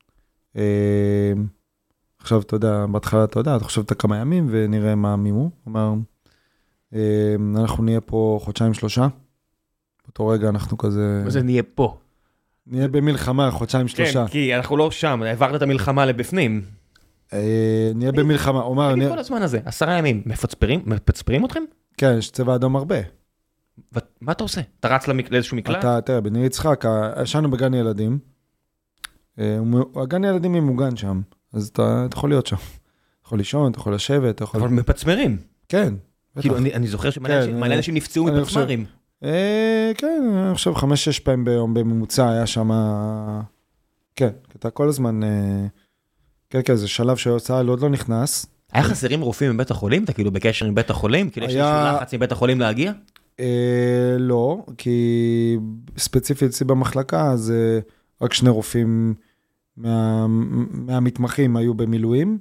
עכשיו, אתה יודע, בהתחלה אתה יודע, אתה חושב את כמה ימים ונראה מה מימו. אמר, אנחנו נהיה פה 2-3. באותו רגע אנחנו כזה... וזה נהיה פה. נהיה במלחמה 2-3. כן, כי אנחנו לא שם, העברת את המלחמה לבפנים. נהיה במלחמה, הוא אמר... תגיד כל הזמן הזה, 10 ימים, מפצפרים אתכם? כן, יש צבע אדום הרבה. מה אתה עושה? אתה רץ לאיזשהו מקלט? תראה, בניר יצחק, ישנו בגן ילדים, הגן ילדים ממוגן שם, אז אתה יכול להיות שם. אתה יכול לישון, אתה יכול לשבת, אבל מפצמרים. כן. כאילו, אני זוכר שמלא אנשים נפצעו מפצמרים. כן, אני חושב 5-6 פעמים ביום בממוצע היה שם, כן, אתה כל הזמן, כן, זה שלב שההוצאה עוד לא נכנס. היה חסרים רופאים מבית החולים? אתה כאילו בקשר עם בית החולים? כאילו יש איזשהו לחץ מבית החולים להגיע? לא, כי ספציפית אצלי במחלקה, אז רק 2 רופאים מהמתמחים היו במילואים.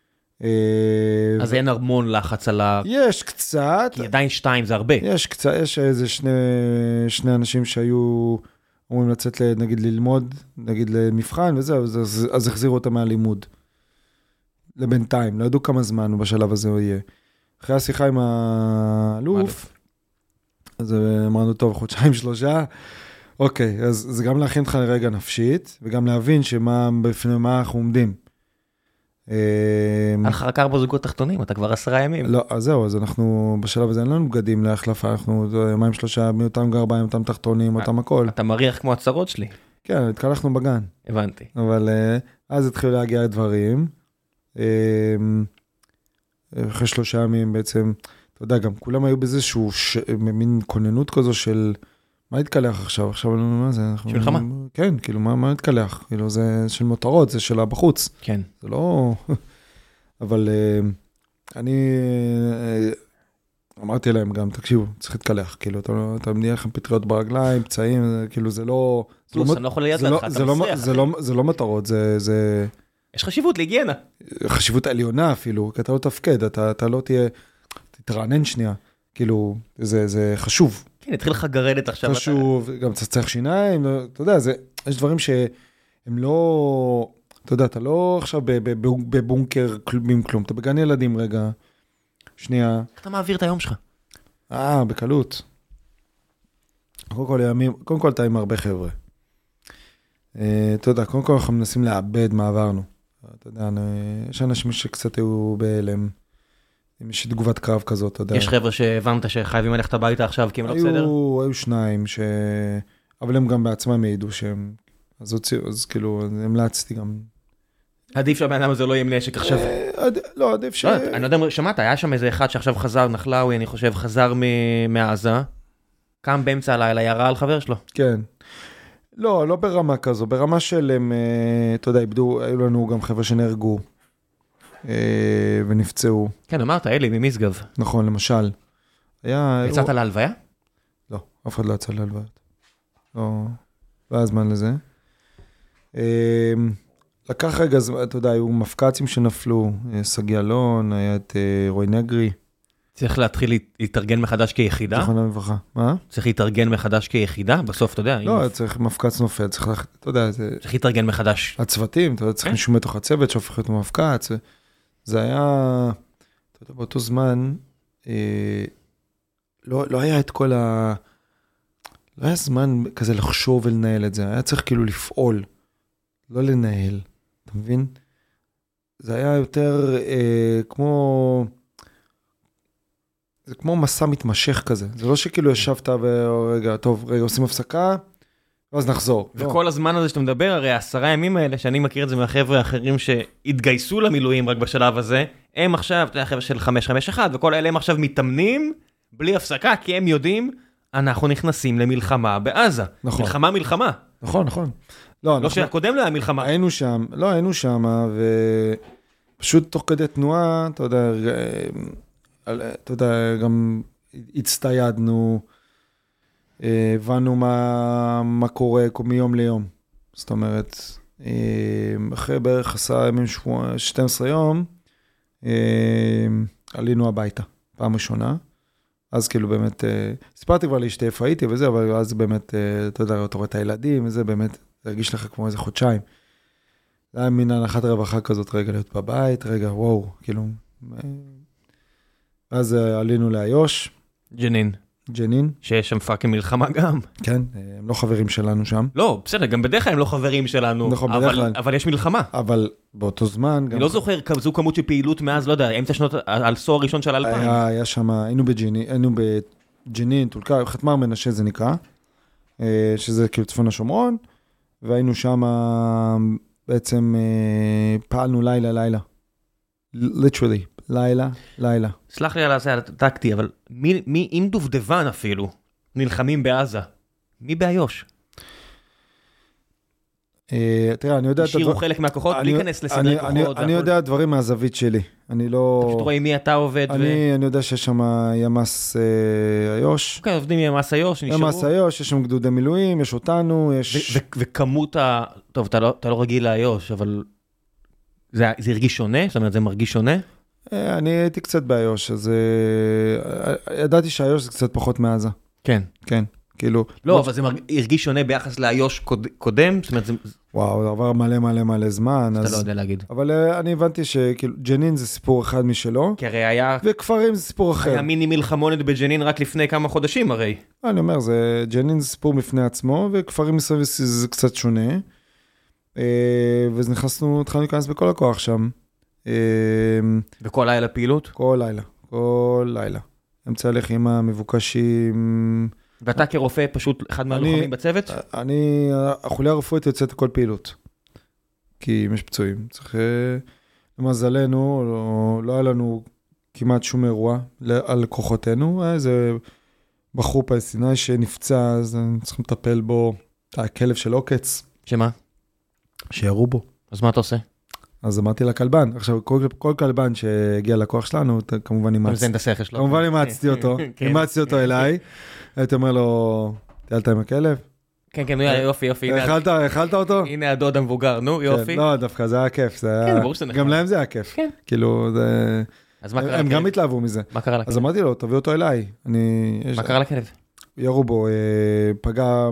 אז אין המון לחץ על ה... יש קצת. כי עדיין 2 זה הרבה. יש קצת, יש איזה 2 אנשים שהיו אומרים לצאת, נגיד, ללמוד, נגיד למבחן וזהו, אז החזירו אותם מהלימוד. לבינתיים, לא ידעו כמה זמן בשלב הזה הוא יהיה. אחרי השיחה עם האלוף, אז אמרנו, טוב, 2-3, אוקיי, אז זה גם להכין אותך לרגע נפשית, וגם להבין בפני מה אנחנו עומדים. על חרקר בזוגות תחתונים, אתה כבר 10 ימים. לא, אז זהו, אז אנחנו בשלב הזה אין לנו בגדים להחלפה, אנחנו 2-3 מאותם גרביים, אותם תחתונים, אותם הכל. אתה מריח כמו הצרות שלי. כן, התקלחנו בגן. הבנתי. אבל אז התחילו להגיע דברים, אחרי 3 ימים בעצם, אתה יודע, גם כולם היו באיזשהו מין כוננות כזו של, מה התקלח עכשיו? עכשיו, מה זה? של מלחמה? כן, כאילו, מה התקלח? כאילו, זה של מותרות, זה שלה בחוץ. כן. זה לא... אבל אני אמרתי להם גם, תקשיבו, צריך להתקלח, כאילו, אתה מניע לכם פטריות ברגליים, פצעים, כאילו, זה לא... פלוס, אני לא יכול ליד לך, אתה מסריח. זה לא מטרות, זה... יש חשיבות להיגיינה. חשיבות עליונה אפילו, כי אתה לא תפקד, אתה לא תהיה... תתרענן שנייה, כאילו, זה חשוב. כן, התחיל לך גרדת עכשיו. חשוב, גם צריך שיניים, אתה יודע, יש דברים שהם לא... אתה יודע, אתה לא עכשיו בבונקר עם כלום, אתה בגן ילדים רגע, שנייה. איך אתה מעביר את היום שלך? בקלות. קודם כל אתה עם הרבה חבר'ה. אתה יודע, קודם כל אנחנו מנסים לאבד מה עברנו. אתה יודע, יש אנשים שקצת היו בהלם, עם איזושהי תגובת קרב כזאת, אתה יודע. יש חבר'ה שהבנת שחייבים ללכת הביתה עכשיו, כי הם לא בסדר? היו 2, אבל הם גם בעצמם העידו שהם, אז כאילו, המלצתי גם. עדיף שהבן אדם הזה לא יהיה עם נשק עכשיו. לא, עדיף ש... אני לא יודע, שמעת, היה שם איזה אחד שעכשיו חזר, נחלאוי, אני חושב, חזר מעזה, קם באמצע הלילה, ירה על חבר שלו. כן. לא ברמה כזו, ברמה של הם, אתה יודע, היו לנו גם חבר'ה שנהרגו, ונפצעו. כן, אמרת, אלי, ממשגב. נכון, למשל. יצאת להלוויה? לא, אף אחד לא יצא להלוויות. לא היה זמן לזה. לקח רגע, אתה יודע, היו מפקצים שנפלו, סגי אלון, היה את רוי נגרי. צריך להתחיל להתארגן מחדש כיחידה? זכרונה לברכה. מה? צריך להתארגן מחדש כיחידה? בסוף, אתה יודע. לא, צריך מפקץ נופל, צריך, אתה יודע, זה... צריך להתארגן מחדש. הצוותים, אתה יודע, צריך מישהו מתוך הצוות שהופך להיות מפקץ. זה היה, אתה יודע, באותו זמן, לא היה את כל ה... לא היה זמן כזה לחשוב ולנהל את זה, היה צריך כאילו לפעול, לא לנהל, אתה מבין? זה היה יותר כמו... זה כמו מסע מתמשך כזה, זה לא שכאילו ישבת ורגע, טוב, רגע, עושים הפסקה, ואז נחזור. וכל הזמן הזה שאתה מדבר, הרי 10 ימים האלה, שאני מכיר את זה מהחבר'ה האחרים שהתגייסו למילואים רק בשלב הזה, הם עכשיו, אתה יודע, החבר'ה של 551, וכל אלה הם עכשיו מתאמנים בלי הפסקה, כי הם יודעים, אנחנו נכנסים למלחמה בעזה. נכון. מלחמה. נכון, נכון. לא שקודם לא היה מלחמה. היינו שם, ופשוט תוך כדי תנועה, אתה יודע, גם הצטיידנו, הבנו מה קורה מיום ליום. זאת אומרת, אחרי בערך 12 יום, עלינו הביתה, פעם ראשונה. אז כאילו באמת, סיפרתי כבר לאשתי איפה הייתי וזה, אבל אז באמת, אתה יודע, אתה רואה את הילדים, וזה באמת, זה הרגיש לך כמו איזה חודשיים. זה היה מין הנחת רווחה כזאת, רגע להיות בבית, רגע, וואו, כאילו. אז עלינו לאיו"ש. ג'נין. שיש שם פאקינג מלחמה גם. כן, הם לא חברים שלנו שם. לא, בסדר, גם בדרך כלל הם לא חברים שלנו, נכון, בדרך כלל. אבל יש מלחמה. אבל באותו זמן... אני לא זוכר זו כמות של פעילות מאז, לא יודע, אמצע שנות, על סור הראשון של 2000. היה שם, היינו בג'נין, טולקה, חתמר מנשה זה נקרא, שזה כאילו צפון השומרון, והיינו שם בעצם פעלנו לילה. literally, לילה. סלח לי על זה הטקטי, אבל מי עם דובדבן אפילו נלחמים בעזה? מי באיו"ש? תראה, אני יודע... השאירו חלק מהכוחות, בלי להיכנס לסדר כוחות. אני יודע דברים מהזווית שלי. אני לא... אתה פשוט רואה עם מי אתה עובד. אני יודע שיש שם ימ"ס איו"ש. אוקיי, עובדים עם ימ"ס איו"ש, נשארו. ימ"ס איו"ש, יש שם גדודי מילואים, יש אותנו, יש... וכמות ה... טוב, אתה לא רגיל לאיו"ש, אבל זה הרגיש שונה? זאת אומרת, זה מרגיש שונה? אני הייתי קצת באיו"ש, אז ידעתי שהאיו"ש זה קצת פחות מעזה. כן. כן, כאילו... לא, אבל זה הרגיש שונה ביחס לאיו"ש קודם? זאת אומרת, זה... וואו, זה עבר מלא זמן. אתה לא יודע להגיד. אבל אני הבנתי שכאילו, ג'נין זה סיפור אחד משלו. כי הרי היה... וכפרים זה סיפור אחר. היה מיני מלחמונת בג'נין רק לפני כמה חודשים הרי. אני אומר, ג'נין זה סיפור בפני עצמו, וכפרים מסביב זה קצת שונה. התחלנו להיכנס בכל הכוח שם. וכל לילה פעילות? כל לילה. אמצע הלחימה, מבוקשים. ואתה כרופא פשוט אחד מהלוחמים בצוות? החוליה הרפואית יוצאת כל פעילות. כי אם יש פצועים. צריך, למזלנו, לא היה לנו כמעט שום אירוע על כוחותינו. היה איזה בחור פלסטיני שנפצע, אז צריכים לטפל בו, הכלב של עוקץ. שמה? שירו בו. אז מה אתה עושה? אז אמרתי לכלבן, עכשיו כל כלבן שהגיע לכוח שלנו, כמובן אימצתי אותו אליי, הייתי אומר לו, טיילת עם הכלב? כן, יופי. אכלת אותו? הנה הדוד המבוגר, נו יופי. לא, דווקא זה היה כיף, גם להם זה היה כיף, כאילו, הם גם התלהבו מזה. מה קרה לכלב? אז אמרתי לו, תביא אותו אליי. מה קרה לכלב? ירו בו, פגע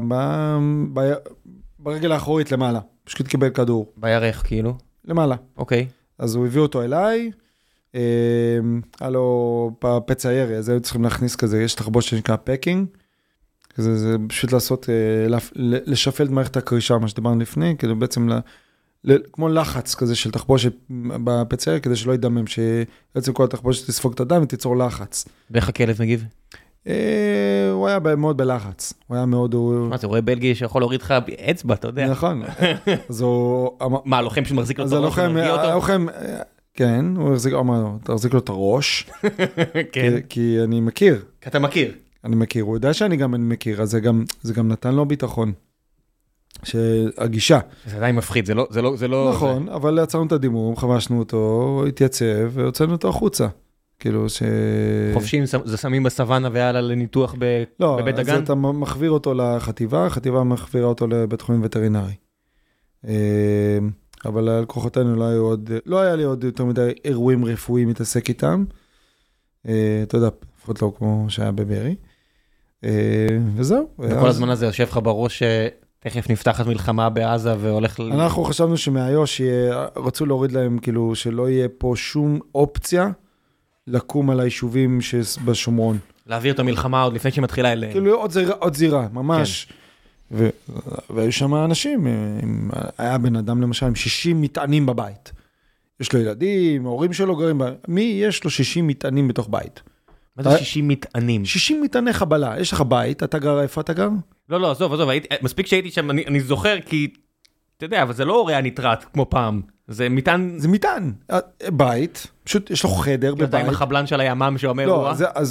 ברגל האחורית למעלה, פשוט קיבל כדור. בירך כאילו? למעלה. אוקיי. אז הוא הביא אותו אליי, היה לו פצע ירי, אז היו צריכים להכניס כזה, יש תחבוש שנקרא פקינג, זה פשוט לעשות, לשפל את מערכת הקרישה, מה שדיברנו לפני, כאילו בעצם, כמו לחץ כזה של תחבושת בפצע ירי, כדי שלא ידמם, שבעצם כל התחבושת תספוג את הדם ותיצור לחץ. ואיך הכלב מגיב? הוא היה מאוד בלחץ, הוא היה מאוד... מה, אתה רואה בלגי שיכול להוריד לך אצבע, אתה יודע. נכון. אז הוא... מה, הלוחם שמחזיק לו את הראש, הלוחם, כן, הוא אמר לו, תחזיק לו את הראש, כי אני מכיר. כי אתה מכיר. אני מכיר, הוא יודע שאני גם מכיר, אז זה גם נתן לו ביטחון. שהגישה. זה עדיין מפחיד, זה לא... נכון, אבל יצרנו את הדימום, חבשנו אותו, התייצב, והוצאנו אותו החוצה. כאילו ש... חופשים זה שמים בסוואנה ויאללה לניתוח בבית דגן? לא, אז אתה מחביר אותו לחטיבה, החטיבה מחבירה אותו לבית חולים וטרינרי. אבל הלקוחותינו לא היה לי עוד יותר מדי אירועים רפואיים להתעסק איתם. אתה יודע, לפחות לא כמו שהיה בברי. וזהו. וכל הזמן הזה יושב לך בראש שתכף נפתחת מלחמה בעזה והולך... אנחנו חשבנו שמהיוש רצו להוריד להם, כאילו, שלא יהיה פה שום אופציה לקום על היישובים בשומרון. להעביר את המלחמה עוד לפני שהיא מתחילה אליהם. כאילו עוד זירה, ממש. והיו שם אנשים, היה בן אדם למשל עם 60 מטענים בבית. יש לו ילדים, ההורים שלו גרים, מי יש לו 60 מטענים בתוך בית? מה זה 60 מטענים? 60 מטעני חבלה, יש לך בית, אתה גר, איפה אתה גר? לא, עזוב, מספיק שהייתי שם, אני זוכר כי, אתה יודע, אבל זה לא אוריה ניטרט כמו פעם, זה מטען... זה מטען, בית, פשוט יש לו חדר בבית. אתה עם החבלן של הימם שאומר... לא, אז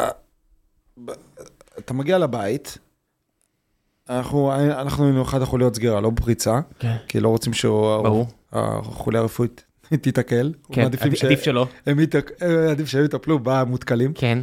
אתה מגיע לבית, אנחנו היינו אחד החוליות סגירה, לא בפריצה, כי לא רוצים שהחוליה הרפואית תתעכל. כן, עדיף שלא. עדיף שהם יטפלו במותקלים. כן.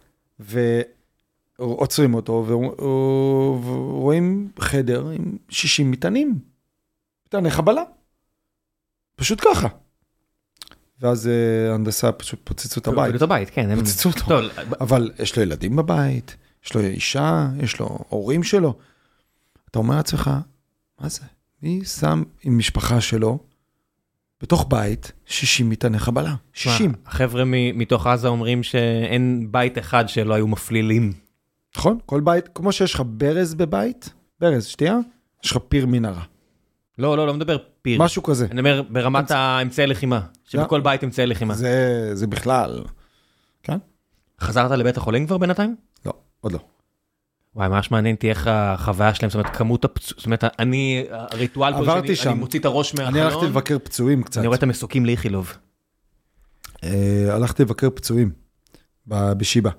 ועוצרים אותו, ורואים חדר עם 60 מטענים. מטעני חבלה. פשוט ככה. ואז הנדסה פשוט פוצצו את הבית. את הבית, כן. פוצצו אותו. אבל יש לו ילדים בבית, יש לו אישה, יש לו הורים שלו. אתה אומר לעצמך, מה זה? מי שם עם משפחה שלו, בתוך בית, 60 מטעני חבלה. 60. החבר'ה מתוך עזה אומרים שאין בית אחד שלא היו מפלילים. נכון? כל בית, כמו שיש לך ברז בבית, ברז, שתייה, יש לך פיר מנהרה. לא מדבר פיר. משהו כזה. אני אומר ברמת האמצעי לחימה, שבכל בית אמצעי לחימה. זה בכלל. כן? חזרת לבית החולים כבר בינתיים? לא, עוד לא. וואי, ממש מעניין אותי איך החוויה שלהם, זאת אומרת, כמות הפצועים, זאת אומרת, הריטואל פה שאני מוציא את הראש מהחלון. אני הלכתי לבקר פצועים קצת. אני רואה את המסוקים לאיכילוב. הלכתי לבקר פצועים בשיבה,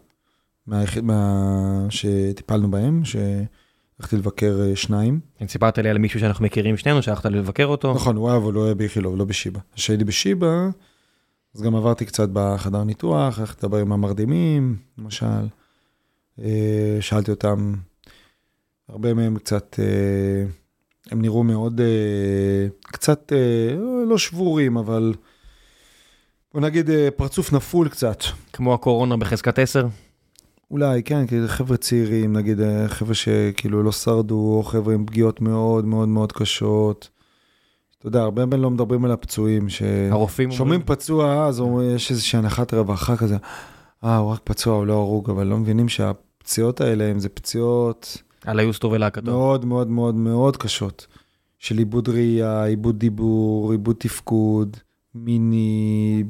שטיפלנו בהם, שהלכתי לבקר 2. סיפרת לי על מישהו שאנחנו מכירים שנינו, שהלכת לבקר אותו. נכון, הוא לא היה באיכילוב, לא בשיבה. כשהייתי בשיבה, אז גם עברתי קצת בחדר ניתוח, הלכתי לדבר עם המרדימים, למשל. שאלתי אותם, הרבה מהם קצת, הם נראו מאוד, קצת, לא שבורים, אבל בוא נגיד פרצוף נפול קצת. כמו הקורונה בחזקת 10? אולי, כן, כי זה חבר'ה צעירים, נגיד חבר'ה שכאילו לא שרדו, או חבר'ה עם פגיעות מאוד מאוד מאוד קשות. אתה יודע, הרבה מהם לא מדברים על הפצועים, ששומעים פצוע, אז יש איזושהי הנחת רווחה כזה, הוא רק פצוע, הוא לא הרוג, אבל לא מבינים שהפציעות האלה, זה פציעות... על היוסטור ולהקתו. מאוד מאוד מאוד מאוד קשות. של עיבוד ראייה, עיבוד דיבור, עיבוד תפקוד, מיני,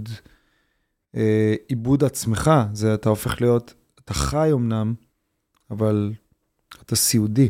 עיבוד עצמך. זה אתה הופך להיות, אתה חי אמנם, אבל אתה סיעודי.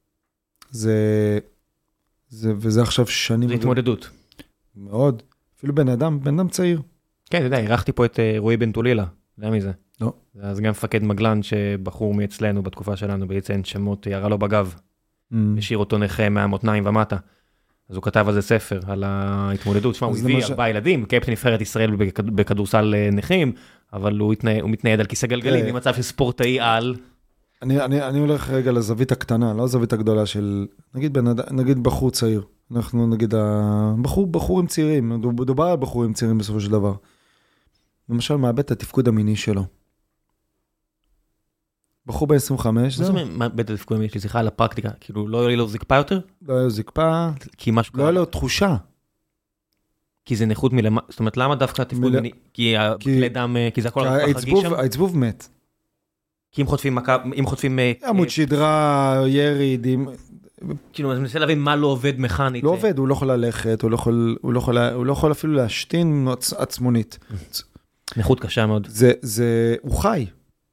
וזה עכשיו שנים... זה התמודדות. מאוד. אפילו בן אדם צעיר. כן, אתה יודע, ערכתי פה את רועי בן טולילה. אתה יודע מי זה? לא. אז גם מפקד מגלן שבחור מאצלנו בתקופה שלנו ביציין שמות ירה לו בגב, השאיר אותו נכה מהמותניים ומטה. אז הוא כתב על זה ספר, על ההתמודדות. שמה, הוא הביא 4 ילדים, קפטן נבחרת ישראל בכדורסל נכים, אבל הוא מתנייד על כיסא גלגלים, במצב של ספורטאי על... אני הולך רגע לזווית הקטנה, לא הזווית הגדולה של, נגיד בחור צעיר. אנחנו נגיד, בחורים צעירים, מדובר על בחורים צעירים בסופו של דבר. למשל, מאבד את התפקוד המיני שלו. בחור ב-25, זהו. מה זה מאבד את התפקוד המיני? יש לי שיחה על הפרקטיקה. כאילו, לא היה לו זקפה יותר? לא היה לו זקפה. לא היה לו תחושה. כי זה נכות מלמה... זאת אומרת, למה דווקא התפקוד מיני? כי הכלי דם... כי זה הכל רגיש שם? העצבוב מת. כי אם חוטפים... עמוד שדרה, ירי, כאילו, אני מנסה להבין מה לא עובד מכנית. לא עובד, הוא לא יכול ללכת, הוא לא יכול אפילו להשתין עצמונית. נכות קשה מאוד. הוא חי.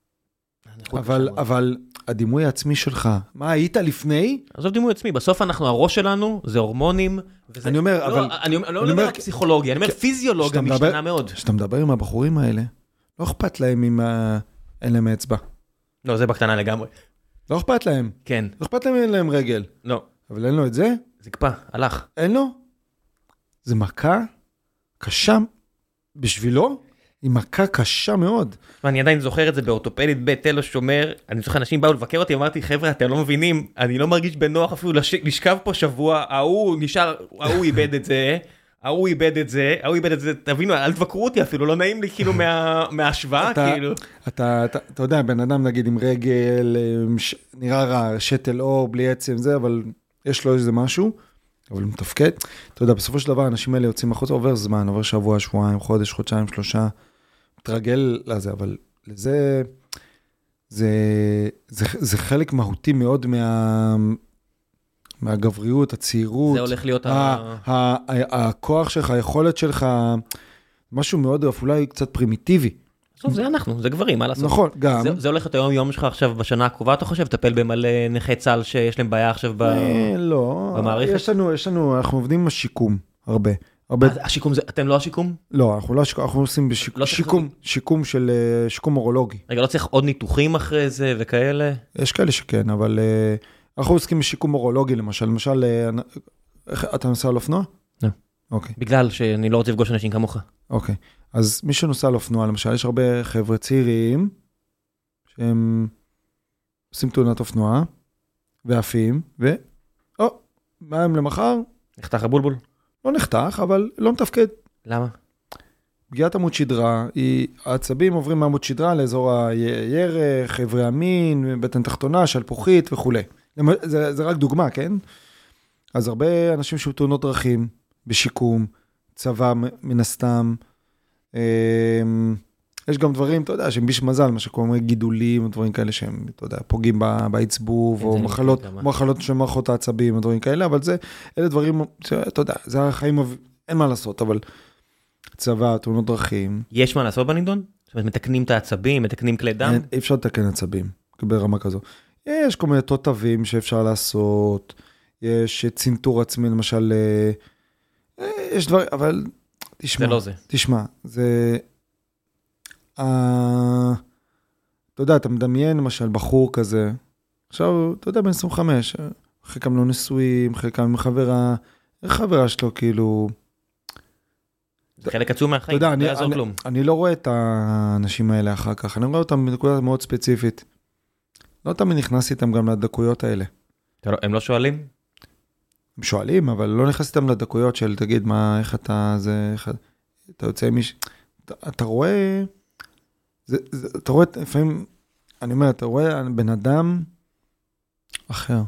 אבל הדימוי העצמי שלך, מה היית לפני? עזוב דימוי עצמי, בסוף הראש שלנו זה הורמונים. אני אומר, אבל... אני לא אומר רק פסיכולוגיה, אני אומר פיזיולוגיה משתנה מאוד. כשאתה מדבר עם הבחורים האלה, לא אכפת להם אם אין להם אצבע. לא, זה בקטנה לגמרי. לא אכפת להם. כן. לא אכפת להם אין להם רגל. לא. אבל אין לו את זה? זקפה, הלך. אין לו? זה מכה קשה בשבילו? היא מכה קשה מאוד. ואני עדיין זוכר את זה באורתופדית בתל השומר, אני זוכר אנשים באו לבקר אותי, אמרתי, חבר'ה, אתם לא מבינים, אני לא מרגיש בנוח אפילו לשכב פה שבוע, ההוא נשאר, ההוא איבד את זה, ההוא איבד את זה, תבינו, אל תבקרו אותי אפילו, לא נעים לי כאילו מההשוואה, כאילו. אתה יודע, בן אדם נגיד עם רגל, נראה רע, שתל אור, בלי עצם זה, אבל יש לו איזה משהו, אבל הוא מתפקד. אתה יודע, בסופו של דבר, האנשים האלה יוצאים החוצה, עובר זמן, עובר שבוע, שבועיים, חודש, חודשיים, 3, מתרגל לזה, אבל לזה, זה חלק מהותי מאוד מהגבריות, הצעירות. זה הולך להיות הכוח שלך, היכולת שלך, משהו מאוד, אולי קצת פרימיטיבי. בסוף זה אנחנו, זה גברים, מה לעשות? נכון, גם. זה הולך את היום שלך עכשיו בשנה הקרובה, אתה חושב, טפל במלא נכי צה"ל שיש להם בעיה עכשיו במערכת? יש לנו, אנחנו עובדים עם השיקום, הרבה. השיקום זה, אתם לא השיקום? לא, אנחנו לא השיקום, אנחנו עושים שיקום של שיקום אורולוגי. רגע, לא צריך עוד ניתוחים אחרי זה וכאלה? יש כאלה שכן, אבל אנחנו עוסקים בשיקום אורולוגי, למשל, אתה נוסע על אופנוע? לא. אוקיי. בגלל שאני לא רוצה לפגוש אנשים כמוך. אוקיי. אז מי שנוסע על אופנוע, למשל, יש הרבה חבר'ה צעירים, שהם עושים תאונת אופנוע, ועפים, מה הם למחר? נחתך הבולבול? לא נחתך, אבל לא מתפקד. למה? פגיעת עמוד שדרה, העצבים עוברים מעמוד שדרה לאזור הירך, עברי המין, בטן תחתונה, שלפוחית וכו'. זה רק דוגמה, כן? אז הרבה אנשים שהוא תאונות דרכים, בשיקום, צבא מן הסתם, יש גם דברים, אתה יודע, שהם ביש מזל, מה שקוראים גידולים, דברים כאלה שהם, אתה יודע, פוגעים בעצבוב, או מחלות של מערכות העצבים, דברים כאלה, אבל אלה דברים, אתה יודע, זה החיים, אין מה לעשות, אבל צבא, תאונות דרכים. יש מה לעשות בנידון? זאת אומרת, מתקנים את העצבים, מתקנים כלי דם? אי אפשר לתקן עצבים, ברמה כזו. יש כל מיני תותבים שאפשר לעשות, יש צנתור עצמי, למשל, יש דברים, אבל תשמע, זה לא זה. תשמע, זה, אתה יודע, אתה מדמיין למשל בחור כזה, עכשיו, אתה יודע, בן 25, חלקם לא נשואים, חלקם עם חברה שלו, כאילו, זה חלק עצום מהחיים, אתה יודע, לא יעזור כלום. אני לא רואה את האנשים האלה אחר כך, אני רואה אותם בנקודה מאוד ספציפית, לא תמיד נכנס איתם גם לדקויות האלה. הם לא שואלים? הם שואלים, אבל לא נכנס איתם לדקויות של, תגיד, מה, איך אתה, אתה יוצא עם מישהו, אתה רואה, אתה רואה, לפעמים, אני אומר, אתה רואה בן אדם אחר.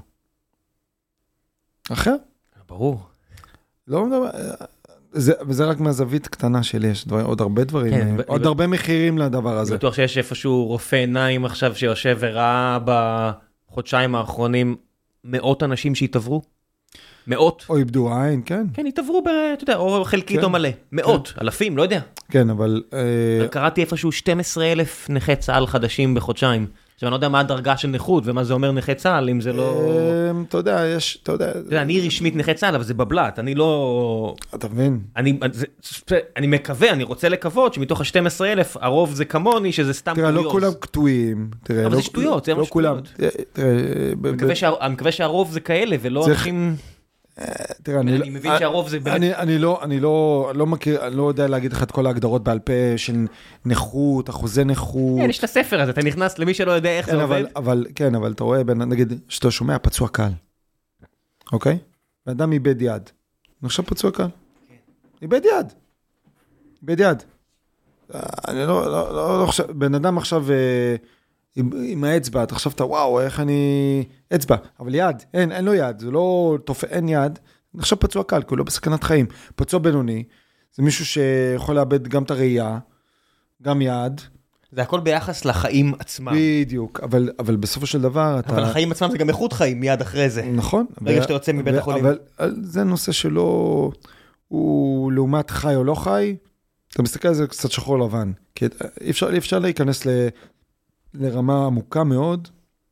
אחר? ברור. לא מדבר, וזה רק מהזווית קטנה שלי, יש עוד הרבה דברים, עוד הרבה מחירים לדבר הזה. אני בטוח שיש איפשהו רופא עיניים עכשיו שיושב וראה בחודשיים האחרונים מאות אנשים שהתעברו. מאות. או איבדו עין, כן. כן, התעברו, אתה יודע, או חלקית או מלא. מאות, אלפים, לא יודע. כן, אבל קראתי איפשהו 12,000 נכי צה"ל חדשים בחודשיים. עכשיו, אני לא יודע מה הדרגה של נכות, ומה זה אומר נכי צה"ל, אם זה לא... אתה יודע, יש, אתה יודע... אני רשמית נכי צה"ל, אבל זה בבלט, אני לא... אתה מבין? אני מקווה, אני רוצה לקוות שמתוך ה-12,000, הרוב זה כמוני, שזה סתם תראה, לא כולם כתובים. אבל זה שטויות, זה ממש שטויות. אני מקווה שהרוב זה כאלה, ולא אנשים... תראה, אני מבין שהרוב זה באמת... אני לא מכיר, אני לא יודע להגיד לך את כל ההגדרות בעל פה של נכות, אחוזי נכות. כן, יש את הספר הזה, אתה נכנס למי שלא יודע איך זה עובד. כן, אבל אתה רואה, נגיד, שאתה שומע פצוע קל, אוקיי? ואדם איבד יד. נחשב פצוע קל. איבד יד. אני לא חושב, בן אדם עכשיו... עם האצבע, אתה חשבת, וואו, איך אני... אצבע, אבל יד, אין לו יד, זה לא תופע, אין יד, נחשב פצוע קל, כי הוא לא בסכנת חיים. פצוע בינוני, זה מישהו שיכול לאבד גם את הראייה, גם יד. זה הכל ביחס לחיים עצמם. בדיוק, אבל בסופו של דבר... אבל החיים עצמם זה גם איכות חיים מיד אחרי זה. נכון. ברגע שאתה יוצא מבית החולים. אבל זה נושא שלא... הוא לעומת חי או לא חי, אתה מסתכל על זה קצת שחור לבן, כי אפשר להיכנס לרמה עמוקה מאוד,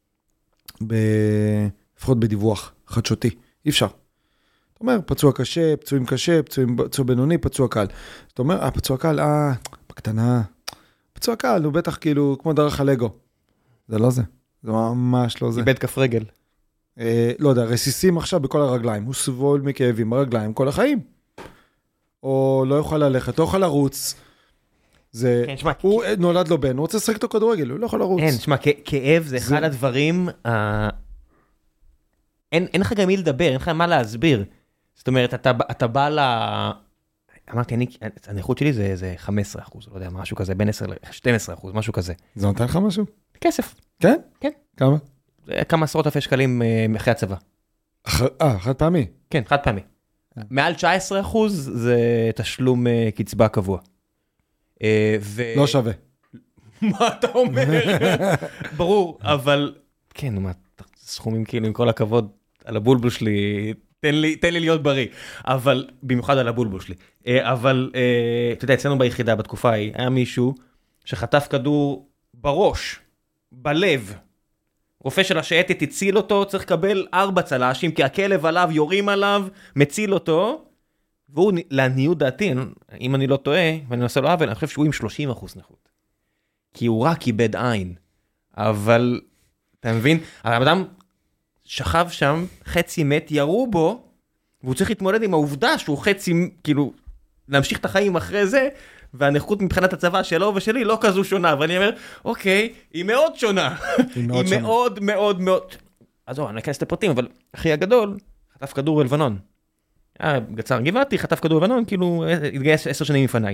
לפחות בדיווח חדשותי. אי אפשר. אתה אומר, פצוע קשה, פצועים קשה, פצוע בינוני, פצוע קל. אתה אומר, פצוע קל, בקטנה. פצוע קל, הוא בטח כאילו, כמו דרך הלגו. זה לא זה. זה ממש לא זה. איבד כף רגל. לא יודע, רסיסים עכשיו בכל הרגליים. הוא סבול מכאבים ברגליים כל החיים. או לא יוכל ללכת, לא יוכל לרוץ. זה, כן, שמה, הוא נולד לו בן, הוא רוצה לשחק אותו כדורגל, הוא לא יכול לרוץ. כן, שמע, כאב זה אחד הדברים, אין לך גם מי לדבר, אין לך מה להסביר. זאת אומרת, אתה בא אמרתי, הנכות שלי זה 15%, לא יודע, משהו כזה, בין 10 ל-12%, משהו כזה. זה נותן לך משהו? כסף. כן? כן. כמה? כמה עשרות אלפי שקלים אחרי הצבא. חד פעמי? כן, חד פעמי. מעל 19% זה תשלום קצבה קבוע. לא שווה. מה אתה אומר? ברור, אבל כן, סכומים כאילו, עם כל הכבוד על הבולבול שלי, תן לי להיות בריא, אבל במיוחד על הבולבול שלי. אבל אתה יודע, אצלנו ביחידה בתקופה ההיא, היה מישהו שחטף כדור בראש, בלב, רופא של השייטת הציל אותו, צריך לקבל 4 צל"שים, כי הכלב עליו, יורים עליו, מציל אותו, והוא, לעניות דעתי, אם אני לא טועה, ואני עושה לו עוול, אני חושב שהוא עם 30% נכות. כי הוא רק איבד עין. אבל, אתה מבין? האדם שכב שם, חצי מת, ירו בו, והוא צריך להתמודד עם העובדה שהוא חצי, כאילו, להמשיך את החיים אחרי זה, והנכות מבחינת הצבא שלו ושלי לא כזו שונה, ואני אומר, אוקיי, היא מאוד שונה. היא מאוד מאוד מאוד. אז אני אכנס לפרטים, אבל אחי הגדול, חטף כדור בלבנון. גצר גבעתי, חטף כדור בלבנון, כאילו, התגייס 10 שנים לפניי.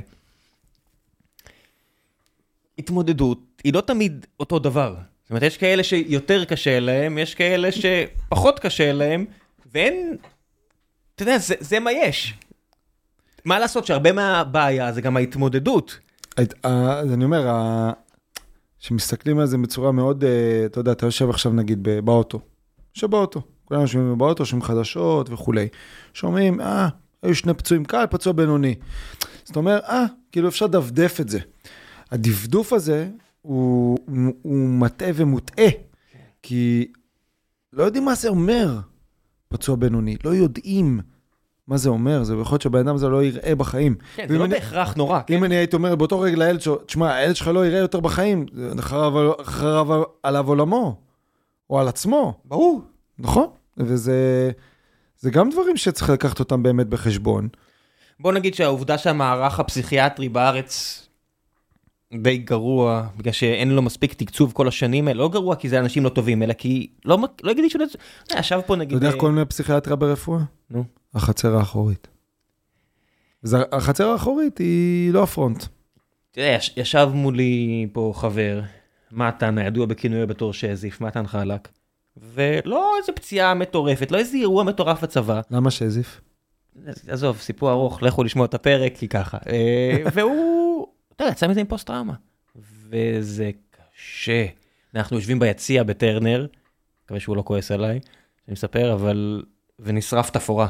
התמודדות, היא לא תמיד אותו דבר. זאת אומרת, יש כאלה שיותר קשה להם, יש כאלה שפחות קשה להם, ואין, אתה יודע, זה מה יש. מה לעשות שהרבה מהבעיה זה גם ההתמודדות. אז אני אומר, שמסתכלים על זה בצורה מאוד, אתה יודע, אתה יושב עכשיו נגיד באוטו, שבאוטו, כולנו שומעים באוטו, שומעים חדשות וכולי, שומעים, היו 2 פצועים קל, פצוע בינוני. זאת אומרת, כאילו אפשר דפדף את זה. הדפדוף הזה הוא מטעה ומוטעה, כי לא יודעים מה זה אומר, פצוע בינוני, לא יודעים מה זה אומר, זה יכול להיות שהבן אדם זה לא יראה בחיים. כן, זה לא בהכרח נורא. אם אני הייתי אומר באותו רגע לילד, תשמע, הילד שלך לא יראה יותר בחיים, חרב עליו עולמו, או על עצמו. ברור. נכון? וזה גם דברים שצריך לקחת אותם באמת בחשבון. בוא נגיד שהעובדה שהמערך הפסיכיאטרי בארץ די גרוע, בגלל שאין לו מספיק תקצוב כל השנים, לא גרוע כי זה אנשים לא טובים, אלא כי לא יגידי שזה, ישב פה נגיד... אתה יודע איך קוראים לפסיכיאטריה ברפואה? נו. החצר האחורית. החצר האחורית היא לא הפרונט. אתה יודע, ישב מולי פה חבר, מתן, הידוע בכינוי בתור שזיף, מתן חלק, ולא איזה פציעה מטורפת, לא איזה אירוע מטורף בצבא. למה שזיף? עזוב, סיפור ארוך, לכו לשמוע את הפרק, כי ככה. והוא, אתה יודע, יצא מזה עם פוסט-טראומה. וזה קשה. אנחנו יושבים ביציע בטרנר, מקווה שהוא לא כועס עליי, אני מספר, אבל... ונשרף תפורה.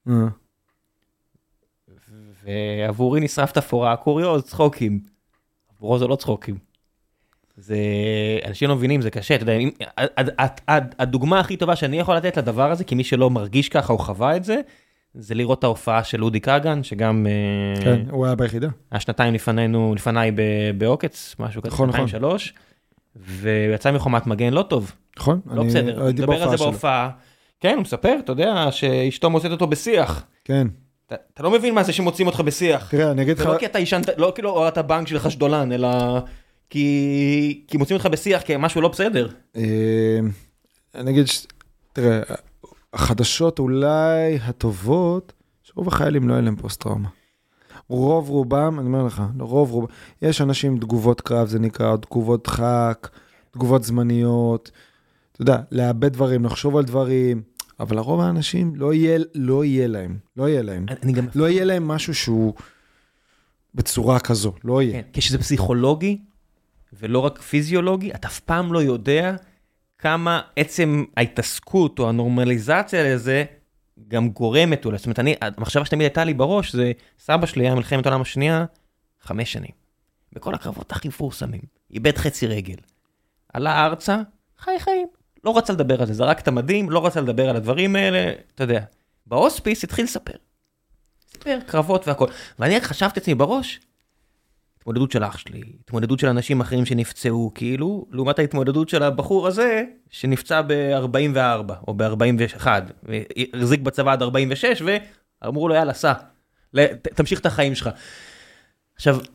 ועבורי נשרף תפורה, קוריוז, צחוקים. עבורו זה לא צחוקים. זה... אנשים לא מבינים, זה קשה, אתה יודע, הדוגמה הכי טובה שאני יכול לתת לדבר הזה, כי מי שלא מרגיש ככה או חווה את זה, זה לראות את ההופעה של אודי כגן, שגם... כן, הוא היה ביחידה. השנתיים לפניי בעוקץ, משהו כזה, 2-3, ויצא מחומת מגן לא טוב. נכון. לא בסדר, הוא מדבר על זה בהופעה. כן, הוא מספר, אתה יודע, שאשתו מוצאת אותו בשיח. כן. אתה לא מבין מה זה שמוצאים אותך בשיח. תראה, אני אגיד לך... זה לא כי אתה ישנת, לא כאילו או אתה בנק שלך שדולן, אלא כי מוצאים אותך בשיח כמשהו לא בסדר. אני אגיד, תראה, החדשות אולי הטובות, שרוב החיילים לא היה להם פוסט-טראומה. רוב רובם, אני אומר לך, רוב רובם, יש אנשים עם תגובות קרב, זה נקרא, תגובות דחק, תגובות זמניות, אתה יודע, לאבד דברים, לחשוב על דברים, אבל הרוב האנשים לא יהיה להם. לא יהיה להם משהו שהוא בצורה כזו, לא יהיה. כן, כשזה פסיכולוגי, ולא רק פיזיולוגי, אתה אף פעם לא יודע כמה עצם ההתעסקות או הנורמליזציה לזה גם גורמת אולי. זאת אומרת, המחשבה שתמיד הייתה לי בראש, זה סבא שלי היה מלחמת העולם השנייה 5 שנים. בכל הקרבות הכי פורסמים. איבד חצי רגל. עלה ארצה, חיים. לא רצה לדבר על זה, זרק את המדים, לא רצה לדבר על הדברים האלה, אתה יודע. בהוספיס התחיל לספר. ספר, קרבות והכל. ואני חשבתי עצמי בראש, התמודדות של אח שלי, התמודדות של אנשים אחרים שנפצעו, כאילו, לעומת ההתמודדות של הבחור הזה, שנפצע ב-44 או ב-41, והחזיק בצבא עד 46, ואמרו לו, יאללה, סע, תמשיך את החיים שלך. עכשיו,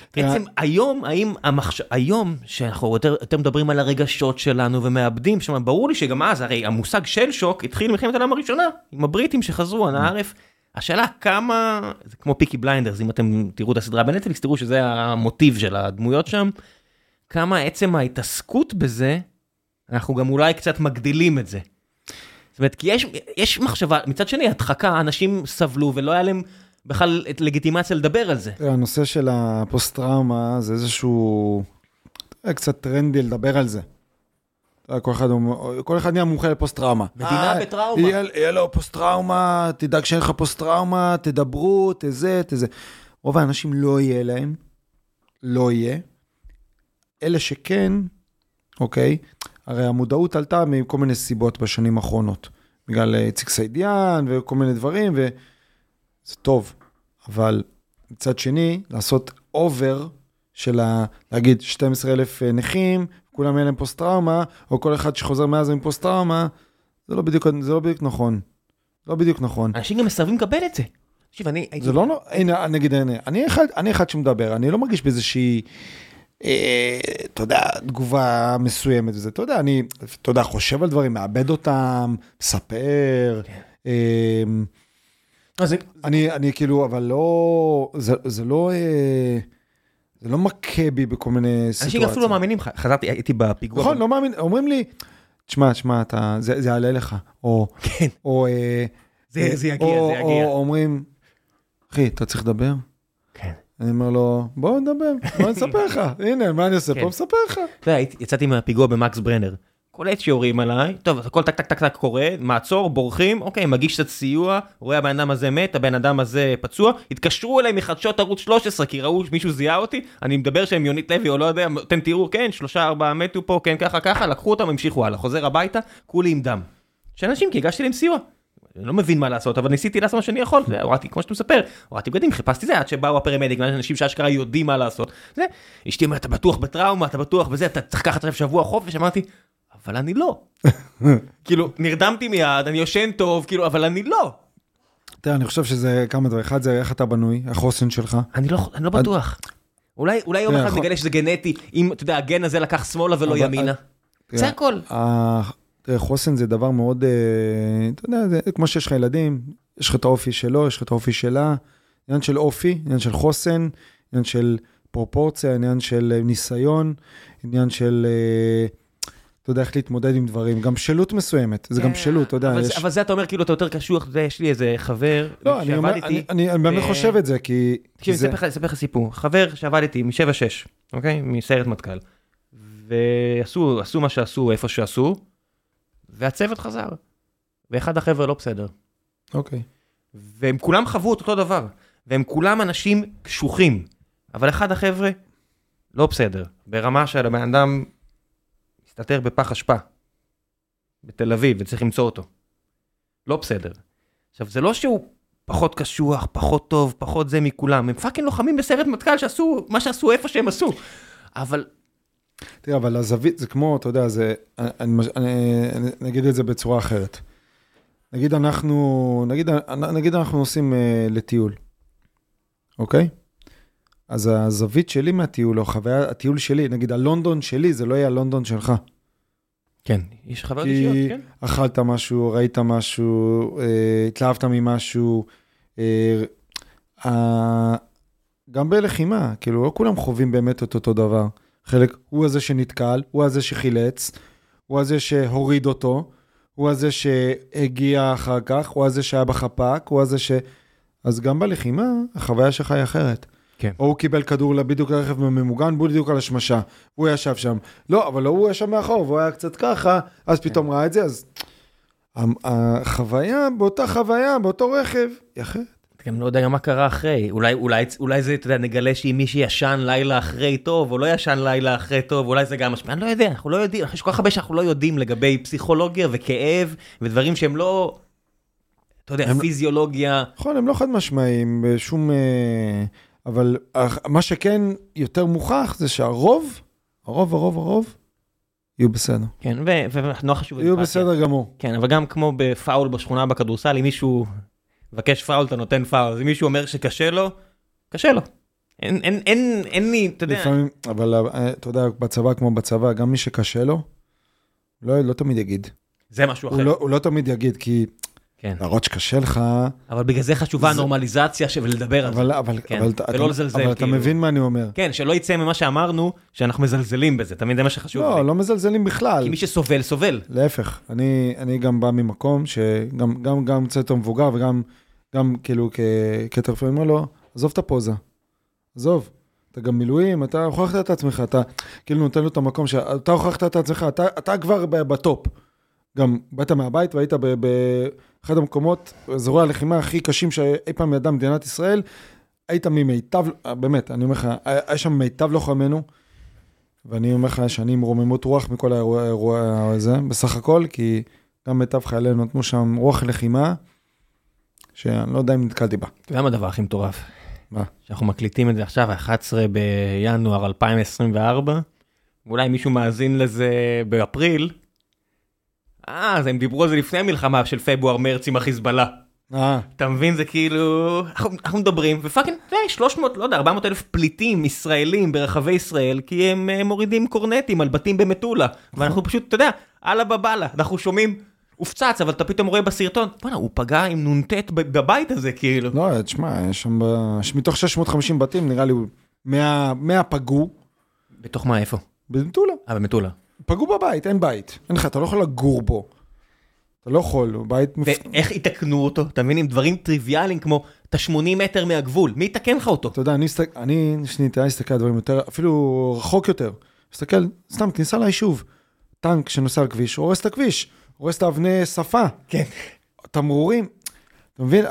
בעצם היום שאנחנו יותר מדברים על הרגשות שלנו ומאבדים, ברור לי שגם אז, הרי המושג של שוק התחיל מלחמת העולם הראשונה, עם הבריטים שחזרו, אנא ערף, השאלה כמה, זה כמו פיקי בליינדרס, אם אתם תראו את הסדרה בנטפליקס, תראו שזה המוטיב של הדמויות שם, כמה עצם ההתעסקות בזה, אנחנו גם אולי קצת מגדילים את זה. זאת אומרת, כי יש מחשבה, מצד שני, הדחקה, אנשים סבלו ולא היה להם בכלל את לגיטימציה לדבר על זה. הנושא של הפוסט-טראומה זה איזשהו, קצת טרנדי לדבר על זה. כל אחד נהיה מומחה לפוסט-טראומה. מדינה בטראומה. יהיה לו פוסט-טראומה, תדאג שאין לך פוסט-טראומה, תדברו, תזה. רוב האנשים לא יהיה להם, לא יהיה. אלה שכן, אוקיי, הרי המודעות עלתה מכל מיני סיבות בשנים האחרונות. בגלל איציק סעידיאן וכל מיני דברים, וזה טוב. אבל מצד שני, לעשות אובר של להגיד 12,000 נכים, כולם יהיה להם פוסט-טראומה, או כל אחד שחוזר מעזה עם פוסט-טראומה, זה לא בדיוק נכון. לא בדיוק נכון. אנשים גם מסרבים לקבל את זה. זה לא, הנה, נגיד, אני אחד שמדבר, אני לא מרגיש באיזושהי, אתה יודע, תגובה מסוימת וזה, אתה יודע, אני, חושב על דברים, מאבד אותם, מספר, אני כאילו, אבל לא, זה לא מכה בי בכל מיני סיטואציות. אנשים אפילו לא מאמינים, חזרתי, הייתי בפיגוע. נכון, לא מאמין, אומרים לי, תשמע, זה יעלה לך, או, זה יגיע. או אומרים, אחי, אתה צריך לדבר? כן. אני אומר לו, בוא נדבר, בוא נספר לך, הנה, מה אני עושה פה, מספר לך. אתה יודע, יצאתי מהפיגוע במקס ברנר, קולט שיורים עליי, טוב, הכל טק קורה, מעצור, בורחים, אוקיי, מגיש קצת סיוע, רואה הבן אדם הזה מת, הבן אדם הזה פצוע, התקשרו אליי מחדשות ערוץ 13, כי ראו מישהו זיהה אותי, אני מדבר שהם יונית לוי או לא יודע, אתם תראו, כן, 3-4 מתו פה, כן, ככה, לקחו אותם, המשיכו הלאה, חוזר הביתה, כולי עם דם. שאנשים, כי הגשתי להם סיוע. אני לא מבין מה לעשות, אבל ניסיתי לעשות מה שאני יכול, הורדתי, כמו שאתה מספר, הורדתי בגדים, חיפשתי זה, עד שבאו הפרמדיק, אנשים שאשכרה יודעים מה לעשות. זה, אשתי אומרת, אתה בטוח בטראומה, אתה בטוח בזה, אתה צריך לקחת עכשיו שבוע חופש, אמרתי, אבל אני לא. כאילו, נרדמתי מיד, אני יושן טוב, כאילו, אבל אני לא. תראה, אני חושב שזה כמה דבר, אחד זה איך אתה בנוי, החוסן שלך. אני לא בטוח. אולי יום אחד נגלה שזה גנטי, אם, אתה יודע, הגן הזה לקח שמאלה ולא ימינה. זה הכל. חוסן זה דבר מאוד, אתה יודע, זה כמו שיש לך ילדים, יש לך את האופי שלו, יש לך את האופי שלה, עניין של אופי, עניין של חוסן, עניין של פרופורציה, עניין של ניסיון, עניין של, אתה יודע, איך להתמודד עם דברים, גם שאלות מסוימת, זה גם שאלות, אתה יודע. אבל זה אתה אומר, כאילו, אתה יותר קשוח, יש לי איזה חבר, לא, אני באמת חושב את זה, כי... אספר לך סיפור, חבר שעבדתי מ-7-6, אוקיי? מסיירת מטכ"ל, ועשו מה שעשו, איפה שעשו, והצוות חזר, ואחד החבר'ה לא בסדר. אוקיי. והם כולם חוו את אותו דבר, והם כולם אנשים קשוחים, אבל אחד החבר'ה לא בסדר, ברמה של הבן אדם מסתתר בפח אשפה, בתל אביב, וצריך למצוא אותו. לא בסדר. עכשיו, זה לא שהוא פחות קשוח, פחות טוב, פחות זה מכולם, הם פאקינג לוחמים בסיירת מטכ"ל שעשו מה שעשו איפה שהם עשו, אבל... תראה, אבל הזווית זה כמו, אתה יודע, אני נגיד את זה בצורה אחרת. נגיד אנחנו נוסעים לטיול, אוקיי? אז הזווית שלי מהטיול, או חוויה, הטיול שלי, נגיד הלונדון שלי, זה לא יהיה הלונדון שלך. כן, יש חוויות אישיות, כן. כי אכלת משהו, ראית משהו, התלהבת ממשהו, גם בלחימה, כאילו, לא כולם חווים באמת את אותו דבר. חלק, הוא הזה שנתקל, הוא הזה שחילץ, הוא הזה שהוריד אותו, הוא הזה שהגיע אחר כך, הוא הזה שהיה בחפק, הוא הזה ש... אז גם בלחימה, החוויה שלך היא אחרת. כן. או הוא קיבל כדור בדיוק לרכב ממוגן, בדיוק על השמשה, הוא ישב שם. לא, אבל לא, הוא ישב מאחור, והוא היה קצת ככה, אז פתאום ראה את זה, אז... החוויה, באותה חוויה, באותו רכב, היא אחרת. אתה גם לא יודע מה קרה אחרי, אולי זה, אתה יודע, נגלה שאם מישהו ישן לילה אחרי טוב, או לא ישן לילה אחרי טוב, אולי זה גם משמע, אני לא יודע, אנחנו לא יודעים, יש כל כך הרבה שאנחנו לא יודעים לגבי פסיכולוגיה וכאב, ודברים שהם לא, אתה יודע, פיזיולוגיה. נכון, הם לא חד משמעיים, בשום, אבל מה שכן יותר מוכח, זה שהרוב, הרוב, יהיו בסדר. כן, ונורא חשוב. יהיו בסדר גמור. כן, אבל גם כמו בפאול בשכונה בכדורסל, אם מישהו מבקש פאול, אתה נותן פאול, אז אם מישהו אומר שקשה לו, קשה לו. אין לי, אתה יודע. לפעמים, אבל אתה יודע, בצבא כמו בצבא, גם מי שקשה לו, לא תמיד יגיד. זה משהו אחר. הוא לא תמיד יגיד, כי להראות שקשה לך. אבל בגלל זה חשובה הנורמליזציה ולדבר על זה. ולא לזלזל. אבל אתה מבין מה אני אומר. כן, שלא יצא ממה שאמרנו, שאנחנו מזלזלים בזה. תמיד זה מה שחשוב. לא מזלזלים בכלל. כי מי שסובל, סובל. להפך, אני גם בא ממקום שגם קצת יותר מבוגר, וגם כאילו כתר פעמים אומר לו, עזוב את הפוזה. עזוב. אתה גם מילואים, אתה הוכחת את עצמך, אתה כאילו נותן לו את המקום שאתה הוכחת את עצמך, אתה כבר בטופ. גם באת מהבית והיית באחד המקומות, אזורי הלחימה הכי קשים שאי פעם ידע מדינת ישראל, היית ממיטב, באמת, אני אומר לך, היה שם מיטב לוחמנו, ואני אומר לך שאני עם רוממות רוח מכל האירוע הזה, בסך הכל, כי גם מיטב חיילינו נתנו שם רוח לחימה, שאני לא יודע אם נתקלתי בה. אתה יודע מה הדבר הכי מטורף? מה? שאנחנו מקליטים את זה עכשיו, 11 בינואר 2024, ואולי מישהו מאזין לזה באפריל, אז הם דיברו על זה לפני המלחמה של פברואר-מרץ עם החיזבאללה. אתה מבין, זה כאילו, אנחנו מדברים, ופאקינג, 300, לא יודע, 400 אלף פליטים ישראלים ברחבי ישראל, כי הם מורידים קורנטים על בתים במטולה, ואנחנו פשוט, אתה יודע, אללה בבאללה, אנחנו שומעים, הופצץ, אבל אתה פתאום רואה בסרטון, בוא'נה, הוא פגע עם נונטט בבית הזה, כאילו. לא, תשמע, יש שם, מתוך 650 בתים, נראה לי, 100 פגעו. בתוך מה, איפה? במטולה. במטולה. פגעו בבית, אין בית. אין לך, אתה לא יכול לגור בו. אתה לא יכול, הוא בית ואיך יתקנו אותו? אתה מבין, עם דברים טריוויאליים כמו את ה-80 מטר מהגבול, מי יתקן לך אותו? אתה יודע, אני אסתכל על דברים יותר, אפילו רחוק יותר. אסתכל, סתם, כניסה ליישוב. טנק שנוסע על כביש, הורס את הכביש, הורס את האבני שפה. כן. תמרורים. אתה מבין,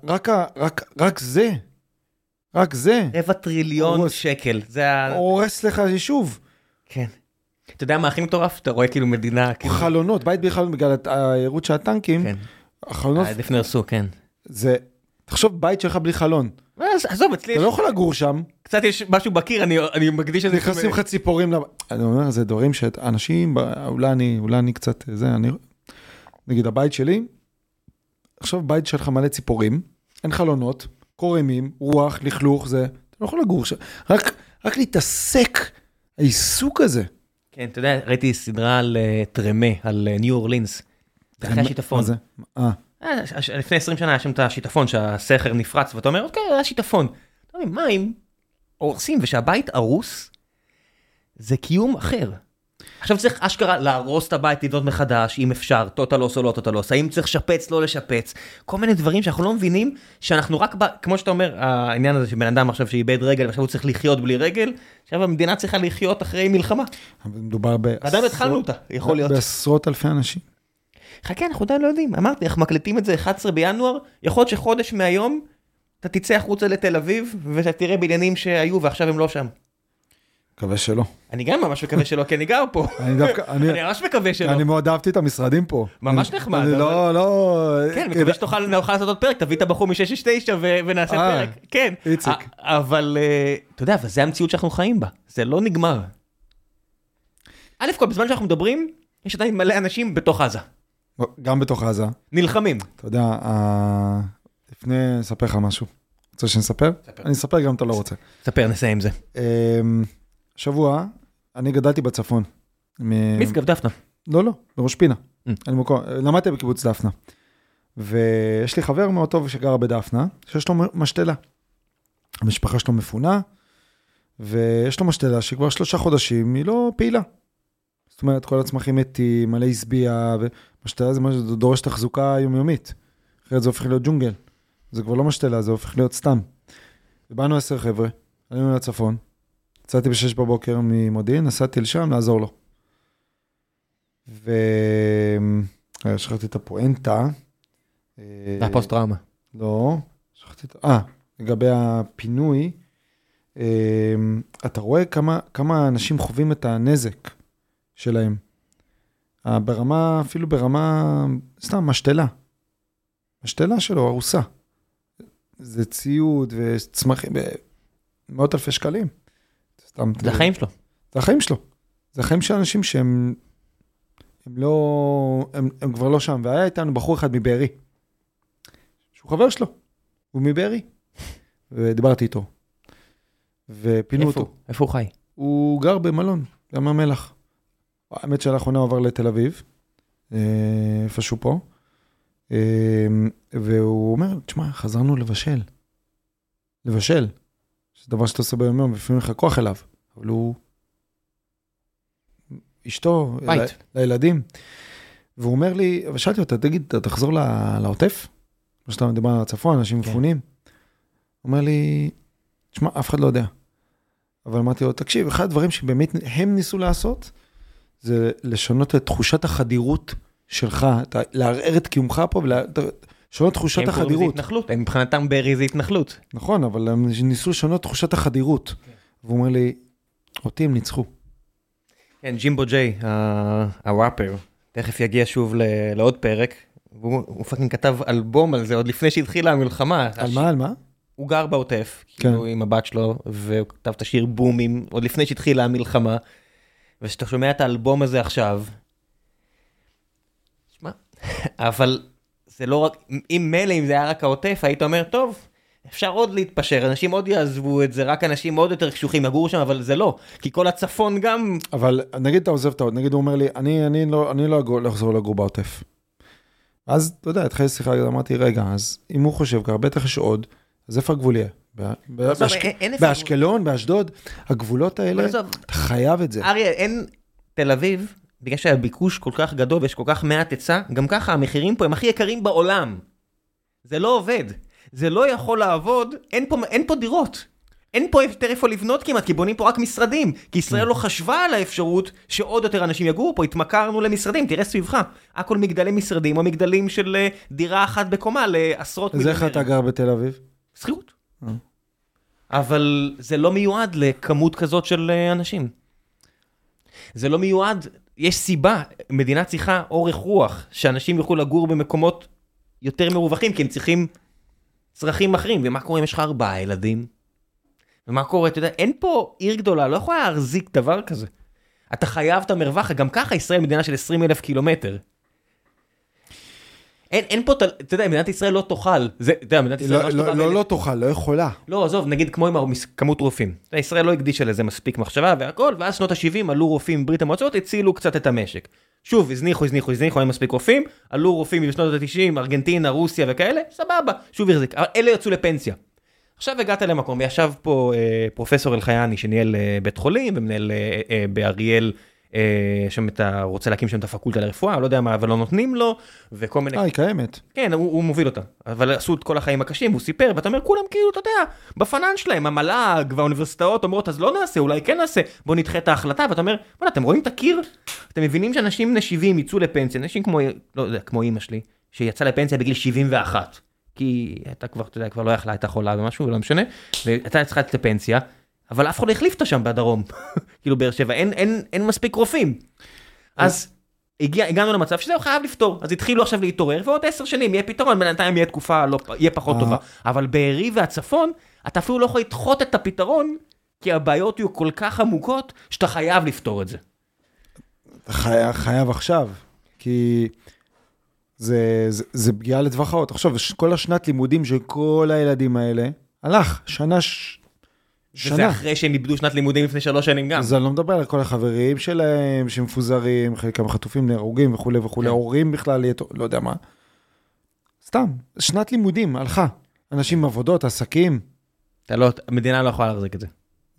רק זה. 250 טריליון שקל. הורס לך יישוב. כן. אתה יודע מה הכי מטורף? אתה רואה כאילו מדינה... חלונות, בית בלי חלונות, בגלל העירות של הטנקים. כן. החלונות... העדף נרסו, כן. זה... תחשוב, בית שלך בלי חלון. עזוב, אצלי... אתה לא יכול לגור שם. קצת יש משהו בקיר, אני מקדיש את זה... נכנסים לך ציפורים... אני אומר, זה דברים שאנשים... אולי אני קצת... נגיד, הבית שלי... עכשיו, בית שלך מלא ציפורים, אין חלונות, קורמים, רוח, לכלוך, זה... אתה לא יכול לגור שם. רק להתעסק, העיסוק הזה. כן, אתה יודע, ראיתי סדרה על טרמה, על ניו אורלינס. זה אחרי השיטפון. מה זה? לפני 20 שנה היה שם את השיטפון, שהסכר נפרץ, ואתה אומר, אוקיי, היה שיטפון. אתה אומר, מים הורסים, ושהבית הרוס, זה קיום אחר. עכשיו צריך אשכרה להרוס את הבית, לבנות מחדש, אם אפשר, טוטלוס או לא טוטלוס, האם צריך לשפץ, לא לשפץ, כל מיני דברים שאנחנו לא מבינים, שאנחנו רק, כמו שאתה אומר, העניין הזה שבן אדם עכשיו שאיבד רגל, ועכשיו הוא צריך לחיות בלי רגל, עכשיו המדינה צריכה לחיות אחרי מלחמה. מדובר עדיין התחלנו אותה, יכול להיות. בעשרות אלפי אנשים. חכה, אנחנו עדיין לא יודעים, אמרתי, אנחנו מקלטים את זה 11 בינואר, יכול להיות שחודש מהיום, אתה תצא החוצה לתל אביב, ואתה תראה בניינים שהיו ועכשיו הם לא שם. מקווה שלא. אני גם ממש מקווה שלא, כי אני גר פה. אני ממש מקווה שלא. אני מאוד אהבתי את המשרדים פה. ממש נחמד. אני לא... כן, מקווה שתוכל לעשות עוד פרק, תביא את הבחור מ-669 ונעשה פרק. כן. איציק. אבל, אתה יודע, וזה המציאות שאנחנו חיים בה. זה לא נגמר. א' כל, בזמן שאנחנו מדברים, יש עדיין מלא אנשים בתוך עזה. גם בתוך עזה. נלחמים. אתה יודע, לפני, אספר לך משהו. רוצה שנספר? אני אספר גם אם אתה לא רוצה. ספר, נסיים זה. שבוע, אני גדלתי בצפון. משגב דפנה. לא, בראש פינה. למדתי בקיבוץ דפנה. ויש לי חבר מאוד טוב שגר בדפנה, שיש לו משתלה. המשפחה שלו מפונה, ויש לו משתלה שכבר 3 חודשים היא לא פעילה. זאת אומרת, כל הצמחים מתים, מלא הסביע, ומשתלה זה משהו שדורש תחזוקה יומיומית. אחרת זה הופך להיות ג'ונגל. זה כבר לא משתלה, זה הופך להיות סתם. ובאנו 10 חבר'ה, עלינו לצפון, יצאתי ב6 בבוקר ממודיעין, נסעתי לשם לעזור לו. שכחתי את הפואנטה. זה הפוסט טראומה. לא, שכחתי את... לגבי הפינוי, אתה רואה כמה אנשים חווים את הנזק שלהם. ברמה, אפילו ברמה, סתם, משתלה. משתלה שלו, הרוסה. זה ציוד וצמחים במאות אלפי שקלים. זה החיים שלו. זה החיים שלו. זה החיים של אנשים שהם לא, הם כבר לא שם. והיה איתנו בחור אחד מבארי. שהוא חבר שלו. הוא מבארי. ודיברתי איתו. ופינו אותו. איפה הוא חי? הוא גר במלון, ים המלח. האמת שלאחרונה עבר לתל אביב, איפשהו פה, והוא אומר, תשמע, חזרנו לבשל. לבשל. זה דבר שאתה עושה ביום יום, ולפעמים לך כוח אליו. אבל הוא... אשתו, לילדים. והוא אומר לי, ושאלתי אותה, תגיד, אתה תחזור לעוטף? כמו שאתה מדבר על הצפון, אנשים מפונים. הוא אומר לי, תשמע, אף אחד לא יודע. אבל אמרתי לו, תקשיב, אחד הדברים שבאמת הם ניסו לעשות, זה לשנות את תחושת החדירות שלך, לערער את קיומך פה, ולשנות תחושת החדירות. הם קוראים זה התנחלות, מבחינתם ברי זה התנחלות. נכון, אבל הם ניסו לשנות תחושת החדירות. והוא אומר לי, אותי הם ניצחו. כן, ג'ימבו ג'יי, הראפר, תכף יגיע שוב לעוד פרק, והוא פאקינג כתב אלבום על זה, עוד לפני שהתחילה המלחמה. על מה, על מה? הוא גר בעוטף, כאילו עם הבת שלו, והוא כתב את השיר בומים, עוד לפני שהתחילה המלחמה, ושאתה שומע את האלבום הזה עכשיו, שמע, אבל זה לא רק, אם מלא, אם זה היה רק העוטף, היית אומר, טוב, אפשר עוד להתפשר, אנשים עוד יעזבו את זה, רק אנשים עוד יותר קשוחים יגורו שם, אבל זה לא, כי כל הצפון גם... אבל נגיד אתה עוזב את העוד, נגיד הוא אומר לי, אני לא אחזור לגור בעוטף. אז, אתה יודע, התחיל שיחה, אמרתי, רגע, אז אם הוא חושב כך, בטח יש עוד, אז איפה הגבול יהיה? באשקלון, באשדוד, הגבולות האלה, אתה חייב את זה. אריה, אין תל אביב, בגלל שהביקוש כל כך גדול, ויש כל כך מעט היצע, גם ככה המחירים פה הם הכי יקרים בעולם. זה לא עובד. זה לא יכול לעבוד, אין פה דירות. אין פה יותר איפה לבנות כמעט, כי בונים פה רק משרדים. כי ישראל לא חשבה על האפשרות שעוד יותר אנשים יגורו פה, התמכרנו למשרדים, תראה סביבך. הכל מגדלי משרדים, או מגדלים של דירה אחת בקומה לעשרות מיליון. אז איך אתה גר בתל אביב? שכירות. אבל זה לא מיועד לכמות כזאת של אנשים. זה לא מיועד, יש סיבה, מדינה צריכה אורך רוח, שאנשים יוכלו לגור במקומות יותר מרווחים, כי הם צריכים צרכים אחרים. ומה קורה אם יש לך 4 ילדים? ומה קורה, אתה יודע, אין פה עיר גדולה, לא יכולה להחזיק דבר כזה. אתה חייב את המרווח, גם ככה ישראל מדינה של 20,000 קילומטר. אין פה, אתה יודע, מדינת ישראל לא תאכל. לא תאכל, לא יכולה. לא, עזוב, נגיד כמו עם כמות רופאים. ישראל לא הקדישה לזה מספיק מחשבה והכל, ואז שנות ה-70 עלו רופאים ברית המועצות, הצילו קצת את המשק. שוב, הזניחו, אין מספיק רופאים, עלו רופאים בשנות ה-90, ארגנטינה, רוסיה וכאלה, סבבה, שוב החזיק. אלה יצאו לפנסיה. עכשיו הגעת למקום, וישב פה פרופסור אלחייני, שניהל בית חולים, ומנהל באריאל, שם רוצה להקים שם את הפקולטה לרפואה, לא יודע מה, אבל לא נותנים לו, וכל מיני... היא קיימת. כן, הוא מוביל אותה, אבל עשו את כל החיים הקשים, הוא סיפר, ואתה אומר, כולם כאילו, אתה יודע, בפנן שלהם, המל"ג והאוניברסיטאות אומרות, אז לא נעשה, אולי כן נעשה, בוא נדחה את ההחלטה, ואתה אומר, בוא'נה, אתם רואים את הקיר? אתם מבינים שאנשים נשיבים יצאו לפנסיה, אנשים כמו, לא יודע, כמו אמא שלי, שיצא לפנסיה בגיל 71, כי אתה כבר, אתה יודע, כבר לא יכלה, הייתה חולה ומשהו, ולא משנה, ואתה צריכה לצאת לפנסיה, אבל אף אחד לא החליף אותה שם בדרום, כאילו באר שבע, אין מספיק רופאים. אז הגענו למצב שזה הוא חייב לפתור, אז התחילו עכשיו להתעורר, ועוד 10 שנים יהיה פתרון, בינתיים יהיה תקופה, יהיה פחות טובה. אבל בערי והצפון, אתה אפילו לא יכול לדחות את הפתרון, כי הבעיות יהיו כל כך עמוקות, שאתה חייב לפתור את זה. אתה חייב עכשיו, כי זה פגיעה לטווח הארוך. עכשיו, כל השנת לימודים של כל הילדים האלה, הלך, שנה... וזה אחרי שהם איבדו שנת לימודים לפני 3 שנים גם. אז אני לא מדבר על כל החברים שלהם, שמפוזרים, חלקם חטופים להרוגים וכו' וכו', הורים בכלל, לא יודע מה. סתם, שנת לימודים, הלכה. אנשים עבודות, עסקים. המדינה לא יכולה להחזיק את זה.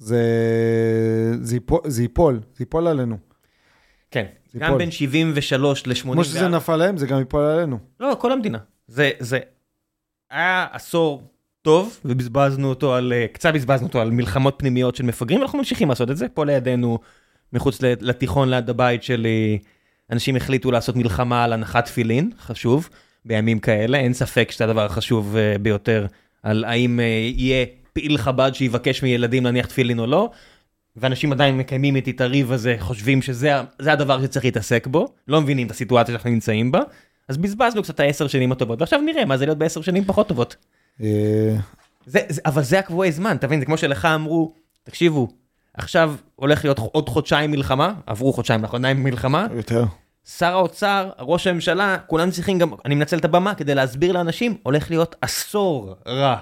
זה ייפול עלינו. כן, גם בין 73 ל-80. כמו שזה נפל להם, זה גם ייפול עלינו. לא, כל המדינה. זה היה עשור טוב, קצת בזבזנו אותו על מלחמות פנימיות של מפגרים, ואנחנו ממשיכים לעשות את זה. פה לידינו, מחוץ לתיכון, ליד הבית שלי, אנשים החליטו לעשות מלחמה על הנחת תפילין, חשוב, בימים כאלה. אין ספק שזה הדבר החשוב ביותר, על האם יהיה פעיל חב"ד שיבקש מילדים להניח תפילין או לא, ואנשים עדיין מקיימים את הריב הזה, חושבים שזה הדבר שצריך להתעסק בו, לא מבינים את הסיטואציה שאנחנו נמצאים בה, אז בזבזנו קצת 10 שנים הטובות, ועכשיו נראה מה זה להיות ב10 שנים פחות טובות. אבל זה הקבועי זמן, תבין, זה כמו שלך אמרו, תקשיבו, עכשיו הולך להיות עוד חודשיים מלחמה, עברו חודשיים לאחרונה מלחמה, יותר. שר האוצר, ראש הממשלה, כולם צריכים גם, אני מנצל את הבמה כדי להסביר לאנשים, הולך להיות עשור רע.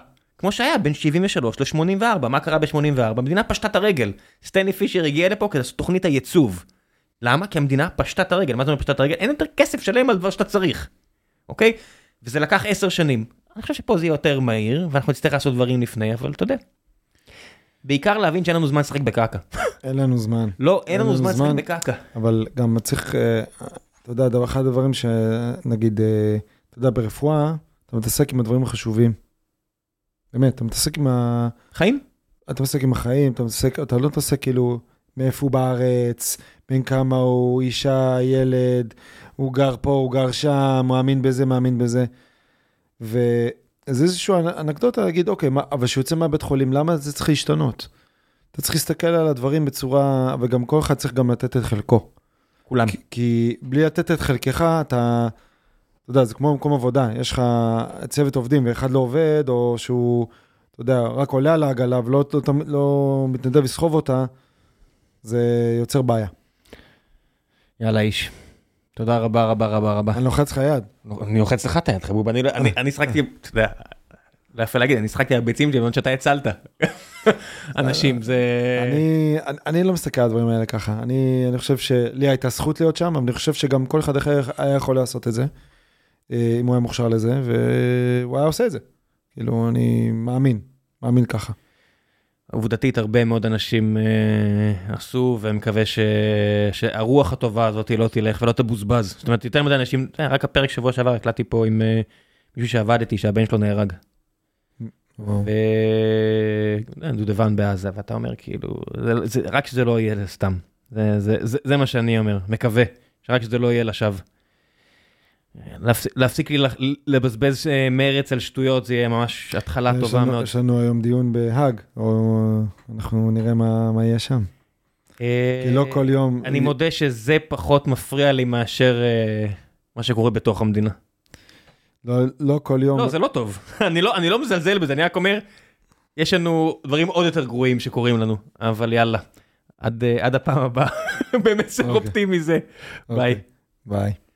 כמו שהיה בין 73 ל-84, מה קרה ב-84? המדינה פשטה את הרגל. סטנלי פישר הגיע לפה כדי לעשות תוכנית הייצוב. למה? כי המדינה פשטה את הרגל. מה זאת אומרת פשטה את הרגל? אין יותר כסף שלם על דבר שאתה צריך. אוקיי? וזה לקח 10 שנים. אני חושב שפה זה יהיה יותר מהיר, ואנחנו נצטרך לעשות דברים לפני, אבל אתה יודע. בעיקר להבין שאין לנו זמן לשחק בקקה. אין לנו זמן. לא, אין לנו זמן לשחק בקקה. אבל גם צריך, אתה יודע, אחד הדברים שנגיד, אתה יודע, ברפואה, אתה מתעסק עם הדברים החשובים. באמת, אתה מתעסק עם חיים? אתה מתעסק עם החיים, אתה לא מתעסק כאילו מאיפה הוא בארץ, בין כמה הוא, אישה, ילד, הוא גר פה, הוא גר שם, מאמין בזה, מאמין בזה. אז איזושהי אנקדוטה להגיד, אוקיי, אבל שיוצא מהבית חולים, למה זה צריך להשתנות? אתה צריך להסתכל על הדברים בצורה, וגם כל אחד צריך גם לתת את חלקו. כולם. כי בלי לתת את חלקך, אתה יודע, זה כמו מקום עבודה, יש לך צוות עובדים, ואחד לא עובד, או שהוא, אתה יודע, רק עולה על העגלה, ולא מתנדב לסחוב אותה, זה יוצר בעיה. יאללה איש. תודה רבה, רבה, רבה, רבה. אני לוחץ לך יד. אני לוחץ לך את היד, חבוב. אני שחקתי, אתה יודע, לא יפה להגיד, אני שחקתי הרביצים שלי, ואני שאתה הצלת. אנשים, זה... אני לא מסתכל על הדברים האלה ככה. אני חושב שלי הייתה זכות להיות שם, אבל אני חושב שגם כל אחד אחר היה יכול לעשות את זה, אם הוא היה מוכשר לזה, והוא היה עושה את זה. כאילו, אני מאמין ככה. עובדתית, הרבה מאוד אנשים עשו, ומקווה שהרוח הטובה הזאת לא תלך ולא תבוזבז. זאת אומרת, יותר מדי אנשים, רק הפרק שבוע שעבר, הקלטתי פה עם מישהו שעבדתי, שהבן שלו נהרג. דודבן בעזה, ואתה אומר, כאילו, רק שזה לא יהיה סתם. זה מה שאני אומר, מקווה, שרק שזה לא יהיה לשווא. להפסיק לי לבזבז מרץ על שטויות, זה יהיה ממש התחלה טובה מאוד. יש לנו היום דיון בהאג, או אנחנו נראה מה יהיה שם. כי לא כל יום... אני מודה שזה פחות מפריע לי מאשר מה שקורה בתוך המדינה. לא כל יום... לא, זה לא טוב. אני לא מזלזל בזה, אני רק אומר, יש לנו דברים עוד יותר גרועים שקורים לנו, אבל יאללה, עד הפעם הבאה, במסר אופטימי זה. ביי. ביי.